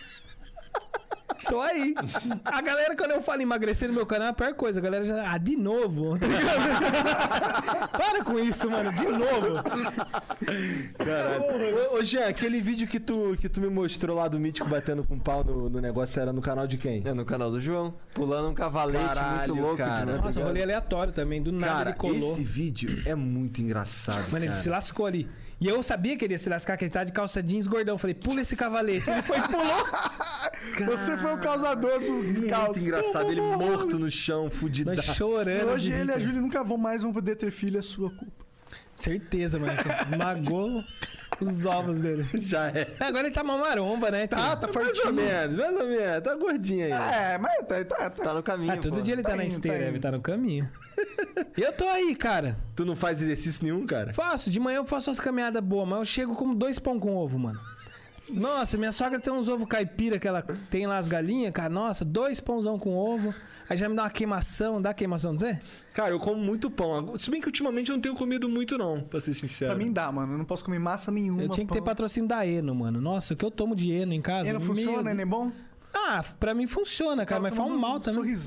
Speaker 3: Tô aí. A galera, quando eu falo emagrecer no meu canal, é a pior coisa. A galera já... Ah, de novo. Tá ligado? Para com isso, mano. De novo.
Speaker 1: Caralho. Ô, ô, Jean, aquele vídeo que tu, que tu me mostrou lá do Mítico batendo com pau no, no negócio era no canal de quem?
Speaker 4: É no canal do João, pulando um cavalete
Speaker 1: Caralho,
Speaker 4: muito louco.
Speaker 1: cara.
Speaker 4: de
Speaker 3: Nossa,
Speaker 4: madrugada.
Speaker 3: rolê aleatório também. Do nada
Speaker 1: Cara,
Speaker 3: ele colou.
Speaker 1: esse vídeo é muito engraçado,
Speaker 3: Mano, ele
Speaker 1: cara.
Speaker 3: se lascou ali. E eu sabia que ele ia se lascar, que ele tá de calça jeans gordão. Falei, pula esse cavalete. Ele foi e pulou.
Speaker 2: Você foi o causador do
Speaker 1: Muito
Speaker 2: caos.
Speaker 1: engraçado, ele morto no chão, fudido.
Speaker 3: Nós
Speaker 2: Se
Speaker 3: chorando.
Speaker 2: hoje
Speaker 3: de
Speaker 2: ele e a
Speaker 3: rir.
Speaker 2: Júlia nunca vão mais vão poder ter filho, é sua culpa.
Speaker 3: Certeza, mano. Esmagou os ovos dele.
Speaker 1: Já é.
Speaker 3: Agora ele tá uma maromba, né?
Speaker 2: Tá,
Speaker 3: tio?
Speaker 2: tá
Speaker 1: Mais ou
Speaker 2: fortinho.
Speaker 1: menos, mais ou menos. Tá gordinho aí.
Speaker 2: É, mas tá, tá, tá.
Speaker 4: Tá no caminho.
Speaker 3: Ah, todo
Speaker 4: pô.
Speaker 3: dia ele tá,
Speaker 2: Tá
Speaker 3: na
Speaker 2: indo,
Speaker 3: esteira,
Speaker 2: tá
Speaker 3: ele
Speaker 2: indo.
Speaker 3: tá no caminho. E eu tô aí, cara.
Speaker 1: Tu não faz exercício nenhum, cara?
Speaker 3: Faço, de manhã eu faço umas caminhadas boas, mas eu chego como dois pão com ovo, mano. Nossa, minha sogra tem uns ovos caipira que ela tem lá as galinhas, cara. Nossa, dois pãozão com ovo. Aí já me dá uma queimação, dá queimação, não sei?
Speaker 1: Cara, eu como muito pão. Se bem que ultimamente eu não tenho comido muito, não, pra ser sincero.
Speaker 2: Pra mim dá, mano. Eu não posso comer massa nenhuma.
Speaker 3: Eu tinha que ter
Speaker 2: pão.
Speaker 3: patrocínio da Eno, mano. Nossa, o que eu tomo de Eno em casa.
Speaker 2: E não funciona,
Speaker 3: meu...
Speaker 2: né? É bom?
Speaker 3: Ah, pra mim funciona, cara, mas faz um mal também.
Speaker 2: Sorrisal.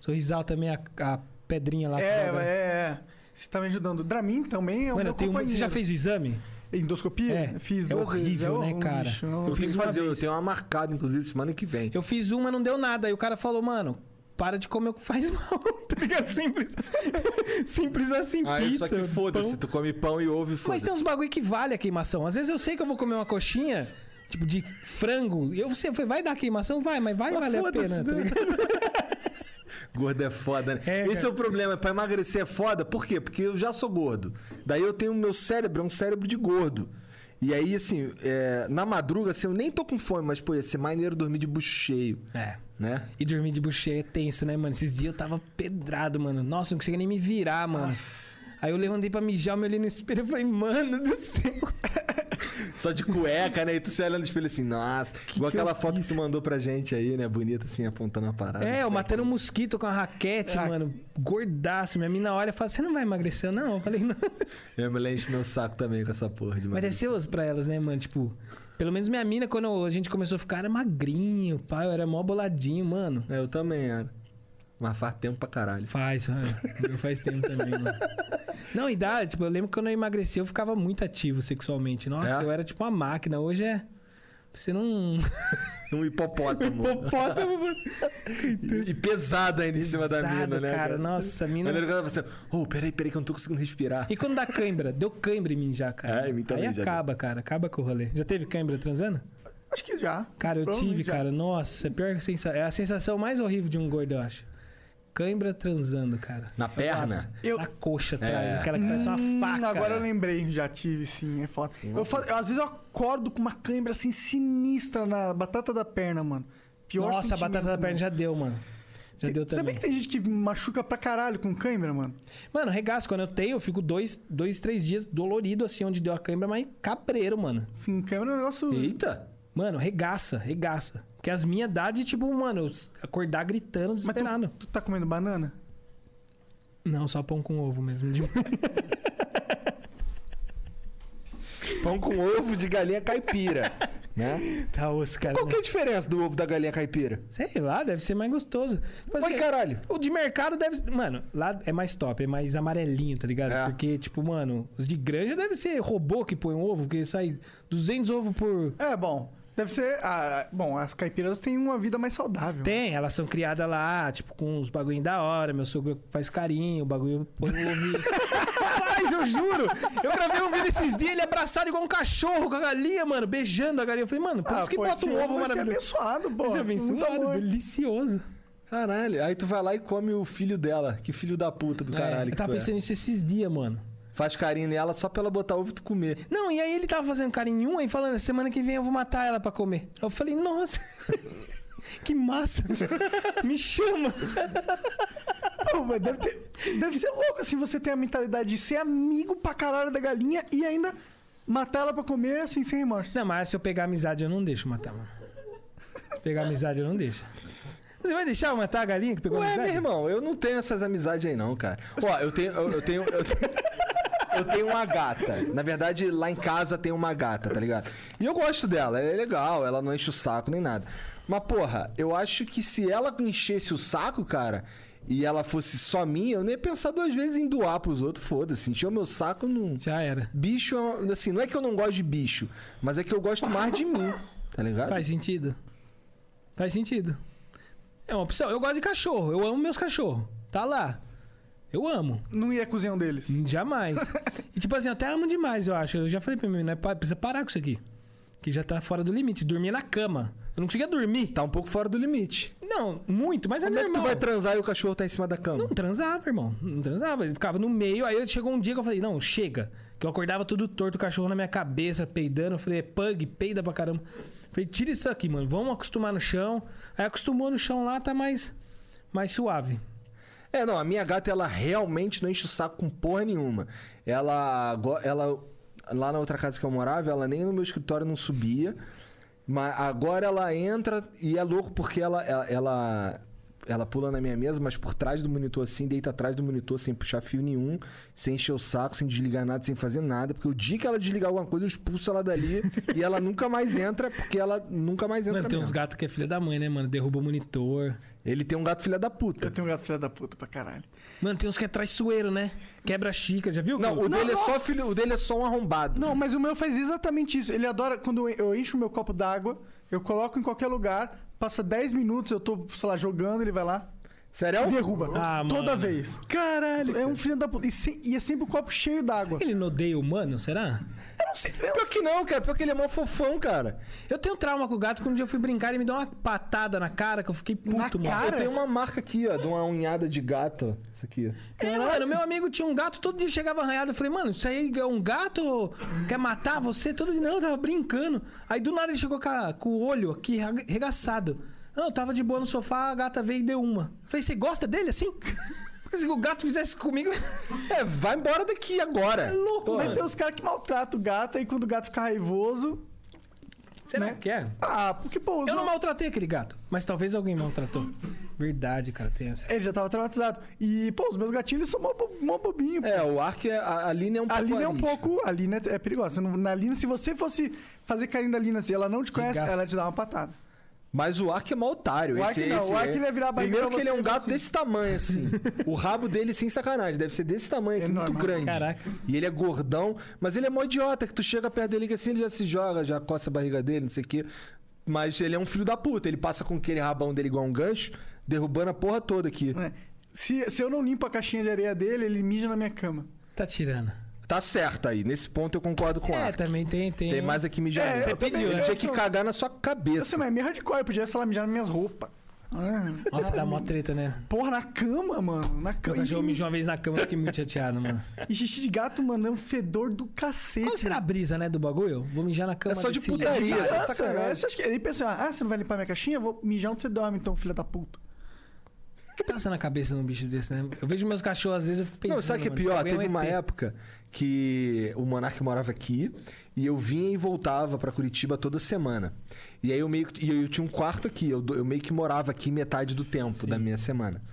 Speaker 3: Sorrisal também, a, a pedrinha lá.
Speaker 2: É,
Speaker 3: que joga.
Speaker 2: é, é. Você tá me ajudando. Dramin também é o
Speaker 3: Mano,
Speaker 2: meu
Speaker 3: eu tenho,
Speaker 2: companheiro.
Speaker 3: você já fez o exame?
Speaker 2: Endoscopia?
Speaker 3: É.
Speaker 2: Fiz
Speaker 3: É
Speaker 2: duas vezes.
Speaker 3: horrível, né,
Speaker 2: horrível,
Speaker 3: cara?
Speaker 2: bicho, é
Speaker 1: Eu
Speaker 2: horrível.
Speaker 1: tenho que
Speaker 3: uma
Speaker 1: fazer, eu
Speaker 3: vez.
Speaker 1: tenho uma marcada, inclusive, semana que vem.
Speaker 3: Eu fiz uma, não deu nada. Aí o cara falou, mano, para de comer o que faz mal, tá ligado? Simples. Simples assim,
Speaker 1: Aí,
Speaker 3: pizza,
Speaker 1: só que foda-se,
Speaker 3: pão.
Speaker 1: tu come pão e ovo e
Speaker 3: Mas
Speaker 1: foda-se.
Speaker 3: tem uns bagulho que vale a queimação. Às vezes eu sei que eu vou comer uma coxinha, tipo, de frango. E eu sei, vai dar queimação? Vai, mas vai
Speaker 1: Mas
Speaker 3: valer a
Speaker 1: foda-se,
Speaker 3: pena, tá
Speaker 1: né?
Speaker 3: ligado?
Speaker 1: Gordo é foda, né?
Speaker 3: É,
Speaker 1: Esse
Speaker 3: cara.
Speaker 1: é o problema. Pra emagrecer é foda. Por quê? Porque eu já sou gordo. Daí eu tenho o meu cérebro, é um cérebro de gordo. E aí, assim, é, na madruga, assim, eu nem tô com fome, mas, pô, ia ser maneiro dormir de bucho cheio,
Speaker 3: É.
Speaker 1: né?
Speaker 3: E dormir de bucho cheio é tenso, né, mano? Esses dias eu tava pedrado, mano. Nossa, não conseguia nem me virar, mano. Aí eu levantei pra mijar, eu me olhei no espelho e falei, mano do céu.
Speaker 1: Só de cueca, né? E tu se olhando no espelho assim, nossa. igual
Speaker 3: que
Speaker 1: aquela
Speaker 3: eu
Speaker 1: foto
Speaker 3: fiz?
Speaker 1: que tu mandou pra gente aí, né? Bonita, assim, apontando a parada.
Speaker 3: É, eu matando um mosquito com a raquete,
Speaker 2: Ah.
Speaker 3: mano. Gordaço. Minha mina olha e fala, você não vai emagrecer? Eu, Não, eu falei, não.
Speaker 1: Eu me enche meu saco também com essa porra de
Speaker 3: Mas deve ser osso pra elas, né, mano? Tipo, pelo menos minha mina, quando a gente começou a ficar, era magrinho, pai, eu era mó boladinho, mano.
Speaker 1: É, eu também era. Mas faz tempo pra caralho.
Speaker 3: Faz, mano. Eu faz tempo também, mano. Não, e dá, tipo, eu lembro que quando eu emagreci, eu ficava muito ativo sexualmente. Nossa,
Speaker 1: É?
Speaker 3: eu era tipo uma máquina. Hoje é. Você não.
Speaker 1: Um hipopótamo.
Speaker 3: Hipopótamo, mano.
Speaker 1: E, e pesado ainda em cima da
Speaker 3: Pesado,
Speaker 1: mina, né?
Speaker 3: cara? Nossa, a mina-
Speaker 1: Maneiro que ela fala assim, ô, peraí, peraí, que eu não tô conseguindo respirar.
Speaker 3: E quando dá cãibra? Deu cãibra em mim já, cara.
Speaker 1: É, em mim também
Speaker 3: Aí
Speaker 1: já
Speaker 3: acaba, cara. Acaba com o rolê. Já teve cãibra transando?
Speaker 2: Acho que já.
Speaker 3: Cara, eu tive,
Speaker 2: Provavelmente já.
Speaker 3: cara. Nossa, é a pior sensação. É a sensação mais horrível de um gordo, eu acho. Cãibra transando, cara.
Speaker 1: Na perna?
Speaker 2: Eu-
Speaker 3: Na coxa atrás.
Speaker 1: É.
Speaker 3: Aquela que parece uma
Speaker 2: Hum,
Speaker 3: faca.
Speaker 2: Agora eu lembrei, já tive sim, é foda. Eu fa- eu, às vezes eu acordo com uma cãibra assim sinistra na batata da perna, mano. Pior
Speaker 3: Nossa, a
Speaker 2: sentimento,
Speaker 3: batata da perna
Speaker 2: mano.
Speaker 3: já deu, mano. Já deu
Speaker 2: Sabia
Speaker 3: também.
Speaker 2: que tem gente que machuca pra caralho com cãibra, mano?
Speaker 3: Mano, regaço. Quando eu tenho, eu fico dois, dois, três dias dolorido assim, onde deu a cãibra, mas cabreiro, mano.
Speaker 2: Sim, cãibra é um negócio...
Speaker 1: Eita!
Speaker 3: Mano, regaça, regaça. Porque as minhas dá de, tipo, mano, eu acordar gritando,
Speaker 2: Mas
Speaker 3: desesperado.
Speaker 2: tu, tu tá comendo banana?
Speaker 3: Não, só pão com ovo mesmo. De...
Speaker 1: Pão com ovo de galinha caipira, né?
Speaker 3: Tá osso, cara.
Speaker 1: Qual que é a diferença do ovo da galinha caipira?
Speaker 3: Sei lá, deve ser mais gostoso. Mas,
Speaker 1: Oi,
Speaker 3: assim,
Speaker 1: caralho.
Speaker 3: O de mercado deve... Mano, lá é mais top, é mais amarelinho, tá ligado?
Speaker 1: É.
Speaker 3: Porque, tipo, mano, os de granja deve ser robô que põe um ovo, porque sai duzentos ovos por...
Speaker 2: É, bom. Deve ser... Ah, bom, as caipiras têm uma vida mais saudável.
Speaker 3: Tem, elas são criadas lá, tipo, com uns bagulho da hora. Meu sogro faz carinho, o bagulho põe o ovo. Faz, eu juro! Eu gravei um vídeo esses dias, ele abraçado igual um cachorro com a galinha, mano, beijando a galinha. Eu falei, mano, por
Speaker 2: Ah,
Speaker 3: isso que
Speaker 2: pô,
Speaker 3: bota
Speaker 2: esse
Speaker 3: um ovo
Speaker 2: vai ser
Speaker 3: maravilhoso.
Speaker 2: abençoado, pô.
Speaker 3: Isso é
Speaker 2: Muito
Speaker 3: abençoado,
Speaker 2: amor.
Speaker 3: delicioso.
Speaker 1: Caralho. Aí tu vai lá e come o filho dela. Que filho da puta do caralho
Speaker 3: É,
Speaker 1: que
Speaker 3: eu tava
Speaker 1: tu é.
Speaker 3: pensando nisso esses dias, mano.
Speaker 1: Faz carinho nela só pra ela botar ovo e tu comer.
Speaker 3: Não, e aí ele tava fazendo carinho em um e falando, semana que vem eu vou matar ela pra comer. Eu falei, nossa, que massa. Me chama.
Speaker 2: Pô, mas deve, ter- deve ser louco assim você ter a mentalidade de ser amigo pra caralho da galinha e ainda matar ela pra comer assim, sem remorso.
Speaker 3: Não, mas se eu pegar amizade, eu não deixo matar, mano. Se pegar amizade, eu não deixo. Você vai deixar eu matar a galinha que pegou
Speaker 1: Ué,
Speaker 3: amizade?
Speaker 1: meu irmão, eu não tenho essas amizades aí não, cara. Ó, eu tenho... Eu, eu tenho... Eu tenho... Eu tenho uma gata. Na verdade, lá em casa tem uma gata, tá ligado? E eu gosto dela, ela é legal, ela não enche o saco nem nada. Mas, porra, eu acho que se ela enchesse o saco, cara, e ela fosse só minha, eu nem ia pensar duas vezes em doar pros outros, foda-se. Encher o meu saco não.
Speaker 3: Já era.
Speaker 1: Bicho, é- assim, não é que eu não gosto de bicho, mas é que eu gosto mais de mim, tá ligado?
Speaker 3: Faz sentido. Faz sentido. É uma opção. Eu gosto de cachorro. Eu amo meus cachorros. Tá lá. Eu amo.
Speaker 2: Não ia cozinhar um deles.
Speaker 3: Jamais. E tipo assim, eu até amo demais, eu acho. Eu já falei pra mim, né? Precisa parar com isso aqui. Que já tá fora do limite. Dormir na cama. Eu não conseguia dormir.
Speaker 1: Tá um pouco fora do limite.
Speaker 3: Não, muito, mas
Speaker 1: Como
Speaker 3: é
Speaker 1: é que tu
Speaker 3: normal.
Speaker 1: vai transar e o cachorro tá em cima da cama?
Speaker 3: Não transava, irmão. Não transava. Ele ficava no meio. Aí chegou um dia que eu falei, não, chega. Que eu acordava tudo torto, o cachorro na minha cabeça, peidando. Eu falei, é pug, peida pra caramba. Eu falei, tira isso aqui, mano. Vamos acostumar no chão. Aí acostumou no chão lá, tá mais, mais suave.
Speaker 1: É, não, a minha gata, ela realmente não enche o saco com porra nenhuma. Ela, go- ela, lá na outra casa que eu morava, ela nem no meu escritório não subia. Mas agora ela entra e é louco porque ela, ela, ela, ela pula na minha mesa, mas por trás do monitor assim, deita atrás do monitor sem puxar fio nenhum, sem encher o saco, sem desligar nada, sem fazer nada. Porque o dia que ela desligar alguma coisa, eu expulso ela dali e ela nunca mais entra, porque ela nunca mais entra
Speaker 3: Mano, tem
Speaker 1: mesmo.
Speaker 3: uns gatos que é filha da mãe, né, mano? Derruba o monitor.
Speaker 1: Ele tem um gato filha da puta.
Speaker 2: Eu tenho um gato filha da puta pra caralho.
Speaker 3: Mano, tem uns que é traiçoeiro, né? Quebra xícara, já viu?
Speaker 1: Não, o
Speaker 2: Não,
Speaker 1: dele é só
Speaker 2: nossa!
Speaker 1: filho, o dele é só um arrombado.
Speaker 2: Não, mas o meu faz exatamente isso. Ele adora, quando eu encho o meu copo d'água, eu coloco em qualquer lugar, passa dez minutos, eu tô, sei lá, jogando, ele vai lá
Speaker 1: Sério?
Speaker 2: e derruba.
Speaker 3: Ah,
Speaker 2: toda
Speaker 3: mano.
Speaker 2: vez.
Speaker 3: Caralho.
Speaker 2: É um filho da puta. E, se- e é sempre o copo cheio
Speaker 3: Será
Speaker 2: d'água.
Speaker 3: que ele não odeia humano, será?
Speaker 2: Eu não sei. Eu
Speaker 1: Pior que não, cara. Pior que ele é mó fofão, cara.
Speaker 3: Eu tenho trauma com o gato, quando um dia eu fui brincar, ele me deu uma patada na cara, que eu fiquei puto,
Speaker 2: Na
Speaker 3: mano.
Speaker 2: cara?
Speaker 1: Eu tenho uma marca aqui, ó, de uma unhada de gato. Isso aqui.
Speaker 3: É, mano, meu amigo tinha um gato, todo dia chegava arranhado. Eu falei, mano, isso aí é um gato? Quer matar você? Todo dia, não, eu tava brincando. Aí do nada ele chegou com, a- com o olho aqui rega- regaçado. Não, eu tava de boa no sofá, a gata veio e deu uma. Eu falei, você gosta dele assim? Porque se o gato fizesse comigo.
Speaker 1: É, vai embora daqui agora.
Speaker 3: É louco,
Speaker 2: Mas
Speaker 3: mano.
Speaker 2: tem os caras que maltratam o gato, aí quando o gato fica raivoso.
Speaker 3: Será
Speaker 2: né?
Speaker 3: que é?
Speaker 2: Ah, porque, pô, os
Speaker 3: Eu não
Speaker 2: mal-
Speaker 3: maltratei aquele gato, mas talvez alguém maltratou. Verdade, cara, tem essa.
Speaker 2: Ele já tava traumatizado. E, pô, os meus gatinhos, eles são mó, bo- mó bobinho.
Speaker 1: É, o Ark, é, a, a Lina é um pouco
Speaker 2: A Lina é um
Speaker 1: arisca.
Speaker 2: pouco. A Lina é, é perigosa. Você não- Na Lina, se você fosse fazer carinho da Lina, se ela não te conhece,
Speaker 3: Regaça.
Speaker 2: ela te dá uma patada.
Speaker 1: Mas o Ark é mó otário.
Speaker 2: O
Speaker 1: esse,
Speaker 2: Ark não,
Speaker 1: esse
Speaker 2: o Ark
Speaker 1: é...
Speaker 2: ele ia virar a barriga
Speaker 1: Primeiro
Speaker 2: pra
Speaker 1: que ele é
Speaker 2: você,
Speaker 1: um gato
Speaker 2: assim.
Speaker 1: desse tamanho, assim. O rabo dele, sem sacanagem, deve ser desse tamanho aqui,
Speaker 2: Enorme.
Speaker 1: muito grande.
Speaker 3: Caraca.
Speaker 1: E ele é gordão, mas ele é mó idiota, que tu chega perto dele que assim ele já se joga, já coça a barriga dele, não sei o quê. Mas ele é um filho da puta. Ele passa com aquele rabão dele igual um gancho, derrubando a porra toda aqui.
Speaker 2: Né? Se, se eu não limpo a caixinha de areia dele, ele mija na minha cama.
Speaker 3: Tá tirando.
Speaker 1: Tá certo aí. Nesse ponto eu concordo com o
Speaker 3: É,
Speaker 1: Ark.
Speaker 3: também tem. Tem,
Speaker 1: Tem mais aqui mijar.
Speaker 2: É,
Speaker 1: nele.
Speaker 2: você pediu,
Speaker 1: Ele
Speaker 2: né?
Speaker 1: tinha que cagar na sua
Speaker 2: Eu
Speaker 1: cabeça.
Speaker 2: sei, mas é meio hardcore, podia, sei lá, mijar nas minhas roupas. Ah,
Speaker 3: Nossa, dá mó treta, né?
Speaker 2: porra, na cama, mano. Na
Speaker 3: Meu
Speaker 2: cama.
Speaker 3: cachorro
Speaker 2: E,
Speaker 3: mijou uma vez na cama, eu fiquei muito chateado, mano.
Speaker 2: e xixi de gato, mano, é um fedor do cacete.
Speaker 3: Qual será a brisa, né, do bagulho? Vou mijar na cama
Speaker 1: É só de
Speaker 3: desse
Speaker 1: putaria,
Speaker 3: lixo.
Speaker 1: só de
Speaker 2: Nossa,
Speaker 1: sacanagem.
Speaker 2: né? Você acha que... Ele pensa, ah, você não vai limpar minha caixinha? Eu vou mijar onde você dorme, então, filha da puta.
Speaker 3: O que passa na cabeça num bicho desse, né? Eu vejo meus cachorros, às vezes, eu fico pensando...
Speaker 1: Não, sabe o que é
Speaker 3: mano, esse
Speaker 1: pior?
Speaker 3: bagulho é um
Speaker 1: Teve uma
Speaker 3: E T.
Speaker 1: época que o Monark morava aqui e eu vinha e voltava pra Curitiba toda semana. E aí eu meio que. E eu tinha um quarto aqui, eu, eu meio que morava aqui metade do tempo da minha semana.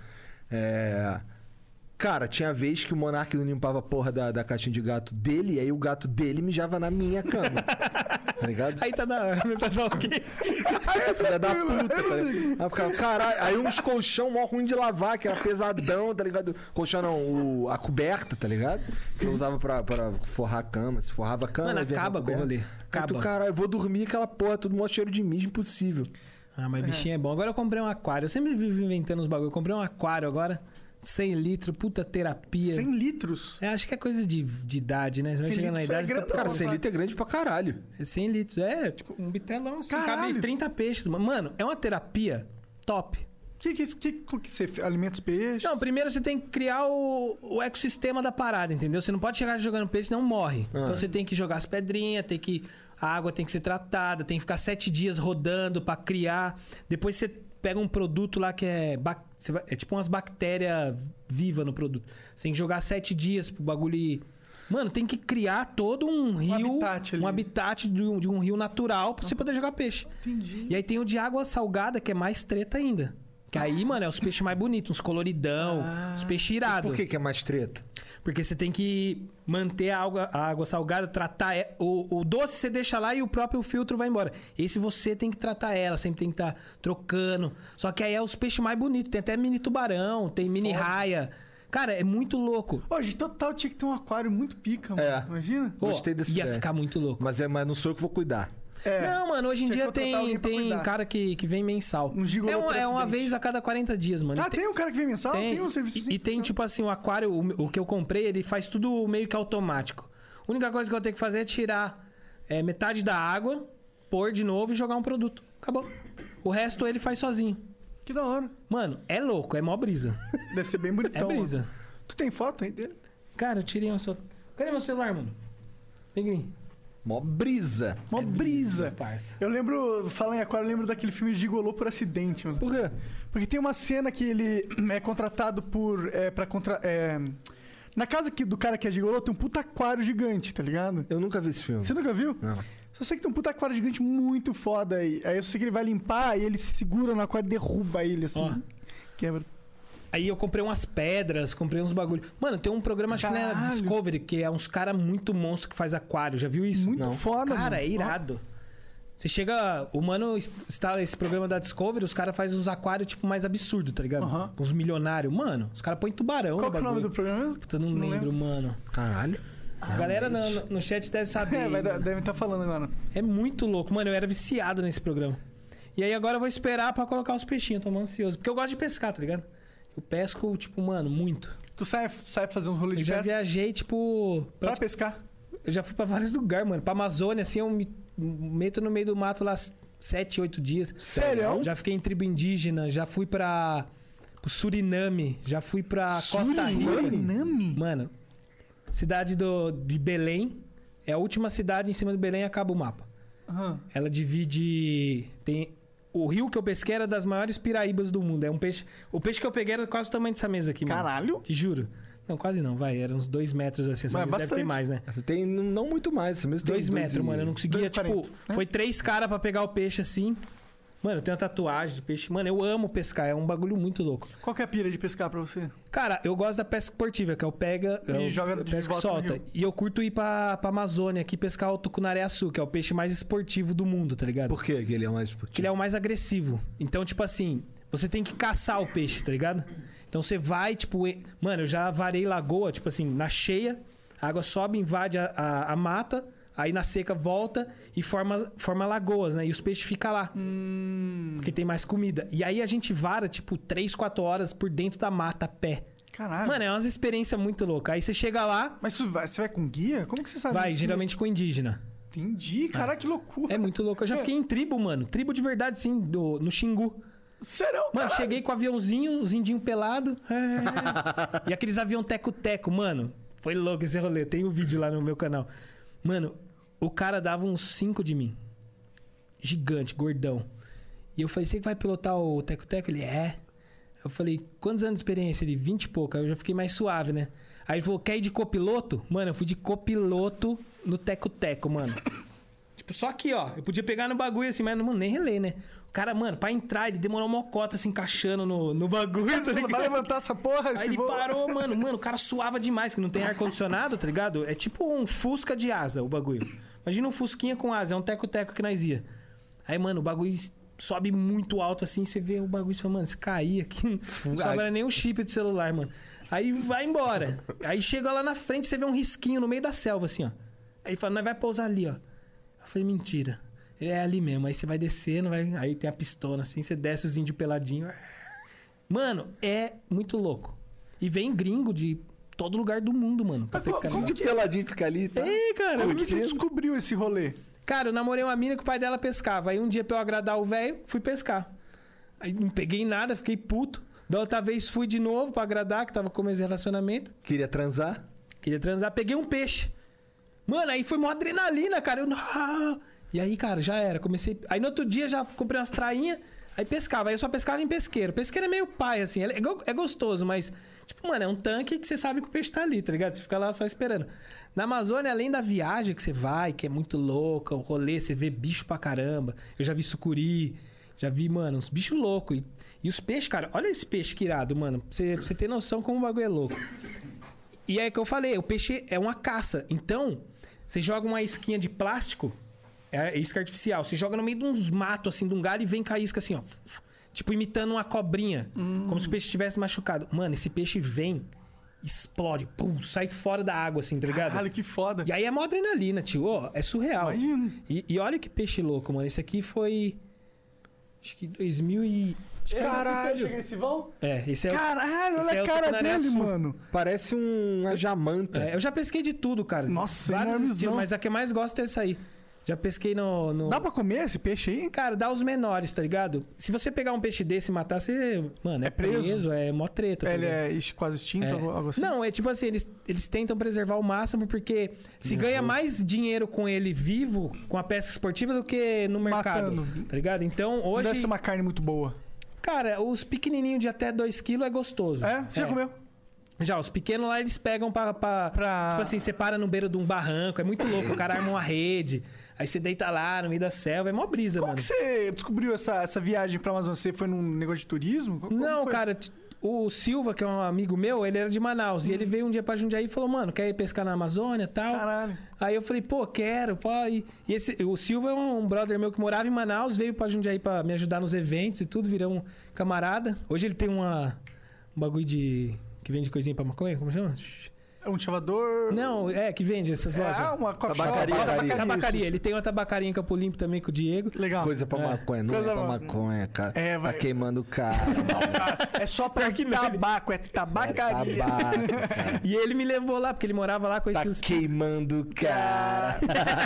Speaker 1: É. Cara, tinha vez que o Monark não limpava a porra da, da caixinha de gato dele, e aí o gato dele mijava na minha cama. Tá ligado?
Speaker 3: Aí tá da hora, não tá da ok.
Speaker 1: Aí, filha da puta, tá ligado? Aí eu ficava, caralho. Aí uns colchão mó ruim de lavar, que era pesadão, tá ligado? Colchão não, o, a coberta, tá ligado? Que eu usava pra, pra forrar a cama. Se forrava a cama,
Speaker 3: Mano,
Speaker 1: aí vinha
Speaker 3: acaba com o
Speaker 1: coberta.
Speaker 3: rolê.
Speaker 1: Aí
Speaker 3: Acaba.
Speaker 1: tu, caralho, eu vou dormir aquela porra, tudo mó cheiro de mijo, impossível.
Speaker 3: Ah, mas bichinho é bom. Agora eu comprei um aquário. Eu sempre vivo inventando os bagulho. Eu comprei um aquário agora, cem litros, puta terapia.
Speaker 2: cem litros?
Speaker 3: É, acho que é coisa de, de idade, né? Você vai
Speaker 2: cem
Speaker 3: chegar na
Speaker 2: litros é
Speaker 3: idade... fica-
Speaker 2: grandão.
Speaker 1: Cara,
Speaker 2: Não,
Speaker 1: cem
Speaker 2: vai.
Speaker 1: litros é grande pra caralho.
Speaker 3: É cem litros. É, tipo, um bitelão assim.
Speaker 2: Caralho.
Speaker 3: Cabe trinta peixes. mano. Mano, é uma terapia top.
Speaker 2: Que que, que, que, que você alimenta os peixes?
Speaker 3: Não, primeiro você tem que criar o, o ecossistema da parada, entendeu? Você não pode chegar jogando peixe, senão morre.
Speaker 1: Ah.
Speaker 3: Então você tem que jogar as pedrinhas, tem que... A água tem que ser tratada, tem que ficar sete dias rodando pra criar. Depois você pega um produto lá que é... bac- você vai- É tipo umas bactérias vivas no produto. Você tem que jogar sete dias pro bagulho ir... Mano, tem que criar todo um rio...
Speaker 2: habitat ali.
Speaker 3: Um habitat de um, de um rio natural pra você poder jogar peixe.
Speaker 2: Entendi.
Speaker 3: E aí tem o de água salgada, que é mais treta ainda. Que aí, mano, é os peixes mais bonitos, uns coloridão, os peixes irados.
Speaker 1: Por que, que é mais treta?
Speaker 3: Porque você tem que manter a água, a água salgada, tratar... e- O, o doce você deixa lá e o próprio filtro vai embora. Esse você tem que tratar ela, sempre tem que estar trocando. Só que aí é os peixes mais bonitos. Tem até mini tubarão, tem mini raia. Cara, é muito louco.
Speaker 2: Hoje, total, tinha que ter um aquário muito pica, mano.
Speaker 1: É.
Speaker 2: Imagina?
Speaker 3: Pô,
Speaker 1: Gostei desse
Speaker 3: ia
Speaker 1: ideia.
Speaker 3: ficar muito louco.
Speaker 1: Mas, é, mas não sou eu que vou cuidar.
Speaker 2: É.
Speaker 3: Não, mano, hoje em
Speaker 2: Tinha
Speaker 3: dia
Speaker 2: que contratar
Speaker 3: tem,
Speaker 2: alguém pra
Speaker 3: tem
Speaker 2: cuidar.
Speaker 3: cara que, que vem mensal.
Speaker 2: Um gigolô
Speaker 3: é, um-
Speaker 2: por
Speaker 3: é uma
Speaker 2: acidente.
Speaker 3: vez a cada quarenta dias, mano.
Speaker 2: Ah,
Speaker 3: E
Speaker 2: tem um cara que vem mensal? Tem, um serviço
Speaker 3: e,
Speaker 2: assim.
Speaker 3: e tem, tipo assim, o aquário, o, o que eu comprei, ele faz tudo meio que automático. A única coisa que eu tenho que fazer é tirar é, metade da água, pôr de novo e jogar um produto. Acabou. O resto ele faz sozinho.
Speaker 2: Que da hora.
Speaker 3: Mano, é louco, é mó brisa.
Speaker 2: Deve ser bem
Speaker 3: É
Speaker 2: bonitão.
Speaker 3: brisa.
Speaker 2: mano. Tu tem foto aí dele?
Speaker 3: Cara, eu tirei uma só. Cadê meu celular, mano? Pega aí.
Speaker 1: Mó brisa.
Speaker 2: Mó
Speaker 3: É
Speaker 2: brisa.
Speaker 3: parça.
Speaker 2: Eu lembro, fala em aquário, eu lembro daquele filme Gigolô por acidente, mano.
Speaker 1: Por quê?
Speaker 2: Porque tem uma cena que ele é contratado por. É, pra contra, é, na casa que, do cara que é gigolô, tem um puta aquário gigante, tá ligado?
Speaker 1: Eu nunca vi esse filme.
Speaker 2: Você nunca viu?
Speaker 1: Não.
Speaker 2: Só sei que tem um puta aquário gigante muito foda aí. Aí eu sei que ele vai limpar e ele se segura no aquário e derruba ele, assim.
Speaker 3: Ó.
Speaker 2: Quebra.
Speaker 3: Aí eu comprei umas pedras, comprei uns bagulho. Mano, tem um programa, acho que na
Speaker 2: Caralho.
Speaker 3: Discovery, que é uns caras muito monstros que faz aquário. Já viu isso?
Speaker 2: Muito
Speaker 1: Não.
Speaker 2: foda,
Speaker 3: Cara,
Speaker 2: mano.
Speaker 3: é irado. Você chega... O mano instala esse programa da Discovery, os caras fazem uns aquários, tipo, mais absurdo, tá ligado?
Speaker 2: Aham.
Speaker 3: Uns milionários. Mano, os caras põem tubarão
Speaker 2: Qual
Speaker 3: no
Speaker 2: que é o nome
Speaker 3: bagulho.
Speaker 2: do programa mesmo?
Speaker 3: Puta, não,
Speaker 2: Não
Speaker 3: lembro, mano.
Speaker 1: Caralho.
Speaker 3: A galera no, no chat deve saber.
Speaker 2: É, vai,
Speaker 3: mano.
Speaker 2: deve estar falando agora.
Speaker 3: É muito louco. Mano, eu era viciado nesse programa. E aí agora eu vou esperar pra colocar os peixinhos. Tô ansioso. Porque eu gosto de pescar, tá ligado? Eu pesco, tipo, mano, muito.
Speaker 2: Tu sai, sai fazer uns rolês
Speaker 3: Eu
Speaker 2: de
Speaker 3: já
Speaker 2: pesca?
Speaker 3: viajei, tipo...
Speaker 2: Pra pescar?
Speaker 3: Eu já fui pra vários lugares, mano. Pra Amazônia, assim, eu me meto no meio do mato lá sete, oito dias.
Speaker 2: Sério?
Speaker 3: Já fiquei em tribo indígena, já fui pra... pro Suriname, já fui pra Costa Rica.
Speaker 2: Suriname?
Speaker 3: Mano, cidade do, de Belém. É a última cidade em cima de Belém e acaba o mapa.
Speaker 2: Aham.
Speaker 3: Ela divide... Tem... O rio que eu pesquei era das maiores piraíbas do mundo. É um peixe... O peixe que eu peguei era quase o tamanho dessa mesa aqui, mano.
Speaker 2: Caralho.
Speaker 3: Te juro. Não, quase não, vai. Era uns dois metros assim. Essa
Speaker 2: Mas
Speaker 3: mesa deve ter
Speaker 2: bastante.
Speaker 3: mais, né?
Speaker 1: Tem n- não muito mais. Mesmo tem
Speaker 3: Dois metros,
Speaker 1: e-
Speaker 3: mano. Eu não conseguia,
Speaker 2: dois e
Speaker 3: tipo...
Speaker 2: quarenta, né?
Speaker 3: Foi três caras pra pegar o peixe assim. Mano, eu tenho uma tatuagem de peixe. Mano, eu amo pescar. É um bagulho muito louco.
Speaker 2: Qual que é a pira de pescar pra você?
Speaker 3: Cara, eu gosto da pesca esportiva, que é o pega...
Speaker 2: E
Speaker 3: eu,
Speaker 2: joga
Speaker 3: eu
Speaker 2: de
Speaker 3: pesco e
Speaker 2: volta no
Speaker 3: solta.
Speaker 2: rio.
Speaker 3: E eu curto ir pra, pra Amazônia aqui pescar o tucunaré-açu, que é o peixe mais esportivo do mundo, tá ligado?
Speaker 1: Por quê que ele é mais
Speaker 3: Porque ele
Speaker 1: esportivo?
Speaker 3: é o mais agressivo. Então, tipo assim, você tem que caçar o peixe, tá ligado? Então você vai, tipo... e- Mano, eu já varei lagoa, tipo assim, na cheia, a água sobe, invade a, a, a mata, aí na seca volta e forma, forma lagoas, né? E os peixes ficam lá.
Speaker 2: Hum.
Speaker 3: Porque tem mais comida. E aí a gente vara, tipo, três, quatro horas por dentro da mata, a pé.
Speaker 2: Caralho.
Speaker 3: Mano, é umas experiências muito loucas. Aí você chega lá,
Speaker 2: Mas tu vai, você vai com guia? Como que você sabe
Speaker 3: vai,
Speaker 2: disso?
Speaker 3: geralmente com indígena.
Speaker 2: Entendi. Caralho, que loucura.
Speaker 3: É muito louco. Eu já fiquei em tribo, mano. Tribo de verdade, sim, do, no Xingu.
Speaker 2: Sério?
Speaker 3: Mano,
Speaker 2: caralho?
Speaker 3: cheguei com o aviãozinho, os indinhos pelados. E aqueles avião teco-teco, mano. Foi louco esse rolê. Tem um vídeo lá no meu canal. Mano, o cara dava uns cinco de mim. Gigante, gordão. E eu falei, você que vai pilotar o teco-teco? Ele, é. Eu falei, quantos anos de experiência? Ele, vinte e pouco. Aí eu já fiquei mais suave, né? Aí ele falou, quer ir de copiloto? Mano, eu fui de copiloto no teco-teco, mano. Tipo, só aqui, ó. Eu podia pegar no bagulho assim, mas não, nem relei, né? O cara, mano, pra entrar, ele demorou uma cota se encaixando no, no bagulho. Tá
Speaker 2: Você
Speaker 3: ligado?
Speaker 2: vai levantar essa porra?
Speaker 3: Aí
Speaker 2: esse
Speaker 3: ele
Speaker 2: voo?
Speaker 3: parou, mano. Mano, o cara suava demais, que não tem ar-condicionado, tá ligado? É tipo um Fusca de asa, o bagulho. Imagina um Fusquinha com asa, é um teco-teco que nós ia. Aí, mano, o bagulho sobe muito alto assim, você vê o bagulho e fala, mano, se cair aqui, não sobra nem o chip do celular, mano. Aí vai embora. Aí chega lá na frente, você vê um risquinho no meio da selva, assim, ó. Aí ele fala, nós vai pousar ali, ó. Eu falei, mentira. Ele é ali mesmo. Aí você vai descendo, vai... aí tem a pistona, assim, você desce os índios peladinhos. Mano, é muito louco. E vem gringo de todo lugar do mundo, mano, pra
Speaker 2: Mas,
Speaker 3: pescar.
Speaker 2: como
Speaker 1: Índio peladinho fica ali, tá?
Speaker 3: Ei, cara,
Speaker 2: Como que você
Speaker 1: Curtindo.
Speaker 2: descobriu esse rolê?
Speaker 3: Cara, eu namorei uma mina que o pai dela pescava. Aí um dia, pra eu agradar o velho, fui pescar. Aí não peguei nada, fiquei puto. Da outra vez fui de novo pra agradar, que tava começando relacionamento.
Speaker 1: Queria transar?
Speaker 3: Queria transar, peguei um peixe. Mano, aí foi uma adrenalina, cara. Eu não... E aí, cara, já era. Comecei. Aí no outro dia já comprei umas trainhas, aí pescava. Aí eu só pescava em pesqueiro. Pesqueiro é meio pai, assim. É, go- é gostoso, mas, tipo, mano, é um tanque que você sabe que o peixe tá ali, tá ligado? Você fica lá só esperando. Na Amazônia, além da viagem que você vai, que é muito louca, o rolê, você vê bicho pra caramba. Eu já vi sucuri, já vi, mano, uns bichos loucos. E, e os peixes, cara, olha esse peixe que irado, mano. Pra você, pra você ter noção como o bagulho é louco. E é que eu falei, o peixe é uma caça. Então, você joga uma isquinha de plástico, é isca artificial, você joga no meio de uns matos, assim, de um galho e vem com a isca assim, ó. Tipo, imitando uma cobrinha.
Speaker 2: Hum.
Speaker 3: Como se o peixe estivesse machucado. Mano, esse peixe vem, explode, pum, sai fora da água, assim, tá ligado?
Speaker 2: Caralho, que foda.
Speaker 3: E aí é mó adrenalina, tio. Ó, é surreal.
Speaker 2: Imagino.
Speaker 3: E, e olha que peixe louco, mano. Esse aqui foi... Acho que dois mil e...
Speaker 2: Caralho. Esse agressivão?
Speaker 3: É, esse é o...
Speaker 2: Caralho,
Speaker 3: esse
Speaker 2: olha
Speaker 3: é
Speaker 2: a
Speaker 3: o
Speaker 2: cara
Speaker 3: tucunaré
Speaker 2: dele,
Speaker 3: azul.
Speaker 2: mano.
Speaker 1: Parece um, uma jamanta.
Speaker 3: É, eu já pesquei de tudo, cara.
Speaker 2: Nossa,
Speaker 3: Vários
Speaker 2: enormezão.
Speaker 3: estilos, mas a que eu mais gosto é essa aí. Já pesquei no... no...
Speaker 2: Dá pra comer esse peixe aí?
Speaker 3: Cara, dá os menores, tá ligado? Se você pegar um peixe desse e matar, você... Mano, é,
Speaker 2: É preso?
Speaker 3: preso, é mó treta. tá
Speaker 2: Ele
Speaker 3: ligado?
Speaker 2: é ex- quase extinto,
Speaker 3: É.
Speaker 2: algo algo assim?
Speaker 3: Não, é tipo assim, eles, eles tentam preservar o máximo porque se ganha mais dinheiro com ele vivo, com a pesca esportiva, do que no mercado.
Speaker 2: Matando.
Speaker 3: Tá ligado? Então,
Speaker 2: Não
Speaker 3: hoje...
Speaker 2: deve ser uma carne muito boa.
Speaker 3: Cara, os pequenininhos de até dois quilos é gostoso.
Speaker 2: É? Você já comeu?
Speaker 3: Já, os pequenos lá eles pegam pra, pra,
Speaker 2: Pra-
Speaker 3: Tipo assim, você para no beiro de um barranco, é muito louco. O cara arma uma rede, Aí você deita lá no meio da selva, é mó brisa,
Speaker 2: Como
Speaker 3: mano.
Speaker 2: que você descobriu essa, essa viagem pra Amazônia? Você foi num negócio de turismo? Como
Speaker 3: Não,
Speaker 2: foi?
Speaker 3: cara, t- o Silva, que é um amigo meu, ele era de Manaus. E ele veio um dia pra Jundiaí e falou, mano, quer ir pescar na Amazônia e tal?
Speaker 2: Caralho.
Speaker 3: Aí eu falei, pô, quero. Pô, e e esse, o Silva é um brother meu que morava em Manaus, veio pra Jundiaí pra me ajudar nos eventos e tudo, virou um camarada. Hoje ele tem uma, um bagulho de... que vende coisinha pra maconha, como chama?
Speaker 2: É um chavador...
Speaker 3: Não, é, que vende essas
Speaker 2: É,
Speaker 3: lojas.
Speaker 2: ah, uma coffee
Speaker 4: Tabacaria.
Speaker 2: shop.
Speaker 1: Tabacaria.
Speaker 3: Tabacaria. Ele tem uma tabacaria em Campo Limpo também com o Diego.
Speaker 2: Legal.
Speaker 1: Coisa pra
Speaker 3: É.
Speaker 1: maconha, não
Speaker 2: Coisa
Speaker 1: é pra
Speaker 2: pra-
Speaker 1: maconha, cara.
Speaker 2: É,
Speaker 1: tá
Speaker 2: vai-
Speaker 1: queimando o cara.
Speaker 2: É só pra
Speaker 3: que não, ele-
Speaker 2: tabaco, é
Speaker 1: É
Speaker 2: tabacaria.
Speaker 1: tabaco, cara.
Speaker 3: E ele me levou lá, porque ele morava lá,
Speaker 1: Tá
Speaker 3: conhecia os...
Speaker 1: queimando o cara.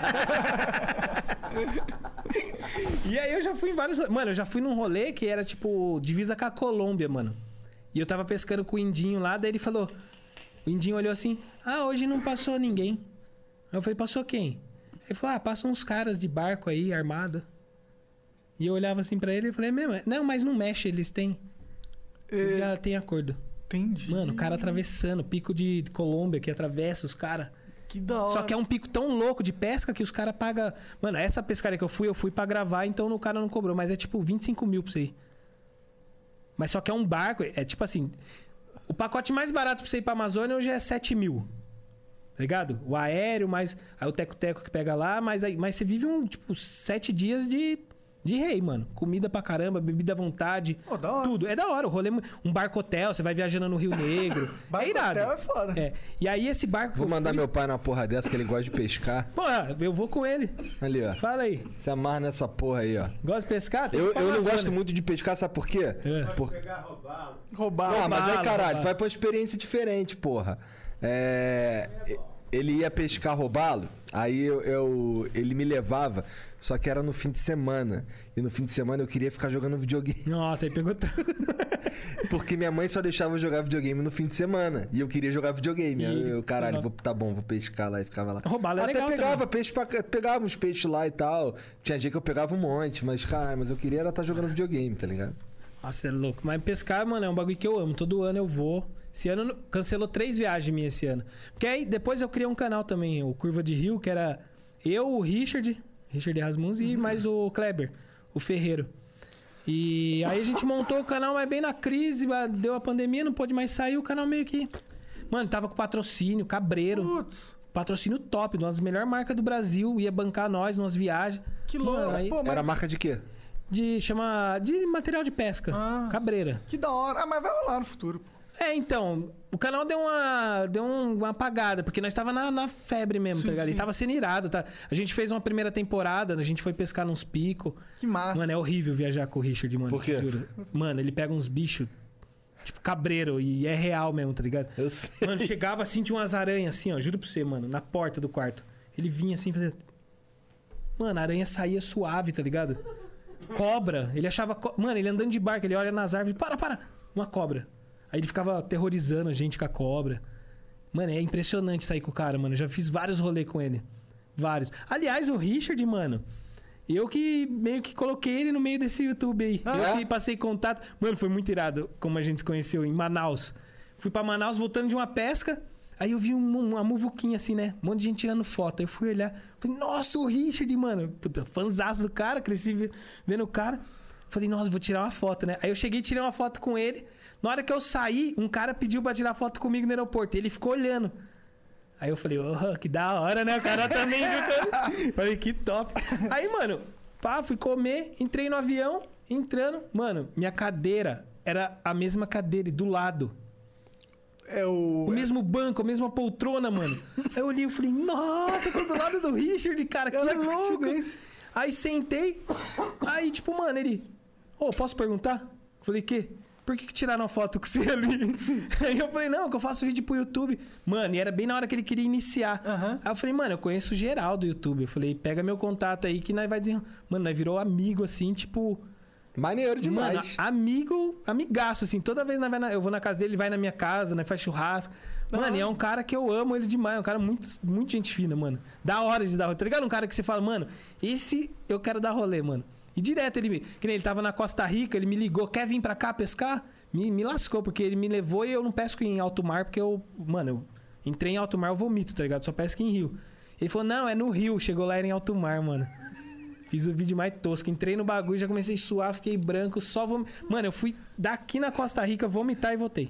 Speaker 3: E aí eu já fui em vários... Mano, eu já fui num rolê que era, tipo, divisa com a Colômbia, mano. E eu tava pescando com o Indinho lá, daí ele falou... O Indinho olhou assim... Ah, hoje não passou ninguém. Aí eu falei, passou quem? Ele falou, ah, passam uns caras de barco aí, armado. E eu olhava assim pra ele e falei, mesmo, não, mas não mexe, eles têm... Eles
Speaker 2: É,
Speaker 3: já têm acordo.
Speaker 2: entendi.
Speaker 3: Mano, o cara atravessando, pico de Colômbia que atravessa os caras.
Speaker 2: Que da hora.
Speaker 3: Só que é um pico tão louco de pesca que os caras pagam... Mano, essa pescaria que eu fui, eu fui pra gravar, então o cara não cobrou. Mas é tipo vinte e cinco mil pra você ir. Mas só que é um barco, é tipo assim... O pacote mais barato pra você ir pra Amazônia hoje é sete mil. Tá ligado? O aéreo, mais... Aí o teco-teco que pega lá, mas, aí, mas você vive um, tipo, sete dias de... De rei, mano. Comida pra caramba, bebida à vontade.
Speaker 2: Pô, da hora.
Speaker 3: Tudo. É da hora. O rolê... Um barco hotel, você vai viajando no Rio Negro.
Speaker 2: Barco
Speaker 3: é irado.
Speaker 2: hotel é foda.
Speaker 3: É. E aí esse barco... que
Speaker 1: Vou
Speaker 3: eu
Speaker 1: mandar
Speaker 3: fui-
Speaker 1: meu pai numa porra dessa que ele gosta de pescar.
Speaker 3: Porra, eu vou com ele.
Speaker 1: Ali, ó.
Speaker 3: Fala aí.
Speaker 1: Se amarra nessa porra aí, ó.
Speaker 3: Gosta de pescar? Tem que
Speaker 1: Eu,
Speaker 3: ir pra
Speaker 1: eu não
Speaker 3: Amazônia.
Speaker 1: gosto muito de pescar, sabe por quê?
Speaker 3: É.
Speaker 1: Por...
Speaker 2: Roubar.
Speaker 1: Ah, mas aí,
Speaker 3: roubado,
Speaker 1: caralho,
Speaker 3: roubado.
Speaker 1: tu vai pra uma experiência diferente, porra. É... Ele ia pescar roubalo, aí eu, eu- ele me levava, só que era no fim de semana. E no fim de semana eu queria ficar jogando videogame.
Speaker 3: Nossa, aí pegou... tra-
Speaker 1: Porque minha mãe só deixava eu jogar videogame no fim de semana. E eu queria jogar videogame.
Speaker 3: E
Speaker 1: Aí
Speaker 3: ele-
Speaker 1: eu, caralho, vou, tá bom, vou pescar lá e ficava lá.
Speaker 3: Roubalo é
Speaker 1: Até
Speaker 3: legal
Speaker 1: pegava peixe pra, pegava uns peixes lá e tal. Tinha dia que eu pegava um monte, mas, caralho, mas eu queria era estar jogando videogame, tá ligado?
Speaker 3: Nossa, é louco. Mas pescar, mano, é um bagulho que eu amo. Todo ano eu vou. Esse ano cancelou três viagens minhas esse ano. Porque aí depois eu criei um canal também, o Curva de Rio, que era eu, o Richard, Richard Rasmuns e mais o Kleber, o Ferreiro. E aí a gente montou o canal, mas bem na crise, deu a pandemia, não pôde mais sair, o canal meio que... Mano, tava com patrocínio, Cabreiro.
Speaker 2: Putz,
Speaker 3: Patrocínio top, uma das melhores marcas do Brasil, ia bancar nós nas viagens.
Speaker 2: que
Speaker 3: Mano,
Speaker 2: louco.
Speaker 3: aí-
Speaker 2: Pô, mas
Speaker 1: Era marca de quê?
Speaker 3: De chama de material de pesca,
Speaker 2: Ah.
Speaker 3: Cabreira.
Speaker 2: que da hora. Ah, mas vai rolar no futuro.
Speaker 3: É, então, o canal deu uma deu um- uma apagada, porque nós tava na, na febre mesmo,
Speaker 2: Sim,
Speaker 3: tá ligado?
Speaker 2: sim.
Speaker 3: E tava sendo irado, tá? A gente fez uma primeira temporada, a gente foi pescar nos picos.
Speaker 2: Que massa.
Speaker 3: Mano, é horrível viajar com o Richard, mano.
Speaker 1: Por quê?
Speaker 3: te juro. Mano, ele pega uns bichos, tipo cabreiro, e é real mesmo, tá ligado?
Speaker 1: Eu sei.
Speaker 3: Mano, chegava assim, tinha umas aranhas assim, ó, juro pra você, mano, na porta do quarto. Ele vinha assim, fazia... Mano, a aranha saía suave, tá ligado? Cobra, ele achava... co- Mano, ele andando de barco, ele olha nas árvores, para, para, uma cobra. Aí ele ficava aterrorizando a gente com a cobra. Mano, é impressionante sair com o cara, mano. Eu já fiz vários rolês com ele. Vários. Aliás, o Richard, mano... Eu que meio que coloquei ele no meio desse YouTube aí.
Speaker 2: Ah,
Speaker 3: eu
Speaker 2: é?
Speaker 3: que passei contato. Mano, foi muito irado como a gente se conheceu em Manaus. Fui pra Manaus voltando de uma pesca. Aí eu vi um- uma muvuquinha assim, né? Um monte de gente tirando foto. Aí eu fui olhar. Falei, nossa, o Richard, mano. Puta, fanzaço do cara. Cresci ve- vendo o cara. Falei, nossa, vou tirar uma foto, né? Aí eu cheguei e tirei uma foto com ele. Na hora que eu saí, um cara pediu pra tirar foto comigo no aeroporto. E ele ficou olhando. Aí eu falei, oh, que da hora, né? O cara também viu. cara. Falei, que top. Aí, mano, pá, fui comer, entrei no avião, entrando. Mano, minha cadeira era a mesma cadeira, e do lado.
Speaker 2: É o...
Speaker 3: O mesmo banco, a mesma poltrona, mano. Aí eu olhei e falei, nossa, tô do lado do Richard, cara, que
Speaker 2: Cara,
Speaker 3: louco.
Speaker 2: coincidência.
Speaker 3: Aí sentei, aí tipo, mano, ele... Ô, posso perguntar? Falei, que? Por que, que tiraram a foto com você ali? Aí eu falei, não, que eu faço vídeo pro YouTube. Mano, e era bem na hora que ele queria iniciar.
Speaker 2: Aham.
Speaker 3: Aí eu falei, mano, eu conheço geral do YouTube. Eu falei, pega meu contato aí que nós vai dizer... Mano, nós virou amigo, assim, tipo...
Speaker 1: Maneiro demais.
Speaker 3: Mano, amigo, amigaço, assim. Toda vez nós vai na- eu vou na casa dele, ele vai na minha casa, nós faz churrasco. Mano, e é um cara que eu amo ele demais. É um cara muito, muito gente fina, mano. Da hora de dar rolê. Tá ligado? Um cara que você fala, mano, esse eu quero dar rolê, mano. E direto ele me... Que nem ele tava na Costa Rica, ele me ligou, quer vir pra cá pescar? Me, me lascou, porque ele me levou e eu não pesco em alto mar, porque eu... Mano, eu entrei em alto mar, eu vomito, tá ligado? Só pesco em rio. Ele falou, não, é no Rio. Chegou lá, era em alto mar, mano. Fiz o vídeo mais tosco. Entrei no bagulho, já comecei a suar, fiquei branco, só vom... Mano, eu fui daqui na Costa Rica vomitar e voltei.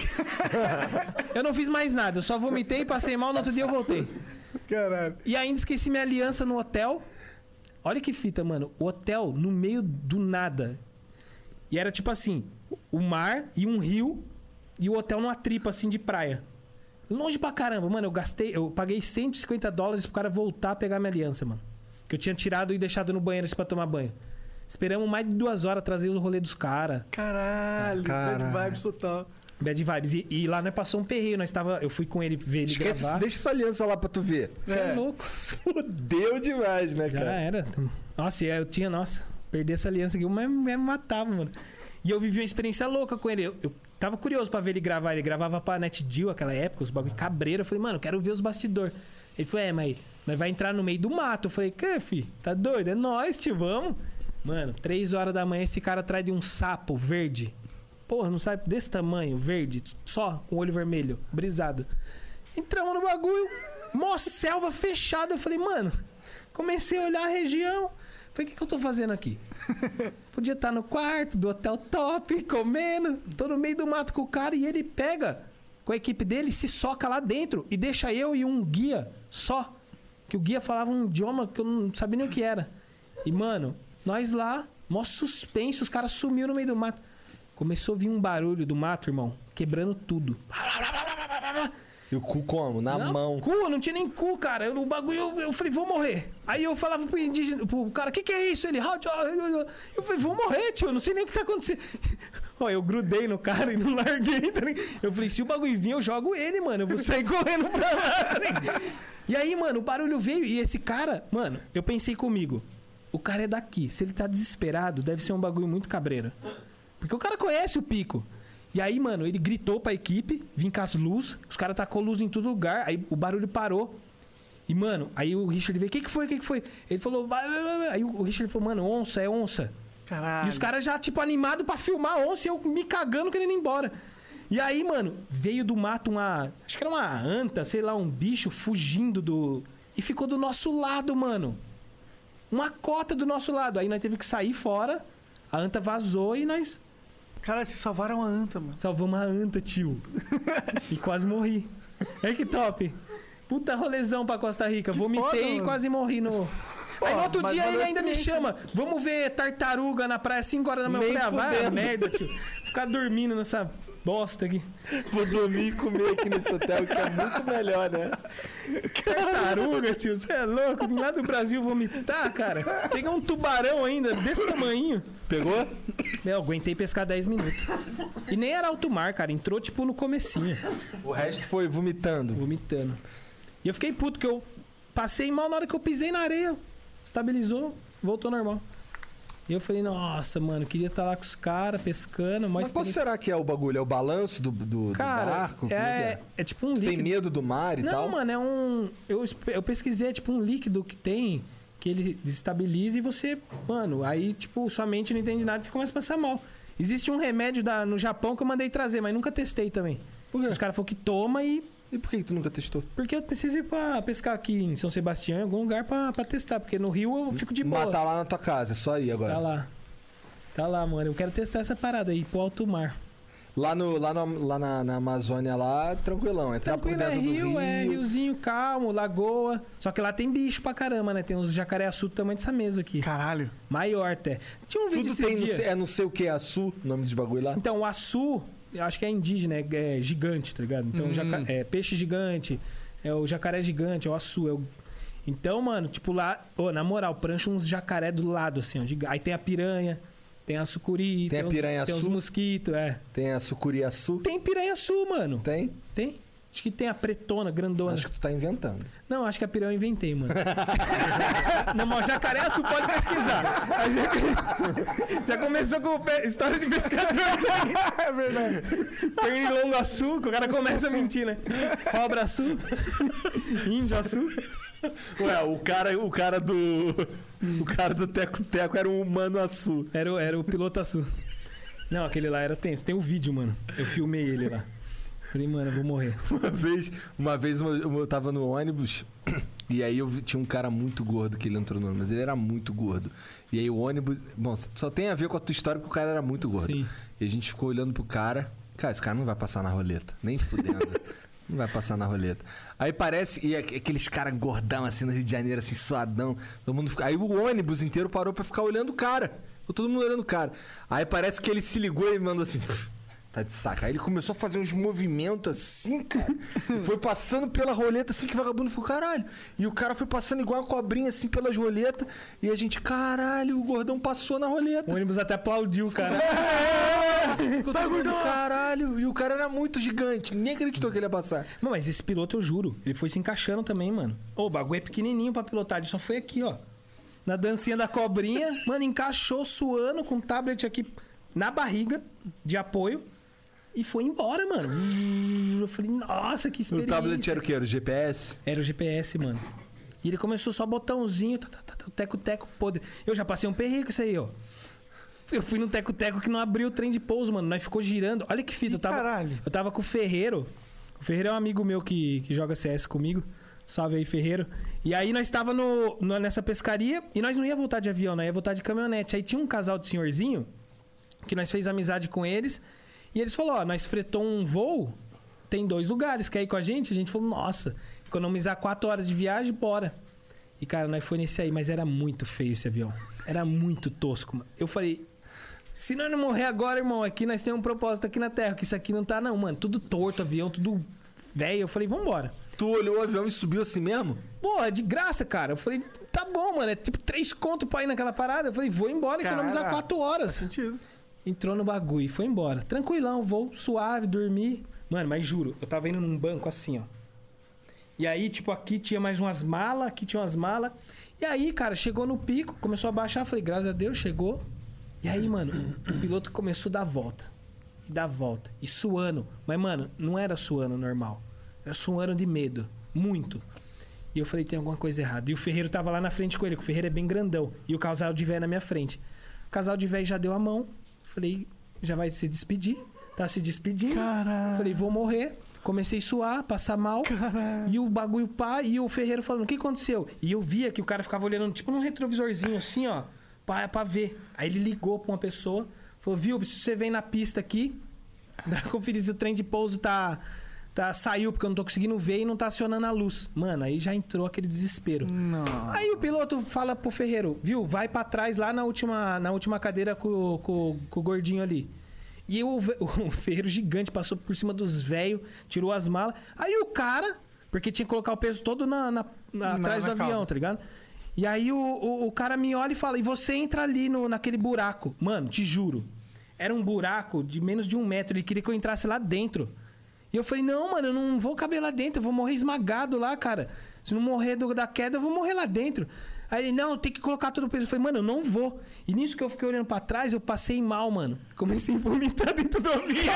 Speaker 3: Eu não fiz mais nada, eu só vomitei, passei mal, no outro dia eu voltei.
Speaker 2: Caralho.
Speaker 3: E ainda esqueci minha aliança no hotel. Olha que fita, mano. O hotel no meio do nada. E era tipo assim, o mar e um rio e o hotel numa tripa assim de praia. Longe pra caramba, mano. Eu gastei, eu paguei cento e cinquenta dólares pro cara voltar a pegar minha aliança, mano. Que eu tinha tirado e deixado no banheiro assim pra tomar banho. Esperamos mais de duas horas trazer o rolê dos caras.
Speaker 2: Caralho,
Speaker 1: Caralho.
Speaker 2: bad vibes total.
Speaker 3: Bad vibes. E, e lá, né, passou um perreio. Nós tava, eu fui com ele ver ele
Speaker 1: Esquece,
Speaker 3: gravar.
Speaker 1: deixa essa aliança lá pra tu ver.
Speaker 3: Você é.
Speaker 2: É.
Speaker 3: louco.
Speaker 1: Fudeu demais, né,
Speaker 3: Já
Speaker 1: cara?
Speaker 3: era. Nossa, e eu tinha, nossa, perder essa aliança aqui, eu me, me matava, mano. E eu vivi uma experiência louca com ele. Eu, eu tava curioso pra ver ele gravar. Ele gravava pra NetGeo, aquela época, os bagulho cabreiro. Eu falei, mano, eu quero ver os bastidores. Ele falou, é, mas nós vai entrar no meio do mato. Eu falei, que, fi? Tá doido? É nóis, tio, vamos. Mano, três horas da manhã, esse cara atrás de um sapo verde. Porra, não sabe? Desse tamanho, verde, só, com o olho vermelho, brisado. Entramos no bagulho, mó selva fechada. Eu falei, mano, comecei a olhar a região. Falei, o que, que eu tô fazendo aqui? Podia estar no quarto do hotel top, comendo. Tô no meio do mato com o cara e ele pega com a equipe dele, se soca lá dentro e deixa eu e um guia só. Que o guia falava um idioma que eu não sabia nem o que era. E, mano, nós lá, mó suspense, os caras sumiu no meio do mato. Começou a vir um barulho do mato, irmão, quebrando tudo.
Speaker 1: E o cu como? Na
Speaker 3: não,
Speaker 1: mão.
Speaker 3: Cu, não tinha nem cu, cara. Eu, o bagulho, eu, eu falei, vou morrer. Aí eu falava pro indígena, pro cara, o que que é isso? Ele, eu falei, vou morrer, tio, eu não sei nem o que tá acontecendo. Ó, eu grudei no cara e não larguei. Tá ligado? Eu falei, se o bagulho vir, eu jogo ele, mano. Eu vou sair correndo pra lá. Tá ligado? E aí, mano, o barulho veio e esse cara, mano, eu pensei comigo, o cara é daqui. Se ele tá desesperado, deve ser um bagulho muito cabreiro. Porque o cara conhece o pico. E aí, mano, ele gritou pra equipe, vim com as luzes, os caras tacou luz em todo lugar, aí o barulho parou. E, mano, aí o Richard veio, o que que foi, o que que foi? Ele falou, vai, vai, vai. Aí o Richard falou, mano, onça, é onça.
Speaker 2: Caralho.
Speaker 3: E os caras já, tipo, animados pra filmar a onça e eu me cagando querendo ir embora. E aí, mano, veio do mato uma, acho que era uma anta, sei lá, um bicho fugindo do... E ficou do nosso lado, mano. Uma cota do nosso lado. Aí nós teve que sair fora, a anta vazou e nós...
Speaker 2: Cara, vocês salvaram a anta, mano.
Speaker 3: Salvamos a anta, tio. E quase morri. É que top. Puta rolezão pra Costa Rica.
Speaker 2: Que
Speaker 3: Vomitei
Speaker 2: foda,
Speaker 3: e
Speaker 2: mano.
Speaker 3: quase morri no... Aí no outro
Speaker 2: mas
Speaker 3: dia
Speaker 2: valeu
Speaker 3: ele
Speaker 2: a
Speaker 3: ainda me
Speaker 2: experiência,
Speaker 3: chama. Vamos ver tartaruga na praia cinco horas da manhã. Eu
Speaker 1: Nem
Speaker 3: falei, ah, vai a
Speaker 1: fudendo.
Speaker 3: merda, tio. Ficar dormindo nessa bosta aqui.
Speaker 1: Vou dormir e comer aqui nesse hotel, que é muito melhor, né?
Speaker 3: Tartaruga, tio. Você é louco? Vim lá do Brasil vomitar, cara. Pegar um tubarão ainda, desse tamanho.
Speaker 1: Pegou?
Speaker 3: Eu aguentei pescar dez minutos. E nem era alto mar, cara. Entrou, tipo, no comecinho.
Speaker 1: O resto foi vomitando.
Speaker 3: Vomitando. E eu fiquei puto, que eu passei mal na hora que eu pisei na areia. Estabilizou, voltou normal. E eu falei, nossa, mano, queria estar lá com os caras, pescando.
Speaker 1: Mas qual será que é o bagulho? É o balanço do, do,
Speaker 3: Cara,
Speaker 1: do barco? Como
Speaker 3: é,
Speaker 1: que
Speaker 3: é tipo um
Speaker 1: Tu tem
Speaker 3: líquido.
Speaker 1: medo do mar e
Speaker 3: Não,
Speaker 1: tal?
Speaker 3: mano, é um... Eu, eu pesquisei, é tipo um líquido que tem, que ele desestabiliza e você... Mano, aí, tipo, sua mente não entende nada e você começa a passar mal. Existe um remédio da, no Japão que eu mandei trazer, mas nunca testei também.
Speaker 1: Por quê?
Speaker 3: Os caras falaram que toma e...
Speaker 1: E por que que tu nunca testou?
Speaker 3: Porque eu preciso ir pra pescar aqui em São Sebastião, em algum lugar pra, pra testar. Porque no Rio eu fico de boa.
Speaker 1: Matar lá na tua casa, é só ir agora.
Speaker 3: Tá lá. Tá lá, mano. Eu quero testar essa parada aí, pro alto mar.
Speaker 1: Lá, no, lá, no, lá na, na Amazônia, lá, tranquilão. Entrar por
Speaker 3: Tranquilo, é
Speaker 1: dentro do
Speaker 3: rio,
Speaker 1: rio.
Speaker 3: é riozinho calmo, lagoa. Só que lá tem bicho pra caramba, né? Tem uns jacaré-açu do tamanho dessa mesa aqui.
Speaker 2: Caralho.
Speaker 3: Maior até. Tinha um vídeo
Speaker 1: Tudo
Speaker 3: esse
Speaker 1: tem, não
Speaker 3: dia.
Speaker 1: sei, é não sei o que, açu, nome de bagulho lá.
Speaker 3: Então, o açu, eu acho que é indígena, é, é gigante, tá ligado? Então,
Speaker 2: Hum.
Speaker 3: jaca- é peixe gigante, é o jacaré gigante, é o açu. É o... Então, mano, tipo lá, ô, na moral, prancha uns jacaré do lado, assim, ó. giga- Aí tem a piranha, tem a sucuri,
Speaker 1: Tem a
Speaker 3: uns-
Speaker 1: piranha-açu?
Speaker 3: tem os mosquitos, é.
Speaker 1: Tem a sucuriaçu.
Speaker 3: Tem piranha-açu, mano.
Speaker 1: Tem?
Speaker 3: Tem? Acho que tem a pretona, grandona.
Speaker 1: Acho que tu tá inventando.
Speaker 3: Não, acho que a piranha eu inventei, mano. Não, mas o jacaré-açu pode pesquisar. A gente- Já começou com pe- história de pescador. É verdade. Pernilongo açu, que o cara começa a mentir, né? Cobra açu. Índio açu.
Speaker 1: Ué, o cara, o cara do. O cara do Teco Teco era um humano açu.
Speaker 3: Era, o- era o piloto açu. Não, aquele lá era tenso. Tem o vídeo, mano. Eu filmei ele lá. Falei, mano, eu vou morrer.
Speaker 1: Uma vez, uma vez eu eu tava no ônibus E aí eu vi, tinha um cara muito gordo que ele entrou no ônibus, mas ele era muito gordo. E aí o ônibus... Bom, só tem a ver com a tua história porque o cara era muito gordo.
Speaker 3: Sim.
Speaker 1: E a gente ficou olhando pro cara. Cara, esse cara não vai passar na roleta. Nem fudendo. Não vai passar na roleta. Aí parece... E aqueles caras gordão assim no Rio de Janeiro, assim, suadão. Todo mundo fica... Aí o ônibus inteiro parou pra ficar olhando o cara. Ficou todo mundo olhando o cara. Aí parece que ele se ligou e mandou assim... Tá de saca. Aí ele começou a fazer uns movimentos assim, cara. Foi passando pela roleta assim que o vagabundo falou, caralho. E o cara foi passando igual uma cobrinha assim pelas roletas. E a gente, caralho, o gordão passou na roleta.
Speaker 3: O ônibus até aplaudiu, cara.
Speaker 1: Ficou todo mundo, caralho. E o cara era muito gigante. Ninguém acreditou que ele ia passar.
Speaker 3: Não, mas esse piloto, eu juro, ele foi se encaixando também, mano. Ô, o bagulho é pequenininho pra pilotar. Ele só foi aqui, ó. Na dancinha da cobrinha. Mano, encaixou suando com o tablet aqui na barriga de apoio. E foi embora, mano. Eu falei, nossa, que
Speaker 1: O
Speaker 3: experiência.
Speaker 1: tablet era o quê? Era o G P S?
Speaker 3: Era o G P S, mano. E ele começou só botãozinho, tá, tá, tá, teco-teco podre. Eu já passei um perrengue com isso aí, ó. Eu fui no teco-teco que não abriu o trem de pouso, mano. Nós ficou girando. Olha que fita. Eu tava,
Speaker 2: Caralho.
Speaker 3: eu tava com o Ferreiro. O Ferreiro é um amigo meu que, que joga C S comigo. Salve aí, Ferreiro. E aí nós tava no, no- nessa pescaria e nós não ia voltar de avião, nós ia voltar de caminhonete. Aí tinha um casal de senhorzinho que nós fez amizade com eles. E eles falaram, ó, nós fretou um voo, tem dois lugares, quer ir com a gente? A gente falou, nossa, economizar quatro horas de viagem, bora. E, cara, nós foi nesse aí, mas era muito feio esse avião. Era muito tosco, mano. Eu falei, se nós não morrer agora, irmão, aqui nós temos um propósito aqui na Terra, que isso aqui não tá não, mano. Tudo torto, avião, tudo velho. Eu falei, vambora.
Speaker 1: Tu olhou o avião e subiu assim mesmo?
Speaker 3: Pô, é de graça, cara. Eu falei, tá bom, mano, é tipo três conto pra ir naquela parada. Eu falei, vou embora, economizar
Speaker 2: Caraca.
Speaker 3: quatro horas.
Speaker 2: Sentido.
Speaker 3: Entrou no bagulho e foi embora. Tranquilão, vou suave, dormir. Mano, mas juro, eu tava indo num banco assim, ó. E aí, tipo, aqui tinha mais umas malas, aqui tinha umas malas. E aí, cara, chegou no pico, começou a baixar. Falei, graças a Deus, chegou. E aí, mano, o piloto começou a dar volta. E dar volta. E suando. Mas, mano, não era suando normal. Era suando de medo. Muito. E eu falei, tem alguma coisa errada. E o Ferreiro tava lá na frente com ele, que o Ferreiro é bem grandão. E o casal de véio na minha frente. O casal de véio já deu a mão. Falei, já vai se despedir. Tá se despedindo.
Speaker 2: Caralho.
Speaker 3: Falei, vou morrer. Comecei a suar, passar mal.
Speaker 2: Caralho.
Speaker 3: E o bagulho pá. E o Ferreiro falando, o que aconteceu? E eu via que o cara ficava olhando, tipo, num retrovisorzinho assim, ó. Pra, pra ver. Aí ele ligou pra uma pessoa. Falou, viu, se você vem na pista aqui, dá pra conferir se o trem de pouso tá, tá... Saiu, porque eu não tô conseguindo ver e não tá acionando a luz. Mano, aí já entrou aquele desespero.
Speaker 2: Não.
Speaker 3: Aí o piloto fala pro Ferreiro, viu, vai pra trás lá na última, na última cadeira com, com, com o gordinho ali. E o, o Ferreiro gigante passou por cima dos velhos, tirou as malas. Aí o cara, porque tinha que colocar o peso todo na, na, na- atrás
Speaker 2: na
Speaker 3: do avião,
Speaker 2: cauda.
Speaker 3: tá ligado? E aí o, o, o cara me olha e fala, e você entra ali no, naquele buraco. Mano, te juro, era um buraco de menos de um metro, ele queria que eu entrasse lá dentro. E eu falei, não, mano, eu não vou caber lá dentro, eu vou morrer esmagado lá, cara. Se não morrer do- da queda, eu vou morrer lá dentro. Aí ele, não, tem que colocar todo o peso. Eu falei, mano, eu não vou. E nisso que eu fiquei olhando pra trás, eu passei mal, mano. Comecei a vomitar dentro do avião.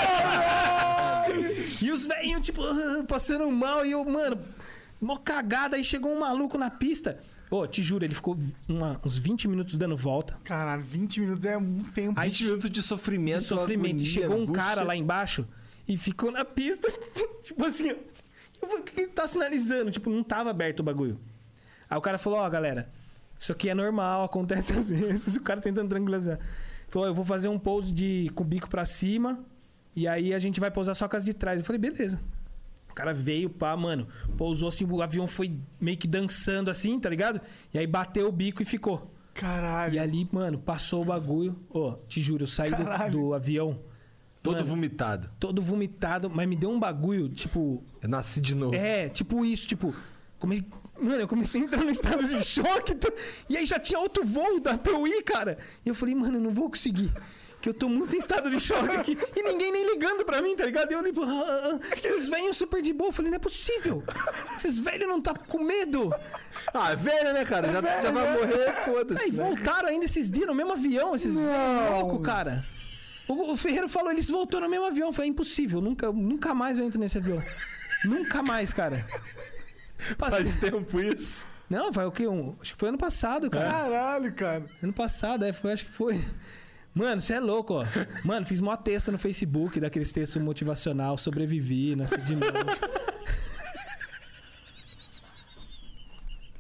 Speaker 3: E os velhinhos, tipo, ah, passando mal. E eu, mano, mó cagada. Aí chegou um maluco na pista. Ô, te juro, ele ficou uma- uns vinte minutos dando volta.
Speaker 2: Caralho, vinte minutos é um tempo.
Speaker 3: Aí
Speaker 1: vinte minutos de sofrimento.
Speaker 3: de sofrimento.
Speaker 1: agonia,
Speaker 3: E chegou um
Speaker 1: angústia.
Speaker 3: cara lá embaixo e ficou na pista, tipo assim, ó. Eu falei, o que ele tá sinalizando? Tipo, não tava aberto o bagulho. Aí o cara falou, ó, galera, isso aqui é normal, acontece às vezes. O cara tentando tranquilizar. Falou, eu vou fazer um pouso de, com o bico pra cima e aí a gente vai pousar só com as de trás. Eu falei, beleza. O cara veio, pá, mano, pousou assim, o avião foi meio que dançando assim, tá ligado? E aí bateu o bico e ficou.
Speaker 2: Caralho.
Speaker 3: E ali, mano, passou o bagulho. Ô, te juro, eu saí do,
Speaker 2: Caralho.
Speaker 3: do avião
Speaker 1: Todo
Speaker 3: Mano.
Speaker 1: vomitado.
Speaker 3: todo vomitado, mas me deu um bagulho, tipo...
Speaker 1: Eu nasci de novo.
Speaker 3: É, tipo isso, tipo... Come... Mano, eu comecei a entrar no estado de choque. tô- E aí já tinha outro voo da pra eu ir, cara. E eu falei, mano, eu não vou conseguir. Que eu tô muito em estado de choque aqui. E ninguém nem ligando pra mim, tá ligado? E eu tipo... ah, ah, ah. E os velhos super de boa. Eu falei, não é possível. Esses velhos não tá com medo.
Speaker 1: Ah, é velho, né, cara? Já, já vai morrer, foda-se.
Speaker 3: Aí
Speaker 1: né?
Speaker 3: voltaram ainda esses dias no mesmo avião, esses velhos loucos, cara. O, o Ferreiro falou, eles voltaram no mesmo avião. Eu falei, é impossível, nunca, nunca mais eu entro nesse avião. Nunca mais, cara. Passei-
Speaker 1: Faz tempo isso.
Speaker 3: Não, vai o quê? Um... Acho que foi ano passado, cara.
Speaker 2: Caralho, cara.
Speaker 3: Ano passado, é, foi, acho que foi. Mano, você é louco, ó. Mano, fiz mó texto no Facebook, daqueles textos motivacional, sobrevivi, nasci de novo.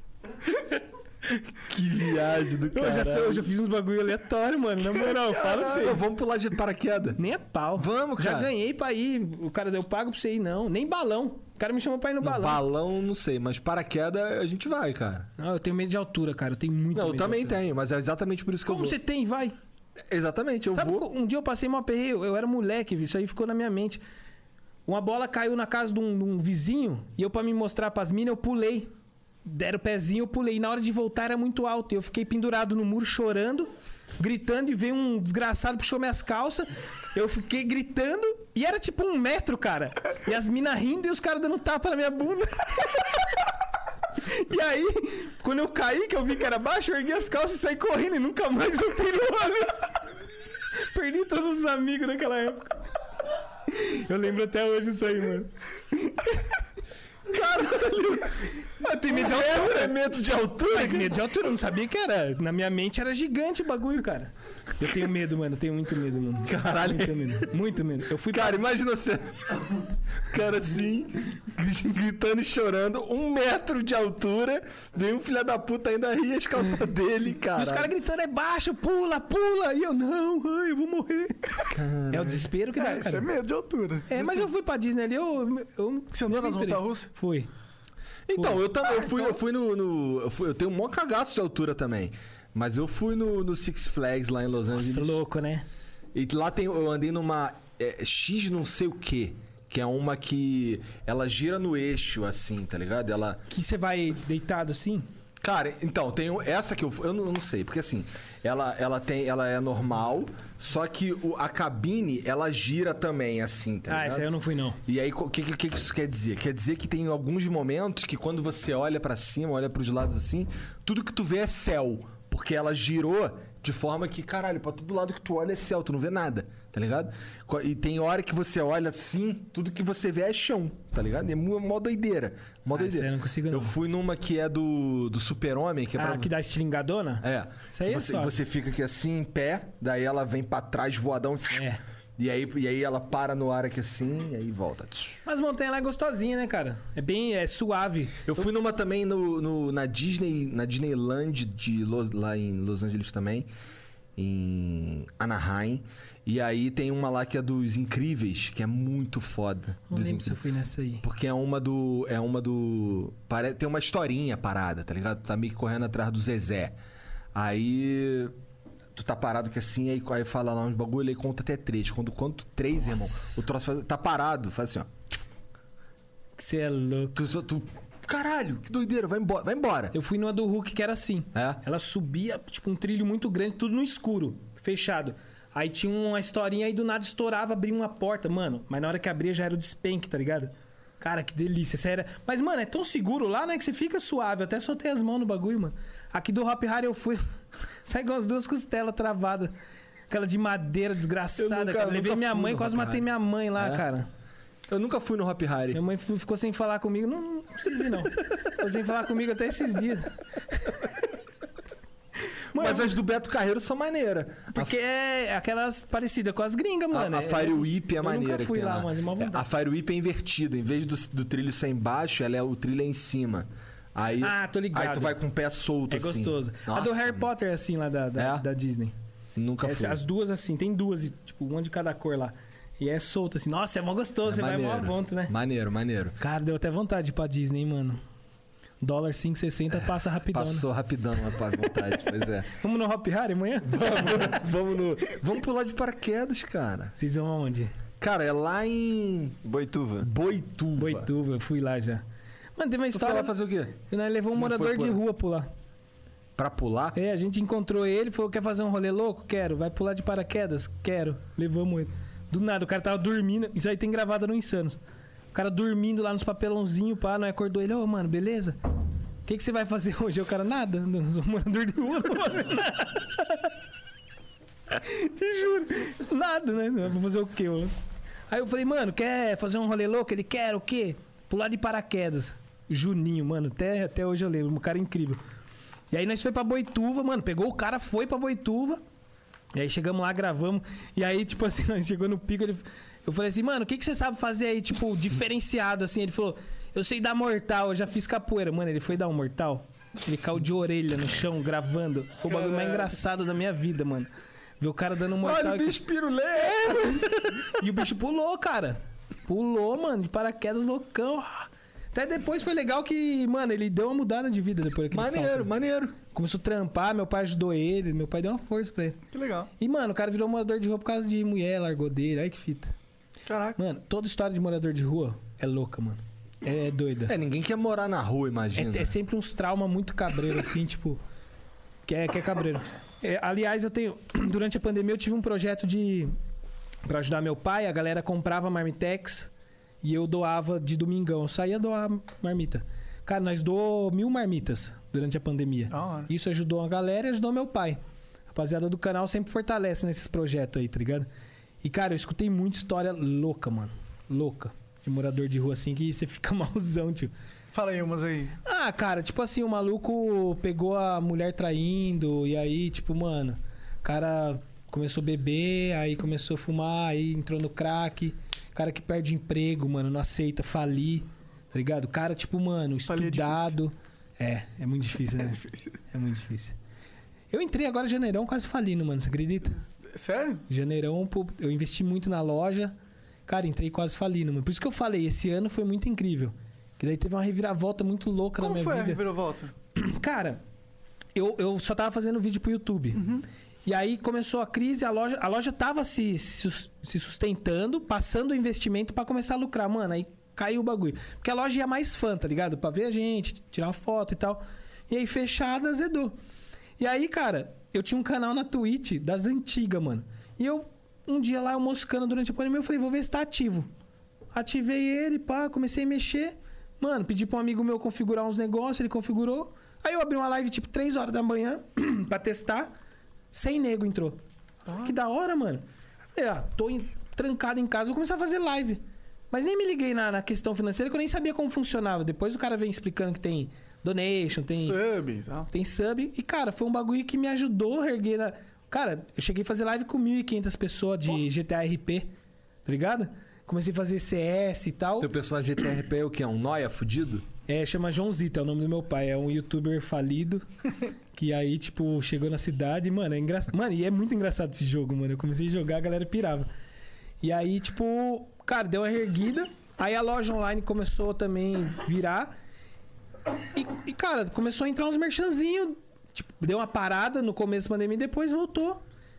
Speaker 1: viagem do
Speaker 3: Eu
Speaker 1: cara.
Speaker 3: já, sei, eu já fiz uns bagulho aleatório, mano. Na moral, fala pra você.
Speaker 1: Vamos pular de paraquedas.
Speaker 3: Nem é pau.
Speaker 1: Vamos,
Speaker 3: Já
Speaker 1: cara.
Speaker 3: ganhei pra ir. O cara deu, eu pago pra você ir, não. Nem balão. O cara me chamou pra ir no,
Speaker 1: No
Speaker 3: balão.
Speaker 1: balão, não sei, mas paraquedas a gente vai, cara.
Speaker 3: Não, eu tenho medo de altura, cara. Eu tenho muito
Speaker 1: Não,
Speaker 3: medo
Speaker 1: eu
Speaker 3: de
Speaker 1: também
Speaker 3: altura.
Speaker 1: tenho, mas é exatamente por isso que
Speaker 3: Como
Speaker 1: eu vou.
Speaker 3: você tem? Vai.
Speaker 1: Exatamente, eu
Speaker 3: Sabe,
Speaker 1: vou.
Speaker 3: um dia eu passei uma perreio, eu era moleque, isso aí ficou na minha mente. Uma bola caiu na casa de um, de um vizinho e eu, pra me mostrar pras minas, eu pulei. Deram o pezinho, eu pulei. E na hora de voltar era muito alto. E eu fiquei pendurado no muro chorando, gritando, e veio um desgraçado, puxou minhas calças. Eu fiquei gritando e era tipo um metro, cara. E as minas rindo e os caras dando tapa na minha bunda. E aí, quando eu caí, que eu vi que era baixo, eu ergui as calças e saí correndo e nunca mais voltei no olho. Perdi todos os amigos naquela época. Eu lembro até hoje isso aí, mano. Caralho! Eu tenho medo de altura.
Speaker 1: É medo de altura?
Speaker 3: Mas medo de altura, eu não sabia que era. Na minha mente era gigante o bagulho, cara. Eu tenho medo, mano. Eu tenho muito medo, mano.
Speaker 1: Caralho.
Speaker 3: Muito medo. Muito medo. Eu fui pra...
Speaker 1: Cara, imagina você. Cara assim, gritando e chorando, um metro de altura, vem um filho da puta ainda ri as calças dele, cara.
Speaker 3: E os caras gritando, é baixo, pula, pula. E eu, não, ai, eu vou morrer. É o desespero que dá,
Speaker 2: É, isso é
Speaker 3: cara.
Speaker 2: medo de altura.
Speaker 3: É, mas eu fui pra Disney ali, eu... eu
Speaker 2: Você andou
Speaker 3: me
Speaker 2: nas
Speaker 3: aventurei.
Speaker 2: montanhas-russas?
Speaker 3: Fui.
Speaker 1: Então, eu também eu fui,
Speaker 2: então-
Speaker 1: eu fui no. no- eu, fui- eu tenho um maior cagaço de altura também. Mas eu fui no, no Six Flags lá em Los Angeles.
Speaker 3: Nossa, louco, né?
Speaker 1: E lá tem, eu andei numa é, X não sei o que. Que é uma que ela gira no eixo, assim, tá ligado? Ela.
Speaker 3: Que você vai deitado assim?
Speaker 1: Cara, então, tem um- essa que eu eu não, eu não sei, porque assim, ela, ela tem. Ela é normal, só que o- a cabine, ela gira também, assim, tá
Speaker 3: Ah,
Speaker 1: ligado?
Speaker 3: essa aí eu não fui, não.
Speaker 1: E aí, o que, que, que isso quer dizer? Quer dizer que tem alguns momentos que quando você olha pra cima, olha pros lados assim, tudo que tu vê é céu. Porque ela girou de forma que, caralho, pra todo lado que tu olha é céu, tu não vê nada, tá ligado? Co- E tem hora que você olha assim, tudo que você vê é chão, tá ligado? É mó mó doideira. Mó
Speaker 3: Ah,
Speaker 1: doideira.
Speaker 3: essa aí eu não consigo, não.
Speaker 1: Eu fui numa que é do, do Super-Homem, que é
Speaker 3: Ah,
Speaker 1: pra...
Speaker 3: que dá estilingadona?
Speaker 1: É.
Speaker 3: Isso aí
Speaker 1: Que
Speaker 3: é
Speaker 1: você,
Speaker 3: suave.
Speaker 1: você fica aqui assim, em pé, daí ela vem pra trás, voadão.
Speaker 3: É.
Speaker 1: E aí, e aí ela para no ar aqui assim, e aí volta.
Speaker 3: Mas montanha lá é gostosinha, né, cara? É bem é suave.
Speaker 1: Eu fui numa também no, no- na Disney, na Disneyland de Los- lá em Los Angeles também, em Anaheim. E aí tem uma lá que é dos Incríveis, que é muito foda.
Speaker 3: Não
Speaker 1: dos
Speaker 3: lembro se eu
Speaker 1: Incríveis.
Speaker 3: fui nessa aí.
Speaker 1: Porque é uma do. É uma do. pare- Tem uma historinha parada, tá ligado? Tu tá meio que correndo atrás do Zezé. Aí. Tu tá parado que assim, aí, aí fala lá uns bagulho, aí conta até três. Quando conta três, irmão, o troço faz- tá parado, faz assim, ó.
Speaker 3: Que você é louco.
Speaker 1: Tu, só- tu, caralho, que doideira, vai embora. Vai embora.
Speaker 3: Eu fui numa do Hulk que era assim.
Speaker 1: É?
Speaker 3: Ela subia, tipo, um trilho muito grande, tudo no escuro, fechado. Aí tinha uma historinha aí do nada estourava, abria uma porta, mano. Mas na hora que abria já era o despenque, tá ligado? Cara, que delícia, sério. Mas, mano, é tão seguro lá, né, que você fica suave. Eu até soltei as mãos no bagulho, mano. Aqui do Hop Harry eu fui. Saí com as duas costelas travadas. Aquela de madeira
Speaker 1: Eu
Speaker 3: desgraçada,
Speaker 1: nunca-
Speaker 3: cara. Levei
Speaker 1: nunca
Speaker 3: minha
Speaker 1: fui
Speaker 3: mãe,
Speaker 1: no
Speaker 3: quase
Speaker 1: Hop
Speaker 3: matei
Speaker 1: Harry.
Speaker 3: minha mãe lá,
Speaker 1: É?
Speaker 3: cara.
Speaker 1: Eu nunca fui no Hop Harry.
Speaker 3: Minha mãe f- ficou sem falar comigo. Não, não precisa ir, não. Ficou sem falar comigo até esses dias. Mano,
Speaker 1: Mas as do Beto Carreiro são maneiras.
Speaker 3: porque é aquelas parecidas com as gringas, mano.
Speaker 1: A, a
Speaker 3: É-
Speaker 1: Fire Whip é
Speaker 3: eu
Speaker 1: maneira.
Speaker 3: nunca fui
Speaker 1: que tem
Speaker 3: lá, mano, de má
Speaker 1: É,
Speaker 3: vontade.
Speaker 1: a Fire Whip é invertida. Em vez do, do trilho ser embaixo, ela é, o trilho é em cima. Aí,
Speaker 3: Ah, tô ligado.
Speaker 1: Aí tu vai com o pé solto
Speaker 3: É
Speaker 1: assim.
Speaker 3: gostoso. a do
Speaker 1: Nossa,
Speaker 3: Harry Potter é assim lá da, da,
Speaker 1: É?
Speaker 3: da Disney.
Speaker 1: Nunca
Speaker 3: Essa-
Speaker 1: fui.
Speaker 3: as duas assim, tem duas, e, tipo, uma de cada cor lá. E é solto assim. Nossa, é mó gostoso,
Speaker 1: É
Speaker 3: você vai mó
Speaker 1: maneiro.
Speaker 3: avonto, né?
Speaker 1: Maneiro, maneiro.
Speaker 3: Cara, deu até vontade de ir pra Disney, hein, mano. Dólar cinco e sessenta passa rapidão,
Speaker 1: Passou rapidão a tua vontade, pois é.
Speaker 3: né? Vamos no Hop Harry amanhã?
Speaker 1: Vamos, vamos no. Vamos pular de paraquedas, cara.
Speaker 3: Vocês vão aonde?
Speaker 1: Cara, é lá em
Speaker 4: Boituva.
Speaker 1: Boituva.
Speaker 3: Boituva, eu fui lá já. Mano, tem uma
Speaker 1: Tu foi
Speaker 3: história...
Speaker 1: lá fazer o quê?
Speaker 3: Nós levou um
Speaker 1: Você não
Speaker 3: morador
Speaker 1: foi
Speaker 3: de
Speaker 1: pular?
Speaker 3: rua pular.
Speaker 1: Pra pular?
Speaker 3: É, a gente encontrou ele, falou, quer fazer um rolê louco? Quero. Vai pular de paraquedas? Quero. Levamos ele. Do nada, o cara tava dormindo. Isso aí tem gravado no Insanos. O cara dormindo lá nos papelãozinhos, pá, nós acordou ele. Ô, mano, beleza? O que, que você vai fazer hoje? O cara, nada. Não sou morador de rua, não vou fazer nada. Te juro. Nada, né? Vou fazer o quê? Mano? Aí eu falei, mano, quer fazer um rolê louco? Ele quer o quê? Pular de paraquedas. Juninho, mano, até, até hoje eu lembro. Um cara incrível. E aí nós foi pra Boituva, mano. Pegou o cara, foi pra Boituva. E aí chegamos lá, gravamos. E aí, tipo assim, nós chegou no pico. Ele, eu falei assim, mano, o que, que você sabe fazer aí, tipo, diferenciado, assim? Ele falou, eu sei dar mortal, eu já fiz capoeira. Mano, ele foi dar um mortal. Ele caiu de orelha no chão, gravando. Foi o bagulho mais engraçado da minha vida, mano. Ver o cara dando um mortal...
Speaker 1: Olha o bicho pirulê!
Speaker 3: É, mano. E o bicho pulou, cara. Pulou, mano, de paraquedas loucão. Até depois foi legal que, mano, ele deu uma mudada de vida depois daquele
Speaker 1: Maneiro,
Speaker 3: salto.
Speaker 1: maneiro.
Speaker 3: Começou a trampar, meu pai ajudou ele, meu pai deu uma força pra ele.
Speaker 2: Que legal.
Speaker 3: E, mano, o cara virou morador de rua por causa de mulher, largou dele, aí que fita.
Speaker 2: Caraca.
Speaker 3: Mano, toda história de morador de rua é louca, mano. É, é doida.
Speaker 1: É, ninguém quer morar na rua, imagina.
Speaker 3: É, é sempre uns traumas muito cabreiro, assim, tipo... Que é, que é cabreiro. É, aliás, eu tenho... Durante a pandemia eu tive um projeto de... Pra ajudar meu pai, a galera comprava marmitex e eu doava de domingão. Eu saía doar marmita. Cara, nós doou mil marmitas durante a pandemia.
Speaker 2: Da hora.
Speaker 3: Isso ajudou a galera e ajudou meu pai. A rapaziada do canal sempre fortalece nesses projetos aí, tá ligado? E, cara, eu escutei muita história louca, mano. Louca. De morador de rua, assim, que você fica malzão, tio.
Speaker 2: Fala aí umas aí.
Speaker 3: Ah, cara, tipo assim, o maluco pegou a mulher traindo, e aí, tipo, mano, o cara começou a beber, aí começou a fumar, aí entrou no crack. Cara que perde emprego, mano, não aceita, falir, tá ligado? Cara, tipo, mano,
Speaker 2: Falir é
Speaker 3: estudado. É, é muito difícil, né? É muito difícil. Eu entrei agora em janeirão quase falindo, mano, você acredita?
Speaker 2: Sério?
Speaker 3: Janeirão, pô, eu investi muito na loja. Cara, entrei quase falindo, mano. Por isso que eu falei, esse ano foi muito incrível. Que daí teve uma reviravolta muito louca
Speaker 2: Como
Speaker 3: na minha
Speaker 2: foi
Speaker 3: vida.
Speaker 2: a reviravolta?
Speaker 3: Cara, eu, eu só tava fazendo vídeo pro YouTube.
Speaker 2: Uhum.
Speaker 3: E aí começou a crise, a loja, a loja tava se, se, se sustentando, passando o investimento pra começar a lucrar. Mano, aí caiu o bagulho. Porque a loja ia mais fã, tá ligado? Pra ver a gente, tirar uma foto e tal. E aí fechada, azedou. E aí, cara, eu tinha um canal na Twitch das antigas, mano. E eu, um dia lá, eu moscando durante a pandemia, eu falei, vou ver se tá ativo. Ativei ele, pá, comecei a mexer. Mano, pedi pra um amigo meu configurar uns negócios, ele configurou. Aí eu abri uma live tipo três horas da manhã pra testar. Sem nego entrou. Ah. Que da hora, mano. Eu falei, ah, tô em, trancado em casa, vou começar a fazer live. Mas nem me liguei na, na questão financeira, que eu nem sabia como funcionava. Depois o cara vem explicando que tem donation, tem
Speaker 2: Sub e tal.
Speaker 3: tem sub. E, cara, foi um bagulho que me ajudou a erguer na... Cara, eu cheguei a fazer live com mil e quinhentas pessoas de oh. G T A R P, tá ligado? Comecei a fazer C S e tal.
Speaker 1: Teu personagem de G T A R P é o quê? É um nóia fudido?
Speaker 3: É, chama Joãozito, é o nome do meu pai. É um youtuber falido. Que aí, tipo, chegou na cidade. Mano, é engraçado. Mano, e é muito engraçado esse jogo, mano. Eu comecei a jogar, a galera pirava. E aí, tipo, cara, deu uma erguida. Aí a loja online começou também a virar. E, e, cara, começou a entrar uns merchanzinhos. Tipo, deu uma parada no começo da pandemia e depois voltou.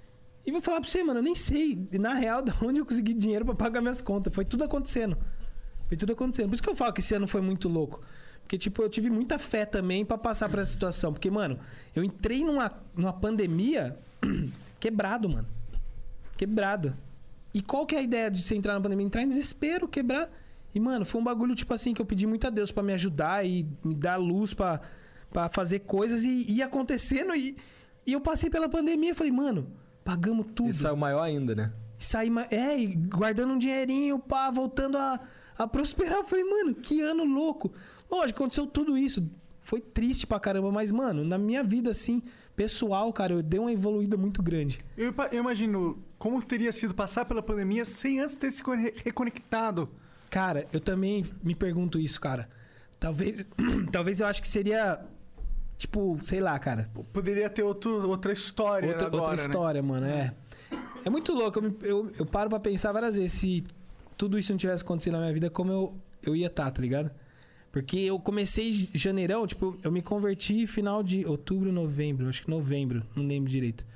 Speaker 3: E vou falar pra você, mano, eu nem sei, na real, de onde eu consegui dinheiro pra pagar minhas contas. Foi tudo acontecendo. Foi tudo acontecendo. Por isso que eu falo que esse ano foi muito louco. Porque, tipo, eu tive muita fé também pra passar por essa situação. Porque, mano, eu entrei numa, numa pandemia quebrado, mano. Quebrado. E qual que é a ideia de você entrar na pandemia? Entrar em desespero, quebrar. E, mano, foi um bagulho, tipo assim, que eu pedi muito a Deus pra me ajudar e me dar luz pra, pra fazer coisas. E ia acontecendo. E, e eu passei pela pandemia e falei, mano, pagamos tudo.
Speaker 1: E saiu maior ainda, né?
Speaker 3: E saí, é, e guardando um dinheirinho, pá, voltando a... a prosperar. Eu falei, mano, que ano louco. Lógico, aconteceu tudo isso. Foi triste pra caramba, mas, mano, na minha vida, assim, pessoal, cara, eu dei uma evoluída muito grande.
Speaker 2: Eu, eu imagino como teria sido passar pela pandemia sem antes ter se reconectado.
Speaker 3: Cara, eu também me pergunto isso, cara. Talvez, talvez eu acho que seria, tipo, sei lá, cara.
Speaker 2: Poderia ter outro, outra história
Speaker 3: outra,
Speaker 2: agora,
Speaker 3: outra história,
Speaker 2: né?
Speaker 3: mano, é. É muito louco. Eu, me, eu, eu paro pra pensar várias vezes se tudo isso não tivesse acontecido na minha vida, como eu, eu ia estar, tá, tá ligado? Porque eu comecei janeirão, tipo, eu me converti final de outubro, novembro, acho que novembro, não lembro direito.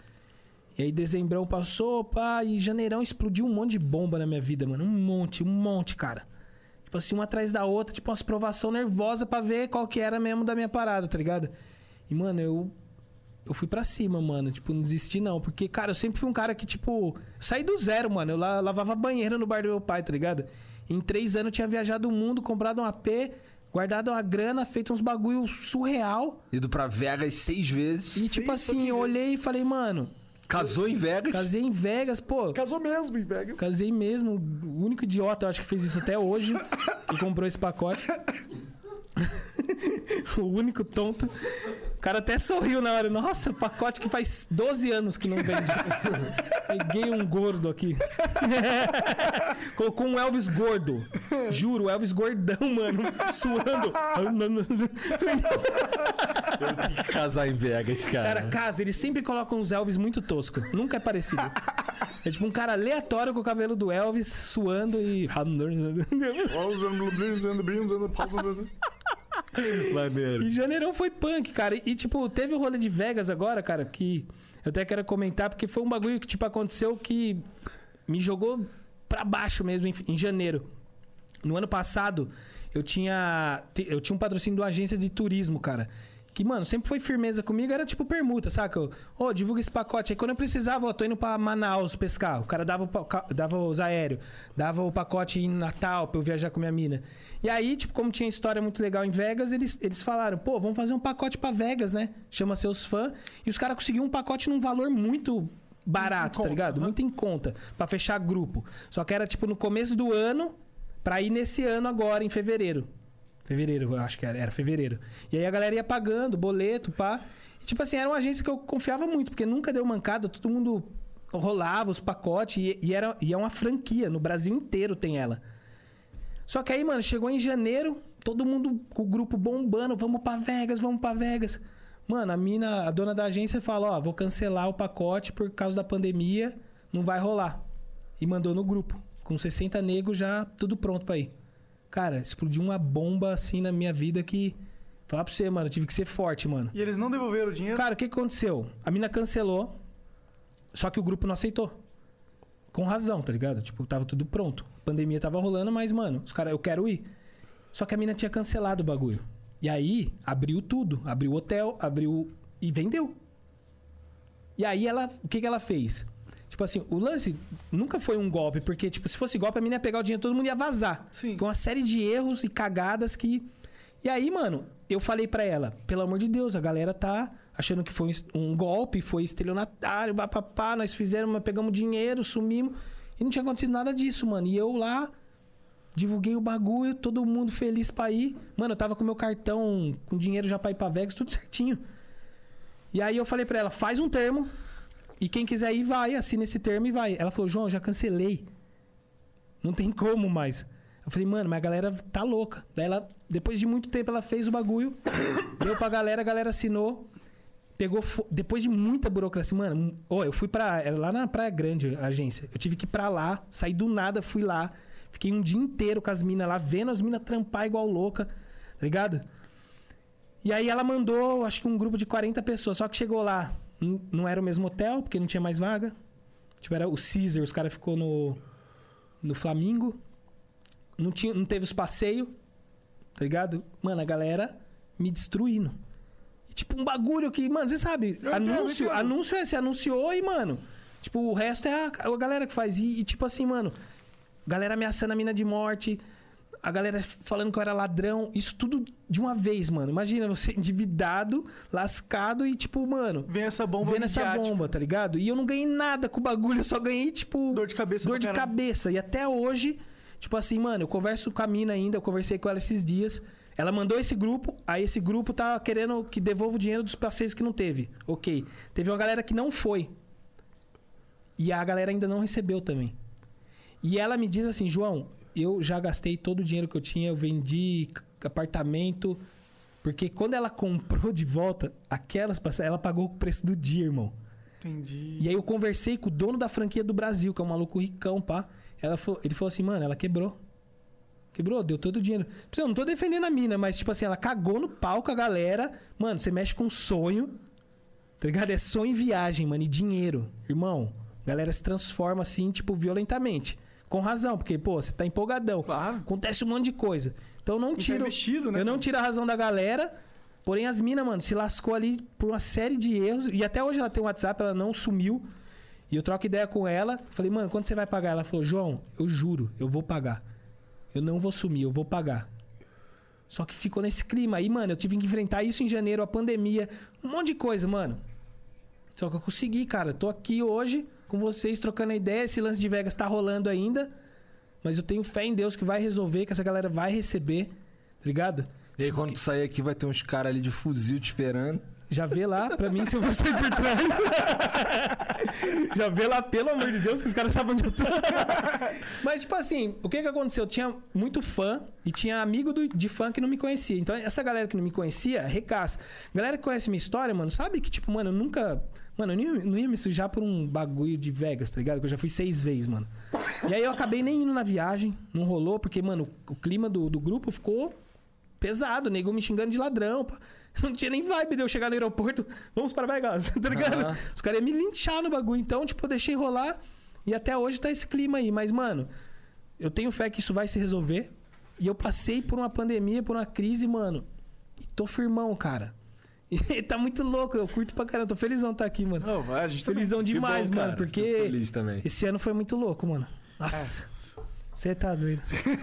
Speaker 3: E aí dezembrão passou, pá, e janeirão explodiu um monte de bomba na minha vida, mano. Um monte, um monte, cara. Tipo assim, uma atrás da outra, tipo, umas provação nervosa pra ver qual que era mesmo da minha parada, tá ligado? E, mano, eu... Eu fui pra cima, mano. Tipo, não desisti não. Porque, cara, eu sempre fui um cara que, tipo... Eu saí do zero, mano. Eu lavava banheiro no bar do meu pai, tá ligado? Em três anos eu tinha viajado o mundo, comprado um A P, guardado uma grana, feito uns bagulho surreal.
Speaker 1: Ido pra Vegas seis vezes.
Speaker 3: E, tipo assim, eu olhei e falei, mano...
Speaker 1: Casou em Vegas?
Speaker 3: Casei em Vegas, pô.
Speaker 2: Casou mesmo em Vegas.
Speaker 3: Casei mesmo. O único idiota, eu acho que fez isso até hoje. E comprou esse pacote. O único tonto. O cara até sorriu na hora. Nossa, pacote que faz doze anos que não vende. Peguei um gordo aqui. Colocou um Elvis gordo. Juro, o Elvis gordão, mano. Suando.
Speaker 1: Eu tenho que casar em Vegas, cara.
Speaker 3: Cara, casa, eles sempre colocam uns Elvis muito tosco. Nunca é parecido. É tipo um cara aleatório com o cabelo do Elvis, suando e...
Speaker 1: Maneiro.
Speaker 3: E janeirão foi punk, cara. E, tipo, teve o rolê de Vegas agora, cara, que eu até quero comentar, porque foi um bagulho que, tipo, aconteceu que me jogou pra baixo mesmo em, em janeiro. No ano passado, eu tinha, eu tinha um patrocínio de uma agência de turismo, cara. Que, mano, sempre foi firmeza comigo, era tipo permuta, saca? Ô, oh, divulga esse pacote. Aí quando eu precisava, ó, tô indo pra Manaus pescar. O cara dava, o, dava os aéreos, dava o pacote em Natal pra eu viajar com minha mina. E aí, tipo, como tinha história muito legal em Vegas, eles, eles falaram, pô, vamos fazer um pacote pra Vegas, né? Chama seus fãs. E os caras conseguiram um pacote num valor muito barato, tá ligado? Uhum. Muito em conta, pra fechar grupo. Só que era, tipo, no começo do ano, pra ir nesse ano agora, em fevereiro. Fevereiro, eu acho que era, era fevereiro. E aí a galera ia pagando, boleto, pá. E, tipo assim, era uma agência que eu confiava muito, porque nunca deu mancada, todo mundo rolava os pacotes e, e, era, e é uma franquia, no Brasil inteiro tem ela. Só que aí, mano, chegou em janeiro, todo mundo com o grupo bombando, vamos pra Vegas, vamos pra Vegas. Mano, a mina, a dona da agência falou, ó, vou cancelar o pacote por causa da pandemia, não vai rolar. E mandou no grupo, com sessenta negros já, tudo pronto pra ir. Cara, explodiu uma bomba assim na minha vida que... Falar pra você, mano, eu tive que ser forte, mano.
Speaker 2: E eles não devolveram o dinheiro?
Speaker 3: Cara, o que aconteceu? A mina cancelou, só que o grupo não aceitou. Com razão, tá ligado? Tipo, tava tudo pronto. A pandemia tava rolando, mas, mano, os caras, eu quero ir. Só que a mina tinha cancelado o bagulho. E aí, abriu tudo. Abriu o hotel, abriu... E vendeu. E aí, ela... O que que ela fez? Tipo assim, o lance nunca foi um golpe, porque, tipo, se fosse golpe, a mina ia pegar o dinheiro, todo mundo ia vazar.
Speaker 2: Sim.
Speaker 3: Foi uma série de erros e cagadas que... E aí, mano, eu falei pra ela, pelo amor de Deus, a galera tá achando que foi um golpe, foi estelionatário, papapá, nós fizemos, pegamos dinheiro, sumimos, e não tinha acontecido nada disso, mano. E eu lá, divulguei o bagulho, todo mundo feliz pra ir. Mano, eu tava com meu cartão, com dinheiro já pra ir pra Vegas, tudo certinho. E aí eu falei pra ela, faz um termo... E quem quiser ir, vai, assina esse termo e vai. Ela falou, João, eu já cancelei. Não tem como mais. Eu falei, mano, mas a galera tá louca. Daí ela, depois de muito tempo, ela fez o bagulho. Deu pra galera, a galera assinou. Pegou, depois de muita burocracia. Mano, oh, eu fui pra... Era lá na Praia Grande, a agência. Eu tive que ir pra lá, saí do nada, fui lá. Fiquei um dia inteiro com as minas lá, vendo as minas trampar igual louca. Tá ligado? E aí ela mandou, acho que um grupo de quarenta pessoas. Só que chegou lá... Não era o mesmo hotel, porque não tinha mais vaga. Tipo, era o Caesar, os caras ficou no, no Flamingo. Não, tinha, não teve os passeios, tá ligado? Mano, a galera me destruindo. E, tipo, um bagulho que, mano, você sabe,
Speaker 2: Eu
Speaker 3: anúncio,
Speaker 2: entendo, eu entendo.
Speaker 3: anúncio é, você anunciou e, mano, tipo, o resto é a, a galera que faz. E, e, tipo assim, mano, galera ameaçando a mina de morte, a galera falando que eu era ladrão, isso tudo de uma vez, mano. Imagina você endividado, lascado e, tipo, mano...
Speaker 2: Vem essa bomba
Speaker 3: Vendo essa
Speaker 2: midiática.
Speaker 3: bomba, tá ligado? E eu não ganhei nada com o bagulho, eu só ganhei, tipo...
Speaker 2: Dor de cabeça
Speaker 3: Dor
Speaker 2: pra
Speaker 3: de
Speaker 2: caralho.
Speaker 3: cabeça. E até hoje, tipo assim, mano, eu converso com a mina ainda, eu conversei com ela esses dias. Ela mandou esse grupo, aí esse grupo tá querendo que devolva o dinheiro dos passeios que não teve. Ok. Teve uma galera que não foi. E a galera ainda não recebeu também. E ela me diz assim, João... Eu já gastei todo o dinheiro que eu tinha, eu vendi apartamento. Porque quando ela comprou de volta, aquelas passagens, ela pagou o preço do dia, irmão.
Speaker 2: Entendi.
Speaker 3: E aí eu conversei com o dono da franquia do Brasil, que é um maluco ricão, pá. Ela falou, ele falou assim, mano, ela quebrou. Quebrou, deu todo o dinheiro. Eu não tô defendendo a mina, mas tipo assim, ela cagou no pau com a galera. Mano, você mexe com sonho, tá ligado? É sonho e viagem, mano, e dinheiro. Irmão, a galera se transforma assim, tipo, violentamente. Com razão, porque, pô, você tá empolgadão.
Speaker 2: Claro.
Speaker 3: Acontece um monte de coisa. Então eu não
Speaker 2: E tá
Speaker 3: tiro.
Speaker 2: investido, né,
Speaker 3: eu não
Speaker 2: cara?
Speaker 3: tiro a razão da galera. Porém, as minas, mano, se lascou ali por uma série de erros. E até hoje ela tem um WhatsApp, ela não sumiu. E eu troco ideia com ela. Falei, mano, quando você vai pagar? Ela falou, João, eu juro, eu vou pagar. Eu não vou sumir, eu vou pagar. Só que ficou nesse clima aí, mano. Eu tive que enfrentar isso em janeiro, a pandemia. Um monte de coisa, mano. Só que eu consegui, cara. Tô aqui hoje com vocês trocando ideia. Esse lance de Vegas tá rolando ainda. Mas eu tenho fé em Deus que vai resolver, que essa galera vai receber. Tá ligado?
Speaker 1: E aí, quando tu sair aqui, vai ter uns caras ali de fuzil te esperando.
Speaker 3: Já vê lá, pra mim, se eu vou sair por trás. Já vê lá, pelo amor de Deus, que os caras sabem onde eu tô. Mas, tipo assim, o que que aconteceu? Eu tinha muito fã e tinha amigo do- de fã que não me conhecia. Então, essa galera que não me conhecia, recaça. Galera que conhece minha história, mano, sabe que, tipo, mano, eu nunca... Mano, eu não ia, não ia me sujar por um bagulho de Vegas, tá ligado? Que eu já fui seis vezes, mano. E aí eu acabei nem indo na viagem, não rolou, porque, mano, o clima do, do grupo ficou pesado, nego me xingando de ladrão, pá. Não tinha nem vibe de eu chegar no aeroporto, vamos para Vegas, tá ligado?
Speaker 1: Aham.
Speaker 3: Os caras iam me linchar no bagulho. Então, tipo, eu deixei rolar e até hoje tá esse clima aí. Mas, mano, eu tenho fé que isso vai se resolver. E eu passei por uma pandemia, por uma crise, mano. E tô firmão, cara. E tá muito louco, eu curto pra caramba. Tô felizão de estar aqui, mano.
Speaker 2: Não, vai, a gente também.
Speaker 3: Felizão demais,
Speaker 1: Que bom,
Speaker 3: mano.
Speaker 1: cara.
Speaker 3: Porque
Speaker 1: Fico feliz também.
Speaker 3: esse ano foi muito louco, mano. Nossa. Você tá doido.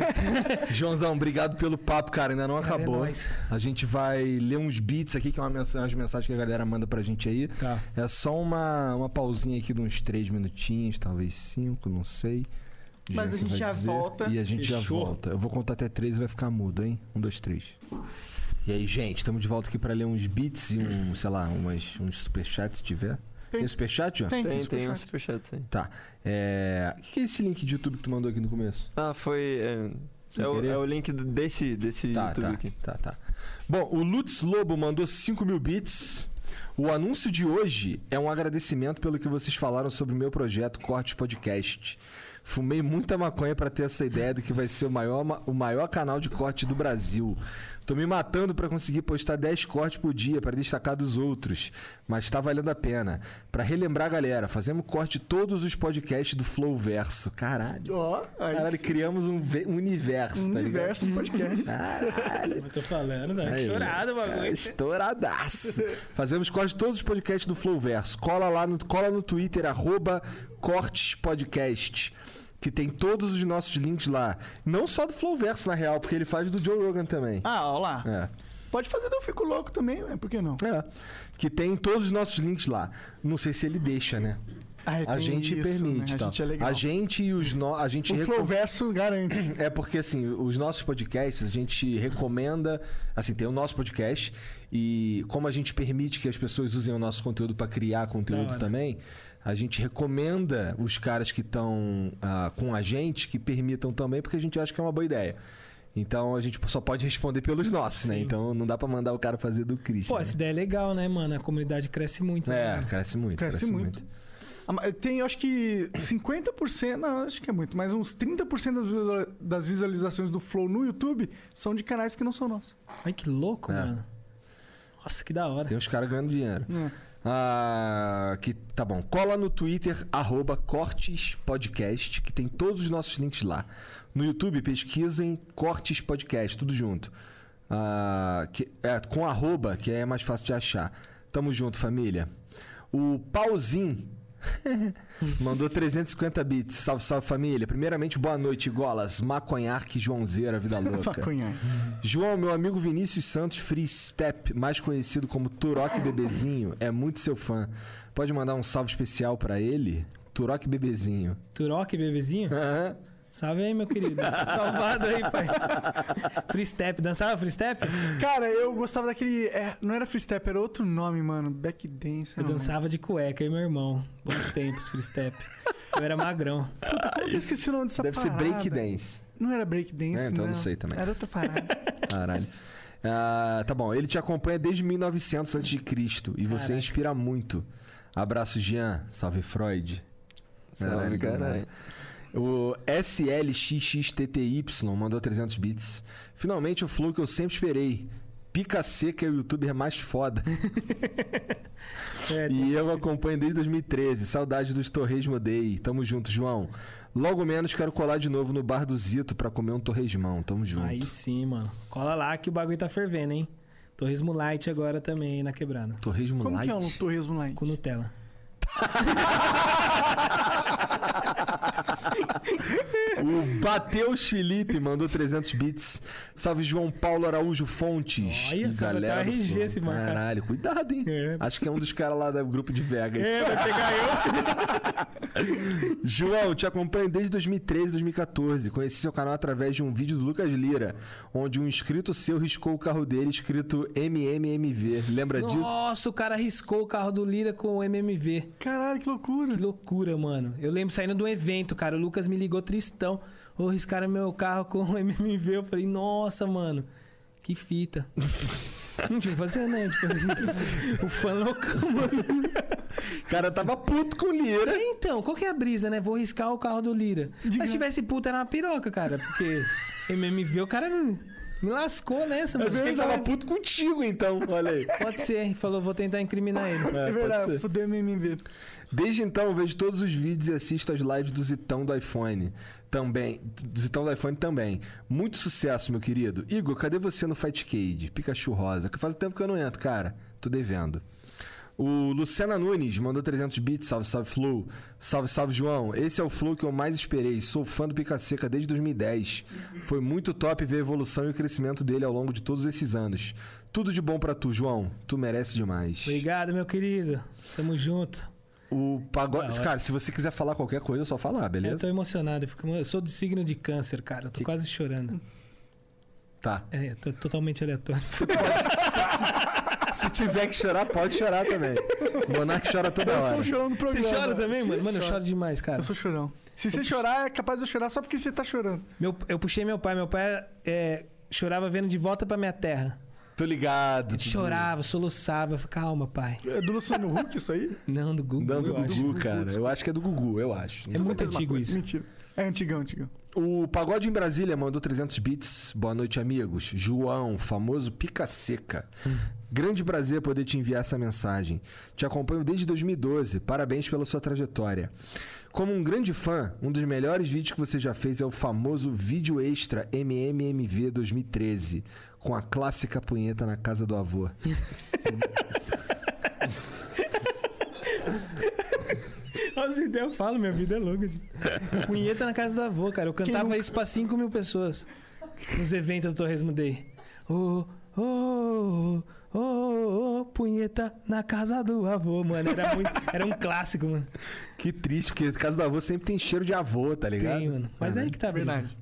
Speaker 1: Joãozão, obrigado pelo papo, cara. Ainda não
Speaker 3: Cara,
Speaker 1: acabou.
Speaker 3: é nóis.
Speaker 1: A gente vai ler uns beats aqui, que é uma mensagem, umas mensagens que a galera manda pra gente aí.
Speaker 3: Tá.
Speaker 1: É só uma, uma pausinha aqui de uns três minutinhos, talvez cinco, não sei.
Speaker 2: Mas a
Speaker 1: que
Speaker 2: gente
Speaker 1: vai
Speaker 2: já volta.
Speaker 1: E a gente já
Speaker 3: Fechou.
Speaker 1: volta. Eu vou contar até três e vai ficar mudo, hein? Um, dois, três. E aí, gente, estamos de volta aqui pra ler uns beats e um, sei lá, umas, uns superchats, se tiver.
Speaker 2: Tem.
Speaker 1: Tem superchat, João?
Speaker 2: Tem,
Speaker 4: Tem, tem um
Speaker 2: superchat.
Speaker 4: superchat, sim.
Speaker 1: Tá. É... O que é esse link de YouTube que tu mandou aqui no começo?
Speaker 4: Ah, foi... É,
Speaker 1: Sem
Speaker 4: é, o,
Speaker 1: querer?
Speaker 4: é o link do- desse, desse
Speaker 1: Tá,
Speaker 4: YouTube
Speaker 1: tá,
Speaker 4: aqui.
Speaker 1: tá, tá. Bom, o Lutz Lobo mandou cinco mil bits. O anúncio de hoje é um agradecimento pelo que vocês falaram sobre o meu projeto Cortes Podcast. Fumei muita maconha pra ter essa ideia do que vai ser o maior, ma- o maior canal de corte do Brasil. Tô me matando pra conseguir postar dez cortes por dia pra destacar dos outros, mas tá valendo a pena. Pra relembrar a galera, fazemos corte de todos os podcasts do Flow Verso. Caralho.
Speaker 2: Ó, aí
Speaker 1: Caralho,
Speaker 2: sim.
Speaker 1: criamos um, ve- um universo,
Speaker 2: Um
Speaker 1: tá ligado?
Speaker 2: universo de podcast.
Speaker 1: Caralho.
Speaker 3: Eu tô falando, né?
Speaker 1: Aí,
Speaker 3: Estourado o
Speaker 1: é,
Speaker 3: bagulho.
Speaker 1: estouradaço. Fazemos corte de todos os podcasts do Flowverso. Cola lá no, cola no Twitter, arroba Cortes Podcast, que tem todos os nossos links lá. Não só do Flowverso, na real, porque ele faz do Joe Rogan também.
Speaker 2: Ah, ó lá.
Speaker 1: É.
Speaker 2: Pode fazer do Eu Fico Louco também, ué, por que não?
Speaker 1: É. Que tem todos os nossos links lá. Não sei se ele deixa, né?
Speaker 2: Ah,
Speaker 1: A
Speaker 2: tem
Speaker 1: gente
Speaker 2: isso,
Speaker 1: permite,
Speaker 2: né? A
Speaker 1: tal.
Speaker 2: gente é legal.
Speaker 1: A gente e os no... a gente
Speaker 2: O
Speaker 1: recom-
Speaker 2: Flowverso garante.
Speaker 1: É porque, assim, os nossos podcasts, a gente recomenda... Assim, tem o nosso podcast e como a gente permite que as pessoas usem o nosso conteúdo para criar
Speaker 3: Da
Speaker 1: conteúdo
Speaker 3: hora.
Speaker 1: também, a gente recomenda os caras que estão ah, com a gente que permitam também, porque a gente acha que é uma boa ideia. Então, a gente só pode responder pelos nossos, né?
Speaker 3: Sim.
Speaker 1: Então, não dá para mandar o cara fazer do Christian.
Speaker 3: Pô,
Speaker 1: né?
Speaker 3: essa ideia é legal, né, mano? A comunidade cresce muito.
Speaker 1: É,
Speaker 3: né?
Speaker 1: cresce muito.
Speaker 2: Cresce
Speaker 1: Cresce,
Speaker 2: muito.
Speaker 1: muito.
Speaker 2: Ah, mas tem, eu acho que cinquenta por cento, não, acho que é muito, mas uns trinta por cento das, visual- das visualizações do Flow no YouTube são de canais que não são nossos.
Speaker 3: Ai, que louco,
Speaker 1: É.
Speaker 3: mano. Nossa, que da hora.
Speaker 1: Tem uns caras ganhando dinheiro.
Speaker 2: É.
Speaker 1: Ah, que tá bom. Cola no Twitter, arroba Cortes Podcast, que tem todos os nossos links lá. No YouTube, pesquisem Cortes Podcast, tudo junto. Ah, que, é, com arroba, que é mais fácil de achar. Tamo junto, família. O Pauzinho mandou trezentos e cinquenta bits. Salve, salve, família. Primeiramente, boa noite, Golas. Maconharque, Joãozeira, vida louca.
Speaker 2: Maconha.
Speaker 1: João, meu amigo Vinícius Santos Free Step, mais conhecido como Turok Bebezinho, é muito seu fã. Pode mandar um salve especial pra ele? Turok Bebezinho.
Speaker 3: Turok, bebezinho?
Speaker 1: Aham.
Speaker 3: Salve aí, meu querido. Tá salvado aí, pai. Free step. Dançava free step?
Speaker 2: Cara, eu gostava daquele. é, não era free step, era outro nome, mano. Back dance.
Speaker 3: Eu
Speaker 2: não
Speaker 3: dançava de cueca, eu e meu irmão. Bons tempos, free step. Eu era magrão.
Speaker 2: lembro. Como que eu esqueci o nome dessa
Speaker 1: Deve ser
Speaker 2: parada?
Speaker 1: break dance.
Speaker 2: Não era break dance,
Speaker 1: É, então
Speaker 2: não.
Speaker 1: não sei também.
Speaker 2: Era outra parada.
Speaker 1: Caralho. Ah, tá bom, ele te acompanha desde mil e novecentos antes de Cristo e você
Speaker 3: Caraca.
Speaker 1: inspira muito. Abraço, Jean. Salve, Freud.
Speaker 4: Salve, caralho.
Speaker 1: O S L X X T T Y mandou trezentos bits. Finalmente o flow que eu sempre esperei. Pica Seca é o youtuber mais foda.
Speaker 3: É,
Speaker 1: E eu acompanho desde dois mil e treze. Saudade dos Torresmo Day. Tamo junto, João. Logo menos quero colar de novo no bar do Zito pra comer um torresmão. Tamo junto.
Speaker 3: Aí sim, mano. Cola lá que o bagulho tá fervendo, hein? Torresmo light agora também na quebrada.
Speaker 1: Torresmo
Speaker 2: Como
Speaker 1: light?
Speaker 2: que é um torresmo lá?
Speaker 3: Com Nutella.
Speaker 1: O Bateu Felipe mandou trezentos bits. Salve João Paulo Araújo Fontes.
Speaker 3: Olha,
Speaker 1: E
Speaker 3: só vai
Speaker 1: galera
Speaker 3: ter
Speaker 1: do
Speaker 3: R G
Speaker 1: Flow.
Speaker 3: esse mano, cara.
Speaker 1: Caralho, cuidado, hein?
Speaker 3: É.
Speaker 1: Acho que é um dos caras lá do grupo de Vegas.
Speaker 3: É, vai pegar eu.
Speaker 1: João, te acompanho desde dois mil e treze, dois mil e quatorze. Conheci seu canal através de um vídeo do Lucas Lira, onde um inscrito seu riscou o carro dele escrito M M M V. Lembra disso?
Speaker 3: Nossa, o cara riscou o carro do Lira com o M M V.
Speaker 2: Caralho, que loucura.
Speaker 3: Que loucura, mano. Eu lembro saindo de um evento, cara. O Lucas me ligou tristão. Ô, riscaram meu carro com o M M V. Eu falei, nossa, mano. Que fita. Não tinha que fazer, né? Tipo, o fã loucão, mano.
Speaker 1: O cara tava puto com o Lira.
Speaker 3: Então, qual que é a brisa, né? Vou riscar o carro do Lira.
Speaker 2: Diga.
Speaker 3: Mas se tivesse puta, era uma piroca, cara. Porque M M V, o cara me, me lascou nessa,
Speaker 1: Mas
Speaker 3: mano.
Speaker 1: acho que ele tava puto contigo, então. Olha aí.
Speaker 3: Pode ser. Falou, vou tentar incriminar ele.
Speaker 1: É,
Speaker 2: É
Speaker 1: pode
Speaker 2: verdade,
Speaker 1: ser.
Speaker 2: fudeu M M V.
Speaker 1: Desde então, eu vejo todos os vídeos e assisto as lives do Zitão do iPhone. Também. Do Zitão do iPhone também. Muito sucesso, meu querido. Igor, cadê você no Fightcade? Pikachu Rosa. Que faz tempo que eu não entro, cara. Tô devendo. O Luciana Nunes mandou trezentos bits. Salve, salve, Flow. Salve, salve, João. Esse é o Flow que eu mais esperei. Sou fã do Pica Seca desde dois mil e dez. Foi muito top ver a evolução e o crescimento dele ao longo de todos esses anos. Tudo de bom pra tu, João. Tu merece demais.
Speaker 3: Obrigado, meu querido. Tamo junto.
Speaker 1: O pagode.
Speaker 3: Da hora.
Speaker 1: Cara, se você quiser falar qualquer coisa, é só falar,
Speaker 3: Eu
Speaker 1: beleza?
Speaker 3: tô emocionado. Eu, fico- eu sou do signo de câncer, cara. Eu tô
Speaker 1: Que-
Speaker 3: quase chorando.
Speaker 1: Tá.
Speaker 3: É, eu tô totalmente aleatório.
Speaker 1: Se tiver que chorar, pode chorar também. O Monark chora toda
Speaker 2: Eu sou
Speaker 1: hora.
Speaker 2: o chorão do
Speaker 3: Você
Speaker 2: programa.
Speaker 3: chora também, mano? Mano, eu
Speaker 2: Choro.
Speaker 3: choro demais, cara.
Speaker 2: Eu sou chorão. Se você chorar, é capaz de eu chorar só porque você tá chorando.
Speaker 3: Meu, eu puxei meu pai. Meu pai é, chorava vendo De Volta Pra Minha Terra.
Speaker 1: Tô ligado.
Speaker 3: Ele
Speaker 1: Dudu.
Speaker 3: chorava, soluçava. Eu falei, calma, pai.
Speaker 2: É do Luciano Huck isso aí?
Speaker 3: Não, do Google,
Speaker 1: Não, do
Speaker 3: eu acho.
Speaker 1: Gugu, cara. Eu acho que é do Gugu, eu acho.
Speaker 3: É muito
Speaker 2: Mesma
Speaker 3: antigo
Speaker 2: coisa.
Speaker 3: isso.
Speaker 2: Mentira. É antigão, antigão.
Speaker 1: O Pagode em Brasília mandou trezentos bits. Boa noite, amigos. João, famoso Pica Seca. Grande prazer poder te enviar essa mensagem. Te acompanho desde dois mil e doze. Parabéns pela sua trajetória. Como um grande fã, um dos melhores vídeos que você já fez é o famoso vídeo extra M M M V dois mil e treze, com a clássica punheta na casa do avô.
Speaker 3: As ideias eu falo, minha vida é louca. Tipo. Punheta na casa do avô, cara. Eu cantava isso pra cinco mil pessoas nos eventos do Torresmo Day. Ô, ô, ô, ô, ô, punheta na casa do avô, mano. Era, muito, era um clássico, mano.
Speaker 1: Que triste, porque a casa do avô sempre tem cheiro de avô, tá ligado?
Speaker 3: Tem, mano. Mas aí que tá a brisa.
Speaker 2: Verdade.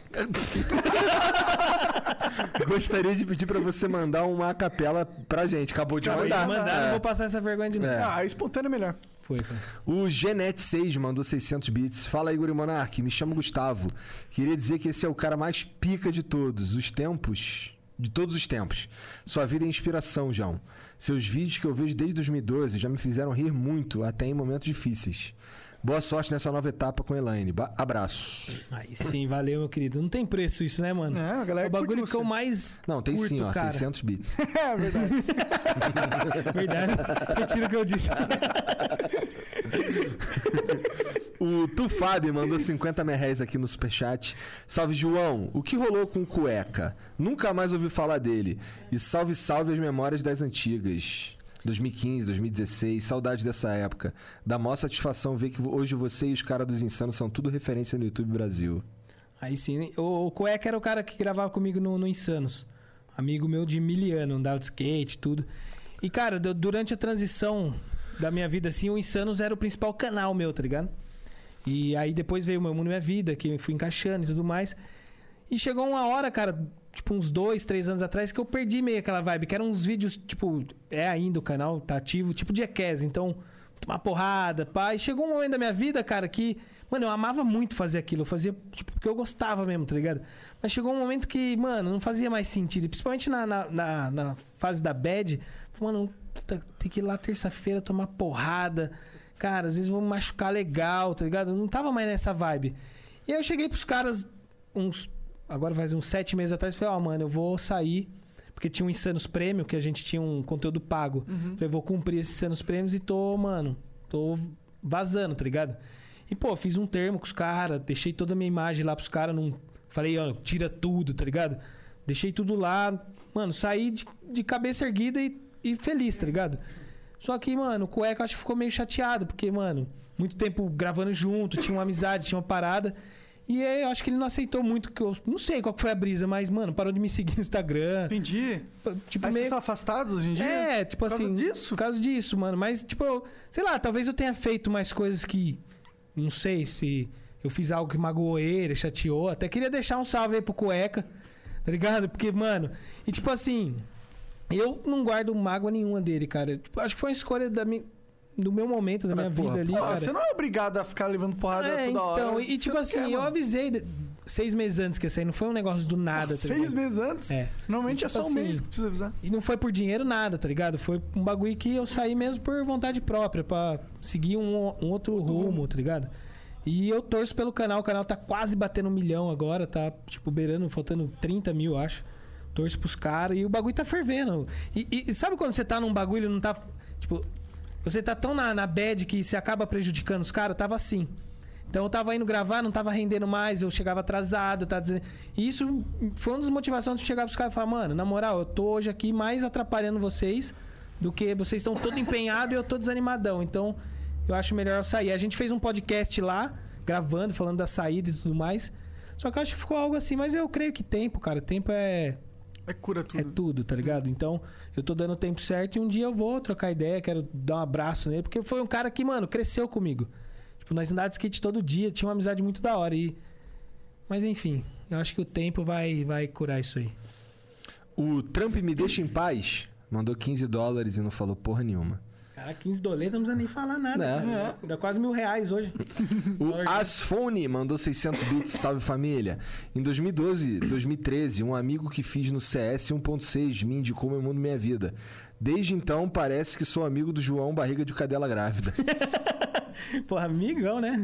Speaker 1: Gostaria de pedir pra você mandar uma capela pra gente. Acabou de
Speaker 3: Acabou de
Speaker 1: mandar.
Speaker 3: mandar, não
Speaker 1: É.
Speaker 3: vou passar essa vergonha de novo.
Speaker 1: É.
Speaker 2: Ah, espontâneo é melhor.
Speaker 3: Foi, foi.
Speaker 1: O Genet seis mandou seiscentos bits. Fala, Igor e Monark. Me chamo Gustavo. Queria dizer que esse é o cara mais pica de todos os tempos. De todos os tempos. Sua vida é inspiração, João. Seus vídeos que eu vejo desde dois mil e doze já me fizeram rir muito, até em momentos difíceis. Boa sorte nessa nova etapa com a Elaine. Ba- Abraço.
Speaker 3: Aí sim, valeu, meu querido. Não tem preço isso, né, mano?
Speaker 2: É, a
Speaker 3: É
Speaker 2: galera
Speaker 3: o bagulho
Speaker 2: curte
Speaker 3: que eu
Speaker 2: você.
Speaker 3: mais
Speaker 1: Não, tem
Speaker 3: curto,
Speaker 1: sim, ó.
Speaker 3: cara.
Speaker 1: seiscentos bits.
Speaker 2: É verdade.
Speaker 3: Verdade. Retiro o que eu disse.
Speaker 1: O Tufab mandou cinquenta merréis aqui no superchat. Salve, João. O que rolou com o Cueca? Nunca mais ouvi falar dele. E salve, salve as memórias das antigas. dois mil e quinze, dois mil e dezesseis, saudade dessa época. Dá maior satisfação ver que hoje você e os caras dos Insanos são tudo referência no YouTube Brasil.
Speaker 3: Aí sim, o, o Cueca era o cara que gravava comigo no, no Insanos. Amigo meu de mil anos, andava de skate, tudo. E, cara, du- durante a transição da minha vida, assim, o Insanos era o principal canal meu, tá ligado? E aí depois veio o Meu Mundo Minha Vida, que eu fui encaixando e tudo mais. E chegou uma hora, cara, tipo uns dois, três anos atrás, que eu perdi meio aquela vibe, que eram uns vídeos, tipo, é ainda o canal, tá ativo, tipo de Jackass, então, tomar porrada, pá. E chegou um momento da minha vida, cara, que, mano, eu amava muito fazer aquilo, eu fazia, tipo, porque eu gostava mesmo, tá ligado? Mas chegou um momento que, mano, não fazia mais sentido, principalmente na, na, na, na fase da bad, mano, puta, tem que ir lá terça-feira tomar porrada, cara, às vezes vou me machucar legal, tá ligado? Eu não tava mais nessa vibe. E aí eu cheguei pros caras, uns agora faz uns sete meses atrás, falei, ó, oh, mano, eu vou sair, porque tinha um Insanos Prêmio, que a gente tinha um conteúdo pago.
Speaker 2: Uhum.
Speaker 3: Falei, vou cumprir esses Insanos Prêmios e tô, mano, tô vazando, tá ligado? E, pô, fiz um termo com os caras, deixei toda a minha imagem lá pros caras, não... falei, ó, tira tudo, tá ligado? Deixei tudo lá, mano, saí de, de cabeça erguida e, e feliz, tá ligado? Só que, mano, o Cueca eu acho que ficou meio chateado, porque, mano, muito tempo gravando junto, tinha uma amizade, tinha uma parada... E aí, eu acho que ele não aceitou muito, que eu não sei qual que foi a brisa, mas, mano, parou de me seguir no Instagram.
Speaker 2: Entendi.
Speaker 3: Tipo,
Speaker 2: Aí vocês
Speaker 3: meio...
Speaker 2: estão afastados hoje em dia?
Speaker 3: É, tipo
Speaker 2: Por causa
Speaker 3: assim...
Speaker 2: disso?
Speaker 3: Por causa disso, mano. Mas, tipo, eu, sei lá, talvez eu tenha feito mais coisas que... Não sei se eu fiz algo que magoou ele, chateou. Até queria deixar um salve aí pro Cueca, tá ligado? Porque, mano... E, tipo assim... Eu não guardo mágoa nenhuma dele, cara. Tipo, acho que foi uma escolha da minha... do meu momento, da
Speaker 1: Cara,
Speaker 3: minha
Speaker 1: porra,
Speaker 3: vida ali,
Speaker 2: Pô,
Speaker 3: cara.
Speaker 2: você não é obrigado a ficar levando porrada
Speaker 3: É,
Speaker 2: toda hora.
Speaker 3: então, e
Speaker 2: Você
Speaker 3: tipo
Speaker 2: não
Speaker 3: assim,
Speaker 2: quer,
Speaker 3: eu
Speaker 2: mano.
Speaker 3: avisei de- seis meses antes que ia sair, não foi um negócio do nada, tá
Speaker 2: Seis
Speaker 3: ligado?
Speaker 2: meses antes?
Speaker 3: É.
Speaker 2: Normalmente
Speaker 3: E,
Speaker 2: é
Speaker 3: tipo
Speaker 2: só um
Speaker 3: assim,
Speaker 2: mês que precisa avisar.
Speaker 3: E não foi por dinheiro nada, tá ligado? Foi um bagulho que eu saí mesmo por vontade própria, pra seguir um, um outro rumo, tá ligado? E eu torço pelo canal, o canal tá quase batendo um milhão agora, tá, tipo, beirando, faltando trinta mil, acho. Torço pros caras e o bagulho tá fervendo. E, e- e sabe quando você tá num bagulho e não tá. Tipo, você tá tão na, na bad que você acaba prejudicando os caras? Tava assim. Então eu tava indo gravar, não tava rendendo mais, eu chegava atrasado, tá dizendo. E isso foi uma das motivações de chegar pros caras e falar, mano, na moral, eu tô hoje aqui mais atrapalhando vocês do que vocês estão todo empenhados e eu tô desanimadão. Então, eu acho melhor eu sair. A gente fez um podcast lá, gravando, falando da saída e tudo mais. Só que eu acho que ficou algo assim, mas eu creio que tempo, cara. Tempo é.
Speaker 2: É cura tudo.
Speaker 3: É tudo, tá ligado? Então, eu tô dando o tempo certo e um dia eu vou trocar ideia, quero dar um abraço nele, porque foi um cara que, mano, cresceu comigo. Tipo, nós andávamos de skate todo dia, tinha uma amizade muito da hora. E... Mas enfim, eu acho que o tempo vai, vai curar isso aí.
Speaker 1: O Trump me deixa em paz mandou quinze dólares e não falou porra nenhuma.
Speaker 3: Cara, quinze doletas não precisa nem falar nada.
Speaker 1: É.
Speaker 3: Cara. Dá quase mil reais hoje.
Speaker 1: O Asfone mandou seiscentos bits, salve família. Em dois mil e doze, dois mil e treze, um amigo que fiz no C S um ponto seis me indicou meu mundo minha vida. Desde então, parece que sou amigo do João Barriga de Cadela Grávida.
Speaker 3: Porra, amigão, né?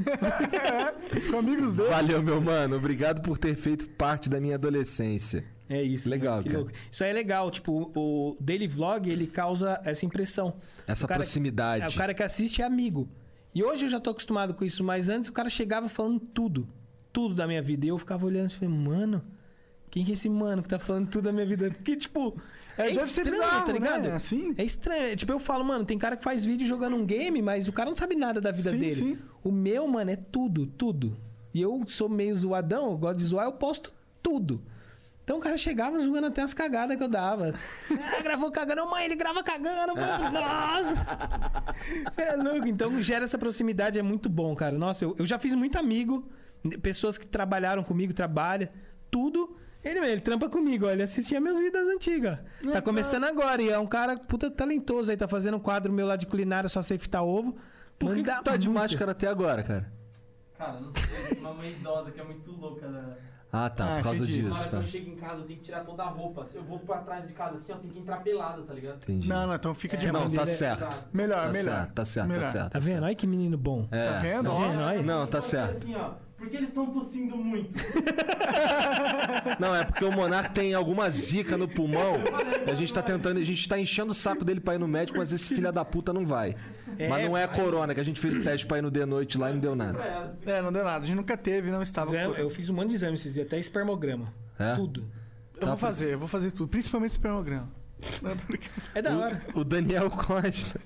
Speaker 2: Com amigos dele.
Speaker 1: Valeu, meu mano. Obrigado por ter feito parte da minha adolescência.
Speaker 3: É isso.
Speaker 1: Legal,
Speaker 3: mano, que
Speaker 1: cara.
Speaker 3: louco. Isso aí é legal. Tipo, o daily vlog, ele causa essa impressão.
Speaker 1: Essa
Speaker 3: O cara-
Speaker 1: proximidade.
Speaker 3: É, o cara que assiste é amigo. E hoje eu já tô acostumado com isso, mas antes o cara chegava falando tudo. Tudo da minha vida. E eu ficava olhando e falei, mano, quem que é esse mano que tá falando tudo da minha vida? Porque, tipo, é,
Speaker 2: É, deve ser
Speaker 3: estranho,
Speaker 2: bizarro,
Speaker 3: tá ligado?
Speaker 2: né? Assim?
Speaker 3: É estranho. Tipo, eu falo, mano, tem cara que faz vídeo jogando um game, mas o cara não sabe nada da vida
Speaker 2: Sim,
Speaker 3: dele.
Speaker 2: sim.
Speaker 3: O meu, mano, é tudo, tudo. E eu sou meio zoadão, eu gosto de zoar, eu posto tudo. Então o cara chegava zoando até as cagadas que eu dava. Ah, gravou cagando, mãe, ele grava cagando, mano. Nossa! Você é louco. Então gera essa proximidade, é muito bom, cara. Nossa, eu, eu já fiz muito amigo, pessoas que trabalharam comigo, trabalham, tudo. Ele, ele trampa comigo, ó, ele assistia meus vídeos antigas. Tá começando agora e é um cara puta talentoso aí, tá fazendo um quadro meu lá de culinária, só sei fritar ovo.
Speaker 1: Por que, que
Speaker 3: Manda
Speaker 1: tu tá de
Speaker 3: muito.
Speaker 1: máscara até agora, cara?
Speaker 5: Cara, não sei, tem uma mãe idosa que é muito louca, né?
Speaker 1: Ah, tá.
Speaker 2: Ah,
Speaker 1: por causa
Speaker 2: entendi.
Speaker 5: Na
Speaker 1: disso,
Speaker 5: hora que
Speaker 1: tá.
Speaker 5: eu chego em casa, eu tenho que tirar toda a roupa. Se eu vou pra trás de casa assim, eu tenho que entrar pelado, tá ligado?
Speaker 1: Entendi.
Speaker 2: Não, não, então fica de
Speaker 5: É,
Speaker 1: Não,
Speaker 2: boa.
Speaker 1: tá
Speaker 3: dele é-
Speaker 1: certo.
Speaker 2: Melhor,
Speaker 1: Tá
Speaker 2: melhor.
Speaker 1: certo, tá certo,
Speaker 2: Melhor.
Speaker 1: tá certo.
Speaker 3: Tá vendo? Olha que menino bom.
Speaker 1: É.
Speaker 2: Tá vendo?
Speaker 3: Tá
Speaker 2: Ó,
Speaker 3: vendo? Olha.
Speaker 1: Não, tá
Speaker 5: Eu falo
Speaker 1: certo.
Speaker 5: assim, ó, por que eles estão tossindo muito?
Speaker 1: Não, é porque o Monark tem alguma zica no pulmão. E a gente tá tentando, a gente tá enchendo o saco dele pra ir no médico, mas esse filho da puta não vai.
Speaker 3: É,
Speaker 1: mas não é a
Speaker 3: vai.
Speaker 1: corona, que a gente fez o teste pra ir no de noite lá e não deu nada.
Speaker 5: Pra elas.
Speaker 2: É, não deu nada. A gente nunca teve, não estava.
Speaker 3: Exame-
Speaker 2: com-
Speaker 3: eu fiz um monte de exame esses dias, até espermograma.
Speaker 1: É?
Speaker 3: Tudo.
Speaker 2: Eu
Speaker 1: Tá,
Speaker 2: vou fazer, eu vou fazer tudo. Principalmente espermograma. Não, tô brincando.
Speaker 3: É da hora.
Speaker 1: O Daniel Costa.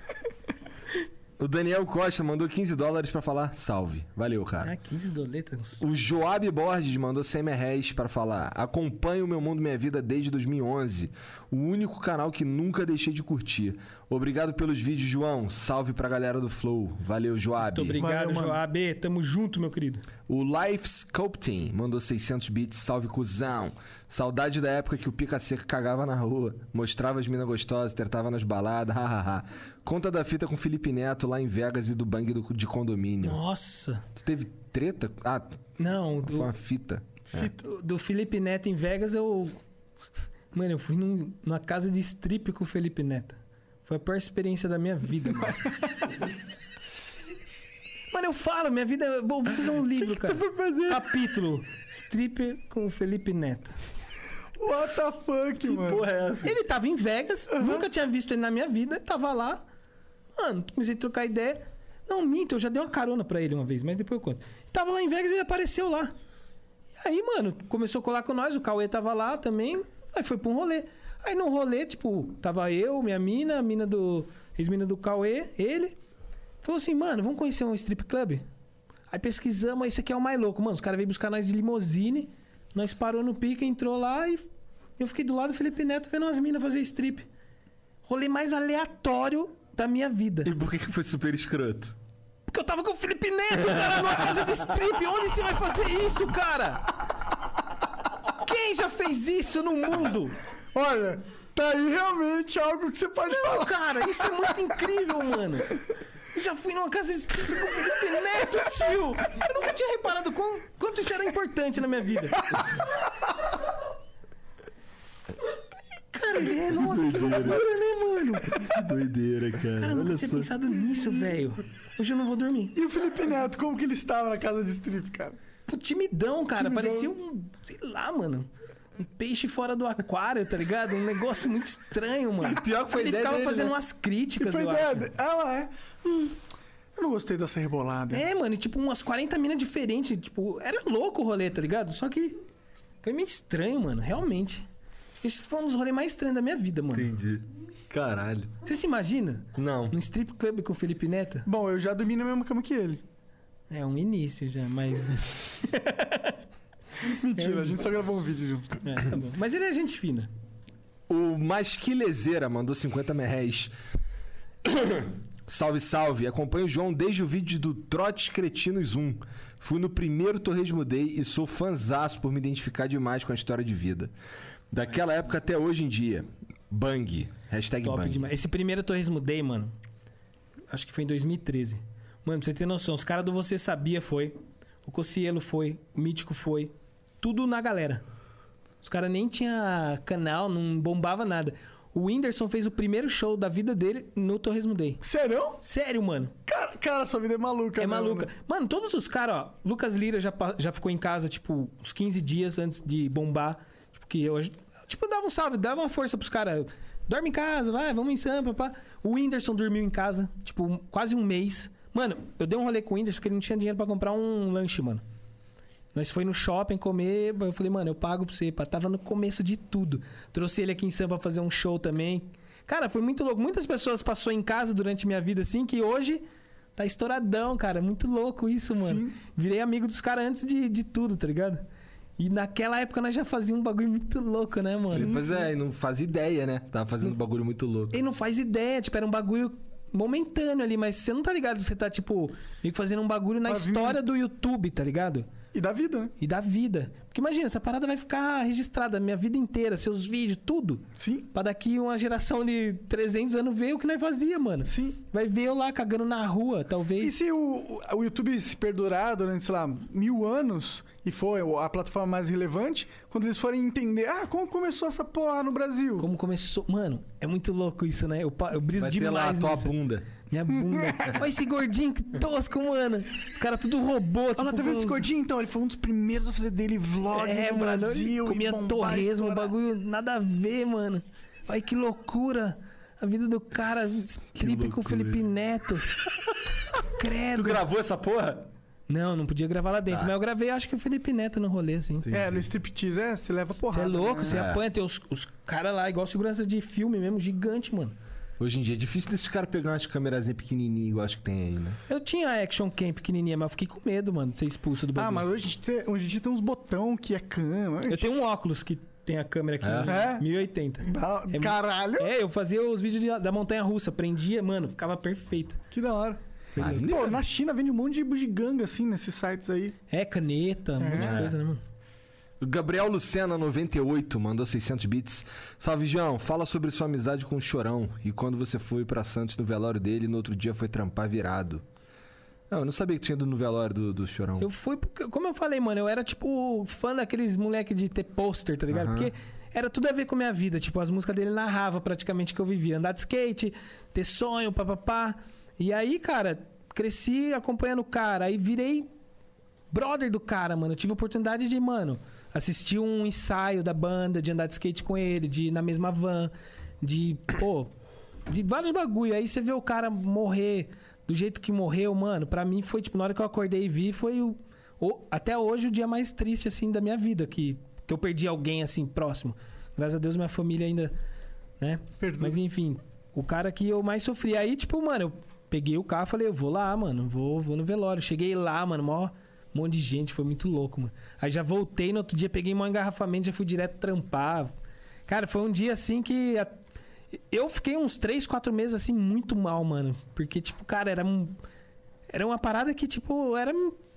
Speaker 1: O Daniel Costa mandou quinze dólares pra falar salve. Valeu, cara.
Speaker 3: Ah, quinze doletas.
Speaker 1: O Joab Borges mandou cem reais para falar: acompanho o Meu Mundo Minha Vida desde dois mil e onze. O único canal que nunca deixei de curtir. Obrigado pelos vídeos, João. Salve pra galera do Flow. Valeu, Joab.
Speaker 3: Muito obrigado,
Speaker 2: Valeu, mano.
Speaker 3: Joab. Tamo junto, meu querido.
Speaker 1: O Life Sculpting mandou seiscentos bits. Salve, cuzão. Saudade da época que o Pica Seca cagava na rua, mostrava as minas gostosas, tretava nas baladas, hahaha. Conta da fita com Felipe Neto lá em Vegas e do bang do- de condomínio.
Speaker 3: Nossa.
Speaker 1: Tu teve treta? Ah,
Speaker 3: Não,
Speaker 1: foi
Speaker 3: do,
Speaker 1: uma fita.
Speaker 3: do- do Felipe Neto em Vegas, eu... Mano, eu fui num- numa casa de strip com o Felipe Neto. Foi a pior experiência da minha vida, mano. Mano, eu falo, minha vida... eu Vou, vou fazer um livro, cara. Capítulo. Stripper com o Felipe Neto.
Speaker 2: What the fuck, mano?
Speaker 1: é essa?
Speaker 3: Ele tava em Vegas, nunca tinha visto ele na minha vida, tava lá. Mano, comecei a trocar ideia. Não, minto, eu já dei uma carona pra ele uma vez, mas depois eu conto. Tava lá em Vegas e ele apareceu lá. E aí, mano, começou a colar com nós, o Cauê tava lá também, aí foi pra um rolê. Aí no rolê, tipo, tava eu, minha mina, a mina do... ex-mina do Cauê, ele. Falou assim, mano, vamos conhecer um strip club? Aí pesquisamos, esse aqui é o mais louco. Mano, os caras veio buscar nós de limousine, nós parou no pica, entrou lá e eu fiquei do lado do Felipe Neto vendo as minas fazer strip. Rolê mais aleatório da minha vida.
Speaker 1: E por que que foi super escroto?
Speaker 3: Porque eu tava com o Felipe Neto, cara, numa casa de strip. Onde você vai fazer isso, cara? Quem já fez isso no mundo?
Speaker 2: Olha, tá aí realmente algo que você pode
Speaker 3: Não,
Speaker 2: falar.
Speaker 3: cara, isso é muito incrível, mano. Eu já fui numa casa de strip com o Felipe Neto, tio. Eu nunca tinha reparado quão, quanto isso era importante na minha vida. Cara, é, nossa, que loucura, né, mano?
Speaker 1: Que doideira, cara.
Speaker 3: Cara, eu nunca
Speaker 1: Olha
Speaker 3: tinha
Speaker 1: só.
Speaker 3: pensado nisso, velho. Hoje eu não vou dormir.
Speaker 2: E o Felipe Neto, como que ele estava na casa de strip, cara?
Speaker 3: Pô, timidão, cara.
Speaker 2: Timidão.
Speaker 3: Parecia um, sei lá, mano. Um peixe fora do aquário, tá ligado? Um negócio muito estranho, mano.
Speaker 1: Pior que foi a
Speaker 3: Ele
Speaker 1: ideia
Speaker 3: ficava
Speaker 1: dele,
Speaker 3: fazendo
Speaker 1: né?
Speaker 3: umas críticas,
Speaker 2: Foi
Speaker 3: eu
Speaker 2: ideia
Speaker 3: acho.
Speaker 2: de- Ah, lá, é. Hum, eu não gostei dessa rebolada.
Speaker 3: É, mano, e tipo, umas quarenta minas diferentes. Tipo, era louco o rolê, tá ligado? Só que foi meio estranho, mano. Realmente. Esse foi um dos rolês mais estranhos da minha vida, mano.
Speaker 1: Entendi. Caralho.
Speaker 3: Você se imagina?
Speaker 1: Não.
Speaker 3: Num strip club com o Felipe Neto?
Speaker 2: Bom, eu já dormi na mesma cama que ele.
Speaker 3: É um início já, mas.
Speaker 2: Mentira, a gente só gravou um vídeo junto.
Speaker 3: É, tá bom. Mas ele é gente fina.
Speaker 1: O Masquilezeira mandou cinquenta reais. Salve, salve. Acompanho o João desde o vídeo do Trotes Cretinos um. Fui no primeiro Torresmo Day e sou fanzaço por me identificar demais com a história de vida. Daquela época até hoje em dia. Bang. Hashtag
Speaker 3: Top
Speaker 1: bang.
Speaker 3: demais. Esse primeiro Torresmo Day, mano, acho que foi em dois mil e treze. Mano, pra você ter noção, os caras do Você Sabia foi, o Cocielo foi, o Mítico foi, tudo na galera. Os caras nem tinham canal, não bombava nada. O Whindersson fez o primeiro show da vida dele no Torresmo Day.
Speaker 2: Sério?
Speaker 3: Sério, mano.
Speaker 2: Cara, cara, sua vida é maluca,
Speaker 3: É
Speaker 2: mesmo,
Speaker 3: maluca.
Speaker 2: né?
Speaker 3: Mano, todos os caras, ó. Lucas Lira já, pa- já ficou em casa, tipo, uns quinze dias antes de bombar. Tipo, que eu. Tipo, dava um salve, dava uma força pros caras. Dorme em casa, vai, vamos em Sampa, pá. O Whindersson dormiu em casa, tipo, quase um mês. Mano, eu dei um rolê com o Whindersson porque ele não tinha dinheiro pra comprar um lanche, mano. Nós foi no shopping comer, eu falei, mano, eu pago pra você, pá. Tava no começo de tudo. Trouxe ele aqui em Sampa pra fazer um show também. Cara, foi muito louco. Muitas pessoas passou em casa durante minha vida, assim, que hoje tá estouradão, cara. Muito louco isso, mano.
Speaker 2: Sim.
Speaker 3: Virei amigo dos caras antes de, de tudo, tá ligado? E naquela época nós já fazíamos um bagulho muito louco, né, mano?
Speaker 1: Sim, pois é, não faz ideia, né? Tava fazendo um bagulho muito louco.
Speaker 3: Ele não faz ideia, tipo, era um bagulho momentâneo ali, mas você não tá ligado que você tá, tipo, meio que fazendo um bagulho na
Speaker 2: Pra vir-
Speaker 3: história do YouTube, tá ligado?
Speaker 2: E da vida, né?
Speaker 3: E da vida. Porque imagina, essa parada vai ficar registrada a minha vida inteira, seus vídeos, tudo.
Speaker 2: Sim.
Speaker 3: Pra daqui uma geração de trezentos anos ver o que nós fazia, mano.
Speaker 2: Sim.
Speaker 3: Vai ver eu lá cagando na rua,
Speaker 2: E
Speaker 3: talvez.
Speaker 2: se o, o YouTube se perdurar durante, sei lá, mil anos e for a plataforma mais relevante, quando eles forem entender, ah, como começou essa porra no Brasil?
Speaker 3: Como começou. Mano, é muito louco isso, né? Eu, pa- eu briso
Speaker 1: Vai ter lá a
Speaker 3: demais
Speaker 1: tua
Speaker 3: nisso.
Speaker 1: bunda.
Speaker 3: Minha bunda. Olha esse gordinho, que tosco, mano. Os caras tudo robô, tipo...
Speaker 2: Olha, tá vendo esse
Speaker 3: os-
Speaker 2: gordinho? Então, ele foi um dos primeiros a fazer daily vlog
Speaker 3: É,
Speaker 2: no
Speaker 3: mano,
Speaker 2: Brasil. e
Speaker 3: comia
Speaker 2: bombar,
Speaker 3: torresmo, um
Speaker 2: estourar.
Speaker 3: bagulho nada a ver, mano. Olha que loucura. A vida do cara, tripe com o
Speaker 1: loucura.
Speaker 3: Felipe Neto. Credo.
Speaker 1: Tu gravou essa porra?
Speaker 3: Não, não podia gravar lá dentro.
Speaker 1: Ah.
Speaker 3: Mas eu gravei, acho que o Felipe Neto no rolê, assim.
Speaker 2: É, no striptease, é, você leva
Speaker 3: Você
Speaker 2: porrada.
Speaker 3: é louco,
Speaker 2: né?
Speaker 3: você
Speaker 1: É.
Speaker 3: apanha. Tem os, os caras lá, igual segurança de filme mesmo, gigante, mano.
Speaker 1: Hoje em dia é difícil desses caras pegar umas câmerazinhas pequenininhas igual acho que tem aí, né?
Speaker 3: Eu tinha a Action Cam pequenininha, mas eu fiquei com medo, mano, de ser expulso do
Speaker 2: Ah,
Speaker 3: bagulho.
Speaker 2: mas hoje a gente tem, hoje a gente tem uns botão que é cama.
Speaker 3: Eu tenho um óculos que tem a câmera aqui,
Speaker 1: É?
Speaker 2: É?
Speaker 3: mil e oitenta.
Speaker 2: Da-
Speaker 3: É-
Speaker 2: Caralho,
Speaker 3: É, eu fazia os vídeos de- da montanha-russa, prendia, mano, ficava perfeito.
Speaker 2: que da hora.
Speaker 1: Ah,
Speaker 2: Mas, pô, na China vende um monte de bugiganga, assim, nesses sites aí.
Speaker 3: É, caneta, um monte de
Speaker 1: É.
Speaker 3: coisa, né, mano?
Speaker 1: O Gabriel Lucena, noventa e oito, mandou seiscentos bits. Salve, João. Fala sobre sua amizade com o Chorão e quando você foi pra Santos no velório dele e no outro dia foi trampar virado. Não, eu não sabia que tinha ido no velório do, do Chorão.
Speaker 3: Eu fui porque, como eu falei, mano, eu era, tipo, fã daqueles moleque de ter pôster, tá ligado?
Speaker 1: Aham.
Speaker 3: Porque era tudo a ver com a minha vida. Tipo, as músicas dele narrava praticamente o que eu vivia. Andar de skate, ter sonho, papapá. E aí, cara, cresci acompanhando o cara. Aí virei brother do cara, mano. Eu tive a oportunidade de, mano, assistir um ensaio da banda, de andar de skate com ele, de ir na mesma van, de, pô, de vários bagulho. Aí você vê o cara morrer do jeito que morreu, mano. Pra mim foi, tipo, na hora que eu acordei e vi, foi o, o- até hoje o dia mais triste, assim, da minha vida. Que, que eu perdi alguém, assim, próximo. Graças a Deus minha família ainda, né?
Speaker 2: Perdoa.
Speaker 3: Mas enfim, o cara que eu mais sofri. Aí, tipo, mano, eu peguei o carro e falei, eu vou lá, mano, vou, vou no velório. Cheguei lá, mano, mó um monte de gente, foi muito louco, mano. Aí já voltei, no outro dia peguei um engarrafamento, já fui direto trampar. Cara, foi um dia assim que... A... Eu fiquei uns três, quatro meses assim, muito mal, mano. Porque, tipo, cara, era um... Era uma parada que, tipo, era...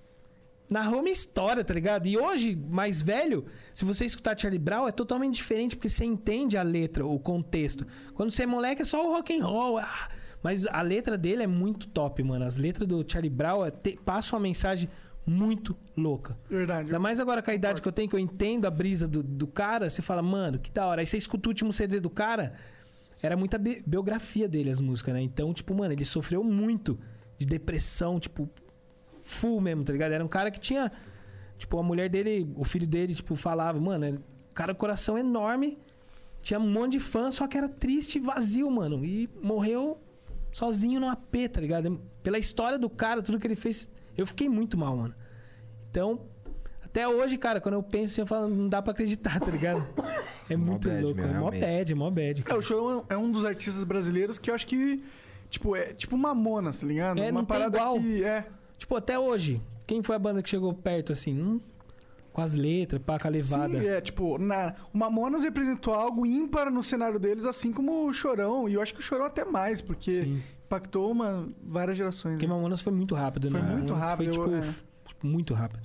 Speaker 3: Narrou minha história, tá ligado? E hoje, mais velho, se você escutar Charlie Brown, é totalmente diferente, porque você entende a letra, o contexto. Quando você é moleque, é só o rock and roll. Ah, mas a letra dele é muito top, mano. As letras do Charlie Brown é te... passam uma mensagem muito louca.
Speaker 2: Verdade.
Speaker 3: Ainda mais agora com a idade que eu tenho, que eu entendo a brisa do, do cara, você fala, mano, que da hora. Aí você escuta o último C D do cara, era muita bi- biografia dele, as músicas, né? Então, tipo, mano, ele sofreu muito de depressão, tipo... full mesmo, tá ligado? Era um cara que tinha... Tipo, a mulher dele, o filho dele, tipo, falava... Mano, o cara, coração enorme. Tinha um monte de fã, só que era triste e vazio, mano. E morreu sozinho no A P, tá ligado? Pela história do cara, tudo que ele fez... Eu fiquei muito mal, mano. Então, até hoje, cara, quando eu penso assim, eu falo... Não dá pra acreditar, tá ligado? É
Speaker 1: Mó
Speaker 3: muito
Speaker 1: bad,
Speaker 3: louco.
Speaker 1: meu,
Speaker 3: É mó
Speaker 1: realmente.
Speaker 3: bad, é mó bad.
Speaker 2: É,
Speaker 3: Cara.
Speaker 2: o Chorão é um dos artistas brasileiros que eu acho que... Tipo, é tipo Mamonas, tá ligado?
Speaker 3: É,
Speaker 2: Uma
Speaker 3: não tem
Speaker 2: parada
Speaker 3: igual.
Speaker 2: que... É...
Speaker 3: Tipo, até hoje, quem foi a banda que chegou perto, assim? Hum, com as letras, pá, com a levada.
Speaker 2: Sim, é, tipo, na, o Mamonas representou algo ímpar no cenário deles, assim como o Chorão. E eu acho que o Chorão até mais, porque
Speaker 3: Sim.
Speaker 2: impactou uma, várias gerações.
Speaker 3: Porque
Speaker 2: né?
Speaker 3: Mamonas foi muito rápido,
Speaker 2: Foi
Speaker 3: né?
Speaker 2: muito
Speaker 3: Mamonas
Speaker 2: rápido,
Speaker 3: Foi, tipo,
Speaker 2: é.
Speaker 3: f- tipo, muito rápido.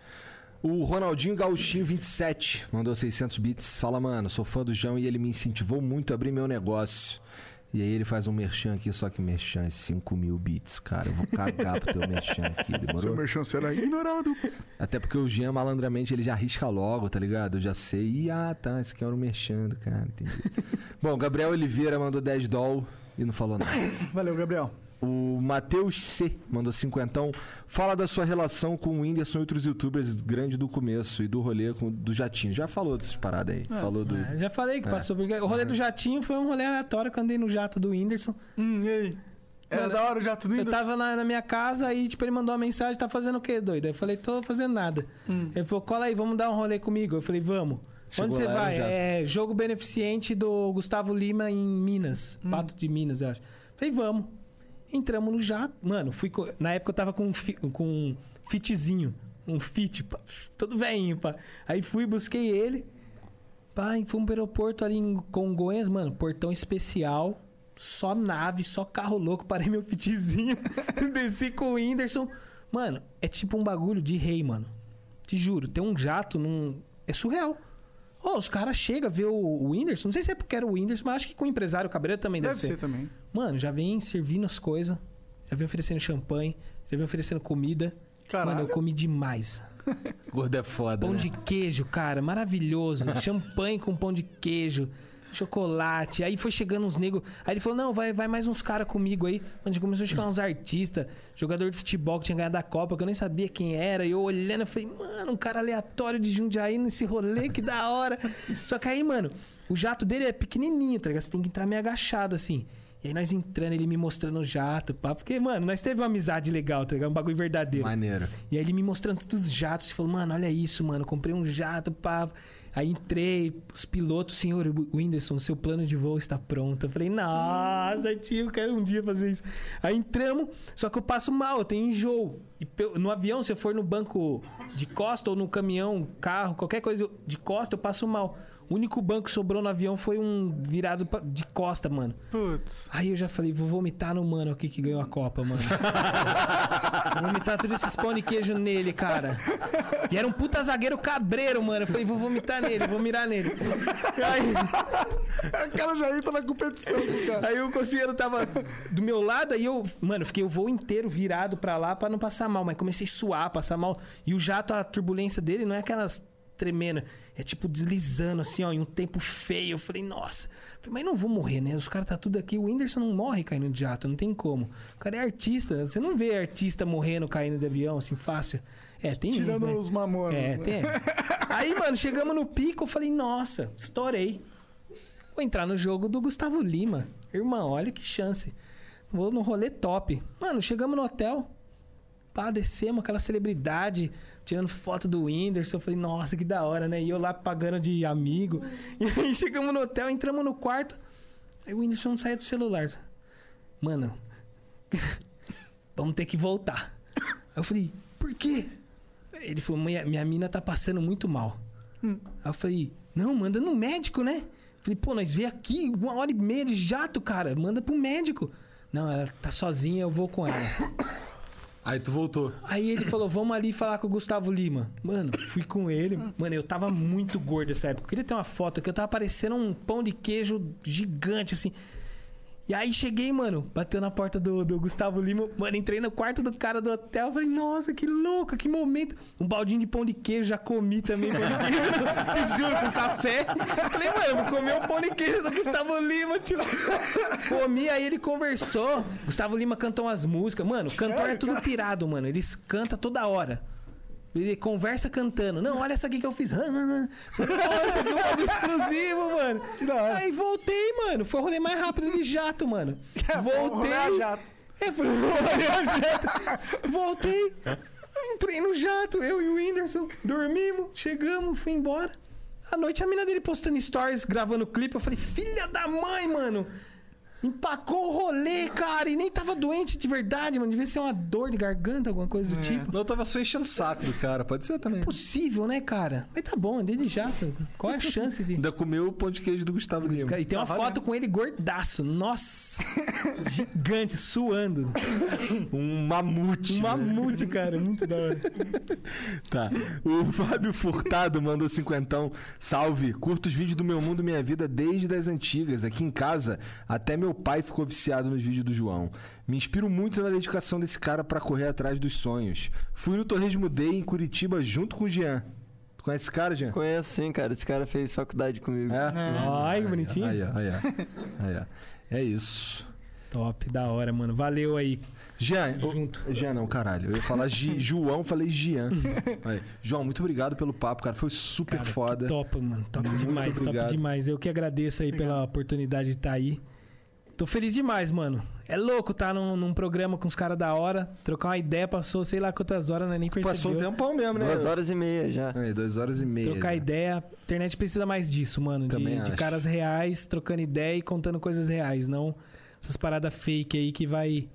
Speaker 1: O Ronaldinho Gauchinho vinte e sete mandou seiscentos bits. Fala, mano, sou fã do João e ele me incentivou muito a abrir meu negócio. E aí ele faz um merchan aqui, só que merchan é cinco mil bits, cara. Eu vou cagar pro teu merchan aqui, demorou?
Speaker 2: merchan será ignorado.
Speaker 1: Até porque o Jean, malandramente, ele já arrisca logo, tá ligado? Eu já sei. Ih, ah, tá, esse aqui era o merchan do cara, entendi. Bom, Gabriel Oliveira mandou dez doll e não falou nada.
Speaker 2: Valeu, Gabriel.
Speaker 1: O Matheus C mandou cinquentão. Fala da sua relação com o Whindersson e outros youtubers grande do começo e do rolê com, do Jatinho. Já falou dessas paradas aí. Falou do...
Speaker 3: É, já falei que
Speaker 1: É.
Speaker 3: passou. Porque o rolê do Jatinho foi um rolê aleatório que eu andei no jato do Whindersson.
Speaker 2: Hum, e aí? Era
Speaker 3: Mano,
Speaker 2: da hora o jato do
Speaker 3: Eu
Speaker 2: Whindersson?
Speaker 3: tava na, na minha casa, aí, tipo, ele mandou uma mensagem, tá fazendo o quê, doido? Eu falei, tô fazendo nada.
Speaker 2: Hum.
Speaker 3: Ele falou, cola aí, vamos dar um rolê comigo. Eu falei, vamos.
Speaker 1: Chegou
Speaker 3: Onde você
Speaker 1: lá, era
Speaker 3: vai?
Speaker 1: um jato.
Speaker 3: É jogo beneficente do Gustavo Lima em Minas.
Speaker 2: Hum.
Speaker 3: Pato de Minas, eu acho. Falei, vamos. Entramos no jato. Mano, fui com... na época eu tava com um, fi... com um fitzinho. Um fit, pá. Todo velhinho, pá. Aí fui, busquei ele. Pá, e fomos pro aeroporto ali em Congonhas, mano. Portão especial. Só nave, só carro louco. Parei meu fitzinho. Desci com o Whindersson. Mano, é tipo um bagulho de rei, mano. Te juro. Tem um jato num... É surreal. Ô, os caras chegam a ver o, o Whindersson. Não sei se é porque era o Whindersson, mas acho que com o empresário Cabreiro também deve,
Speaker 2: Deve ser também.
Speaker 3: Mano, já vem servindo as coisas. Já vem oferecendo champanhe. Já vem oferecendo comida.
Speaker 2: Caralho.
Speaker 3: Mano, eu comi demais.
Speaker 1: Gordo é foda,
Speaker 3: Pão
Speaker 1: né?
Speaker 3: de queijo, cara, maravilhoso. Champanhe com pão de queijo. Chocolate. Aí foi chegando uns negros. Aí ele falou: não, vai, vai mais uns caras comigo aí. Mano, começou a chegar uns artistas, jogador de futebol que tinha ganhado a Copa, que eu nem sabia quem era. E eu olhando, eu falei, mano, um cara aleatório de Jundiaí nesse rolê, que da hora. Só que aí, mano, o jato dele é pequenininho, tá ligado? Você tem que entrar meio agachado assim. E aí nós entrando, ele me mostrando o jato, pá. Porque, mano, nós teve uma amizade legal, tá ligado? Um bagulho verdadeiro.
Speaker 1: Maneiro.
Speaker 3: E aí ele me mostrando todos os jatos. Falou, mano, olha isso, mano. Comprei um jato, pá. Aí entrei, os pilotos, senhor Whindersson, seu plano de voo está pronto. Eu falei, nossa, tio, eu quero um dia fazer isso. Aí entramos, só que eu passo mal, eu tenho enjoo. E pe- no avião, se eu for no banco de costa ou no caminhão, carro, qualquer coisa de costa, eu passo mal. O único banco que sobrou no avião foi um virado pra- de costa, mano.
Speaker 2: Putz.
Speaker 3: Aí eu já falei, vou vomitar no mano aqui que ganhou a Copa, mano. Vou vomitar todos esses pão de queijo nele, cara. E era um puta zagueiro cabreiro, mano. Eu falei, vou vomitar nele, vou mirar nele. Aí,
Speaker 2: O cara já entra na competição com o cara.
Speaker 3: aí o conselheiro tava do meu lado, aí eu, mano, fiquei o voo inteiro virado pra lá pra não passar mal. Mas comecei a suar, passar mal. E o jato, a turbulência dele não é aquelas tremendo. É tipo deslizando assim, ó, em um tempo feio. Eu falei, nossa. Falei, mas não vou morrer, né? Os caras tá tudo aqui. O Whindersson não morre caindo de jato, não tem como. O cara é artista. Você não vê artista morrendo caindo de avião assim fácil. É, tem uns,
Speaker 2: Tirando
Speaker 3: né?
Speaker 2: os mamonas.
Speaker 3: É,
Speaker 2: né?
Speaker 3: tem. Aí, mano, chegamos no pico, eu falei, nossa, estourei. Vou entrar no jogo do Gustavo Lima. Irmão, olha que chance. Vou no rolê top. Mano, chegamos no hotel. Pá, descemos aquela celebridade, tirando foto do Whindersson. Eu falei, nossa, que da hora, né? E eu lá pagando de amigo. E aí chegamos no hotel, entramos no quarto. Aí o Whindersson não saía do celular. Mano, vamos ter que voltar. Aí eu falei, por quê? Ele falou, minha, minha mina tá passando muito mal. Hum. Aí eu falei, não, manda no médico, né? Falei, pô, nós vê aqui uma hora e meia de jato, cara. Manda pro médico. Não, ela tá sozinha, eu vou com ela.
Speaker 1: Aí tu voltou.
Speaker 3: Aí ele falou, vamos ali falar com o Gustavo Lima. Mano, fui com ele. Mano, eu tava muito gordo nessa época. Eu queria ter uma foto que eu tava parecendo um pão de queijo gigante, assim. E aí cheguei, mano, bateu na porta do, do Gustavo Lima. Mano, entrei no quarto do cara do hotel. Falei, nossa, que louco, que momento. Um baldinho de pão de queijo, já comi também. Pão de queijo, te juro, com café. Falei, mano, eu vou comer o pão de queijo do Gustavo Lima, tio. Comi, aí ele conversou. Gustavo Lima cantou umas músicas. Mano, o cantor é tudo pirado, mano. Eles cantam toda hora. Ele conversa cantando. Não, olha essa aqui que eu fiz. Falei, nossa, que bagulho exclusivo, mano. Aí voltei, mano. Foi o rolê mais rápido de jato, mano. Voltei. É, foi o rolê a jato. Voltei. Entrei no jato, eu e o Whindersson. Dormimos, chegamos, fui embora. À noite a mina dele postando stories, gravando clipe. Eu falei, filha da mãe, mano. Empacou o rolê, cara, e nem tava doente de verdade, mano. Devia ser uma dor de garganta, alguma coisa do é. tipo.
Speaker 1: Não, tava só enchendo o saco do cara, pode ser também.
Speaker 3: É possível, né, cara? Mas tá bom, andei de jato. Qual é a chance de...
Speaker 1: Ainda comeu o pão de queijo do Gustavo Lima.
Speaker 3: E tem uma ah, foto valeu. com ele gordaço. Nossa! Gigante, suando.
Speaker 1: Um mamute.
Speaker 3: Um
Speaker 1: né?
Speaker 3: mamute, cara. Muito da hora.
Speaker 1: Tá. O Fábio Furtado mandou cinquentão. Salve, curto os vídeos do Meu Mundo Minha Vida desde as antigas. Aqui em casa, até meu pai ficou viciado nos vídeos do João. Me inspiro muito na dedicação desse cara pra correr atrás dos sonhos. Fui no Torresmo Day em Curitiba junto com o Jean. Tu conhece esse cara, Jean?
Speaker 4: Conheço sim, cara. Esse cara fez faculdade comigo.
Speaker 1: É?
Speaker 3: Ai, que bonitinho.
Speaker 1: Aí, aí, aí, aí. É isso.
Speaker 3: Top, da hora, mano. Valeu aí.
Speaker 1: Jean,
Speaker 3: junto.
Speaker 1: O, Jean não, caralho. Eu ia falar G, João, falei Jean. Aí. João, muito obrigado pelo papo, cara. Foi super cara, foda.
Speaker 3: Top, mano. Top muito demais, obrigado. top demais. Eu que agradeço aí obrigado. pela oportunidade de estar aí. Tô feliz demais, mano. É louco tá num, num programa com os caras da hora, trocar uma ideia, passou sei lá quantas horas, né? Nem percebeu.
Speaker 1: Passou um tempão mesmo, né?
Speaker 4: Duas horas e meia já.
Speaker 1: É, duas horas e meia.
Speaker 3: Trocar
Speaker 1: já.
Speaker 3: ideia. A internet precisa mais disso, mano. De, de caras reais, trocando ideia e contando coisas reais. Não essas paradas fake aí que vai...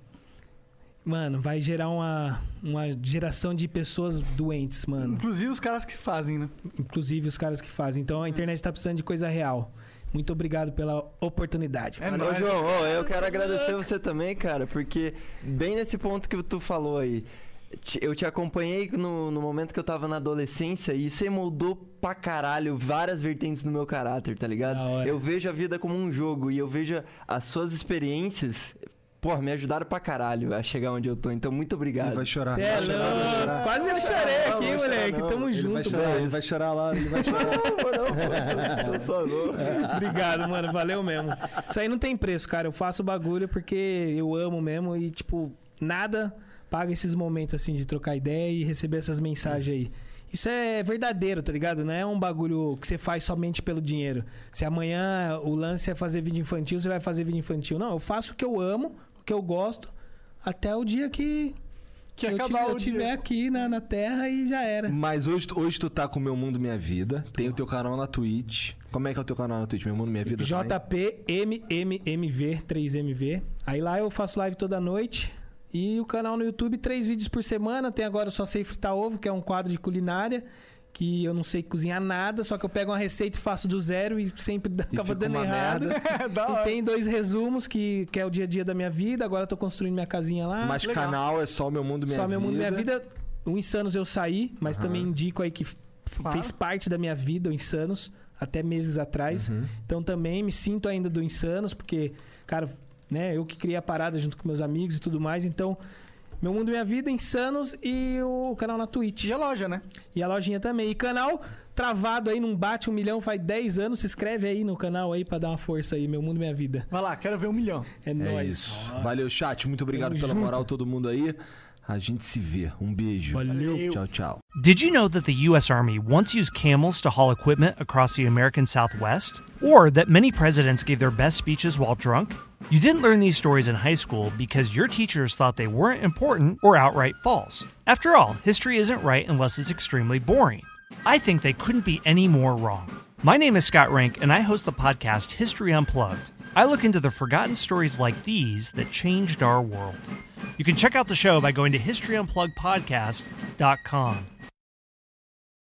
Speaker 3: Mano, vai gerar uma, uma geração de pessoas doentes, mano.
Speaker 2: Inclusive os caras que fazem, né?
Speaker 3: Inclusive os caras que fazem. Então a internet tá precisando de coisa real. Muito obrigado pela oportunidade.
Speaker 4: É Ô, João, oh, eu quero agradecer você também, cara, porque bem nesse ponto que tu falou aí, eu te acompanhei no, no momento que eu tava na adolescência e você moldou pra caralho várias vertentes do meu caráter, tá ligado? Eu vejo a vida como um jogo e eu vejo as suas experiências... Pô, me ajudaram pra caralho a chegar onde eu tô. Então, muito obrigado.
Speaker 1: Ele vai chorar.
Speaker 3: Cê é louco. Quase eu chorei
Speaker 4: não,
Speaker 3: aqui,
Speaker 4: não,
Speaker 3: moleque.
Speaker 4: não.
Speaker 3: Tamo
Speaker 1: ele
Speaker 3: junto,
Speaker 1: vai chorar,
Speaker 3: mano.
Speaker 1: Ele vai chorar lá, ele vai chorar.
Speaker 4: Não, não, eu só vou.
Speaker 3: Obrigado, mano. Valeu mesmo. Isso aí não tem preço, cara. Eu faço o bagulho porque eu amo mesmo e, tipo, nada paga esses momentos, assim, de trocar ideia e receber essas mensagens aí. Isso é verdadeiro, tá ligado? Não é um bagulho que você faz somente pelo dinheiro. Se amanhã o lance é fazer vídeo infantil, você vai fazer vídeo infantil. Não, eu faço o que eu amo, o que eu gosto, até o dia que,
Speaker 2: que
Speaker 3: eu, tiver, eu tiver aqui na, na Terra e já era.
Speaker 1: Mas hoje, hoje tu tá com o Meu Mundo Minha Vida. Tem o teu canal na Twitch. Como é que é o teu canal na Twitch? Meu Mundo Minha Vida?
Speaker 3: J P M M M V, três M V. Aí lá eu faço live toda noite. E o canal no YouTube, três vídeos por semana. Tem agora o Só Sei Fritar Ovo, que é um quadro de culinária. Que eu não sei cozinhar nada, só que eu pego uma receita e faço do zero e sempre e acaba dando errado. E tem dois resumos, que, que é o dia a dia da minha vida. Agora eu tô construindo minha casinha lá.
Speaker 1: Mas
Speaker 3: legal.
Speaker 1: Canal é só o Meu Mundo Minha
Speaker 3: só
Speaker 1: Vida.
Speaker 3: Só Meu Mundo Minha Vida. O Insanos eu saí, mas uhum. também indico aí que claro. fez parte da minha vida, o Insanos, até meses atrás. Uhum. Então também me sinto ainda do Insanos, porque, cara, né, eu que criei a parada junto com meus amigos e tudo mais, então... Meu Mundo Minha Vida, Insanos e o canal na Twitch.
Speaker 2: E a loja, né?
Speaker 3: E a lojinha também. E canal travado aí, não bate um milhão faz dez anos. Se inscreve aí no canal aí pra dar uma força aí. Meu Mundo Minha Vida.
Speaker 2: Vai lá, quero ver um milhão.
Speaker 3: É, é nóis. Isso.
Speaker 1: Ah. Valeu, chat. Muito obrigado Tamo pela junto. moral, todo mundo aí. A gente se vê. Um beijo.
Speaker 3: Valeu.
Speaker 1: Tchau, tchau.
Speaker 6: Did you know that the U S Army once used camels to haul equipment across the American Southwest? Or that many presidents gave their best speeches while drunk? You didn't learn these stories in high school because your teachers thought they weren't important or outright false. After all, history isn't right unless it's extremely boring. I think they couldn't be any more wrong. My name is Scott Rank, and I host the podcast History Unplugged. I look into the forgotten stories like these that changed our world. You can check out the show by going to history unplugged podcast dot com.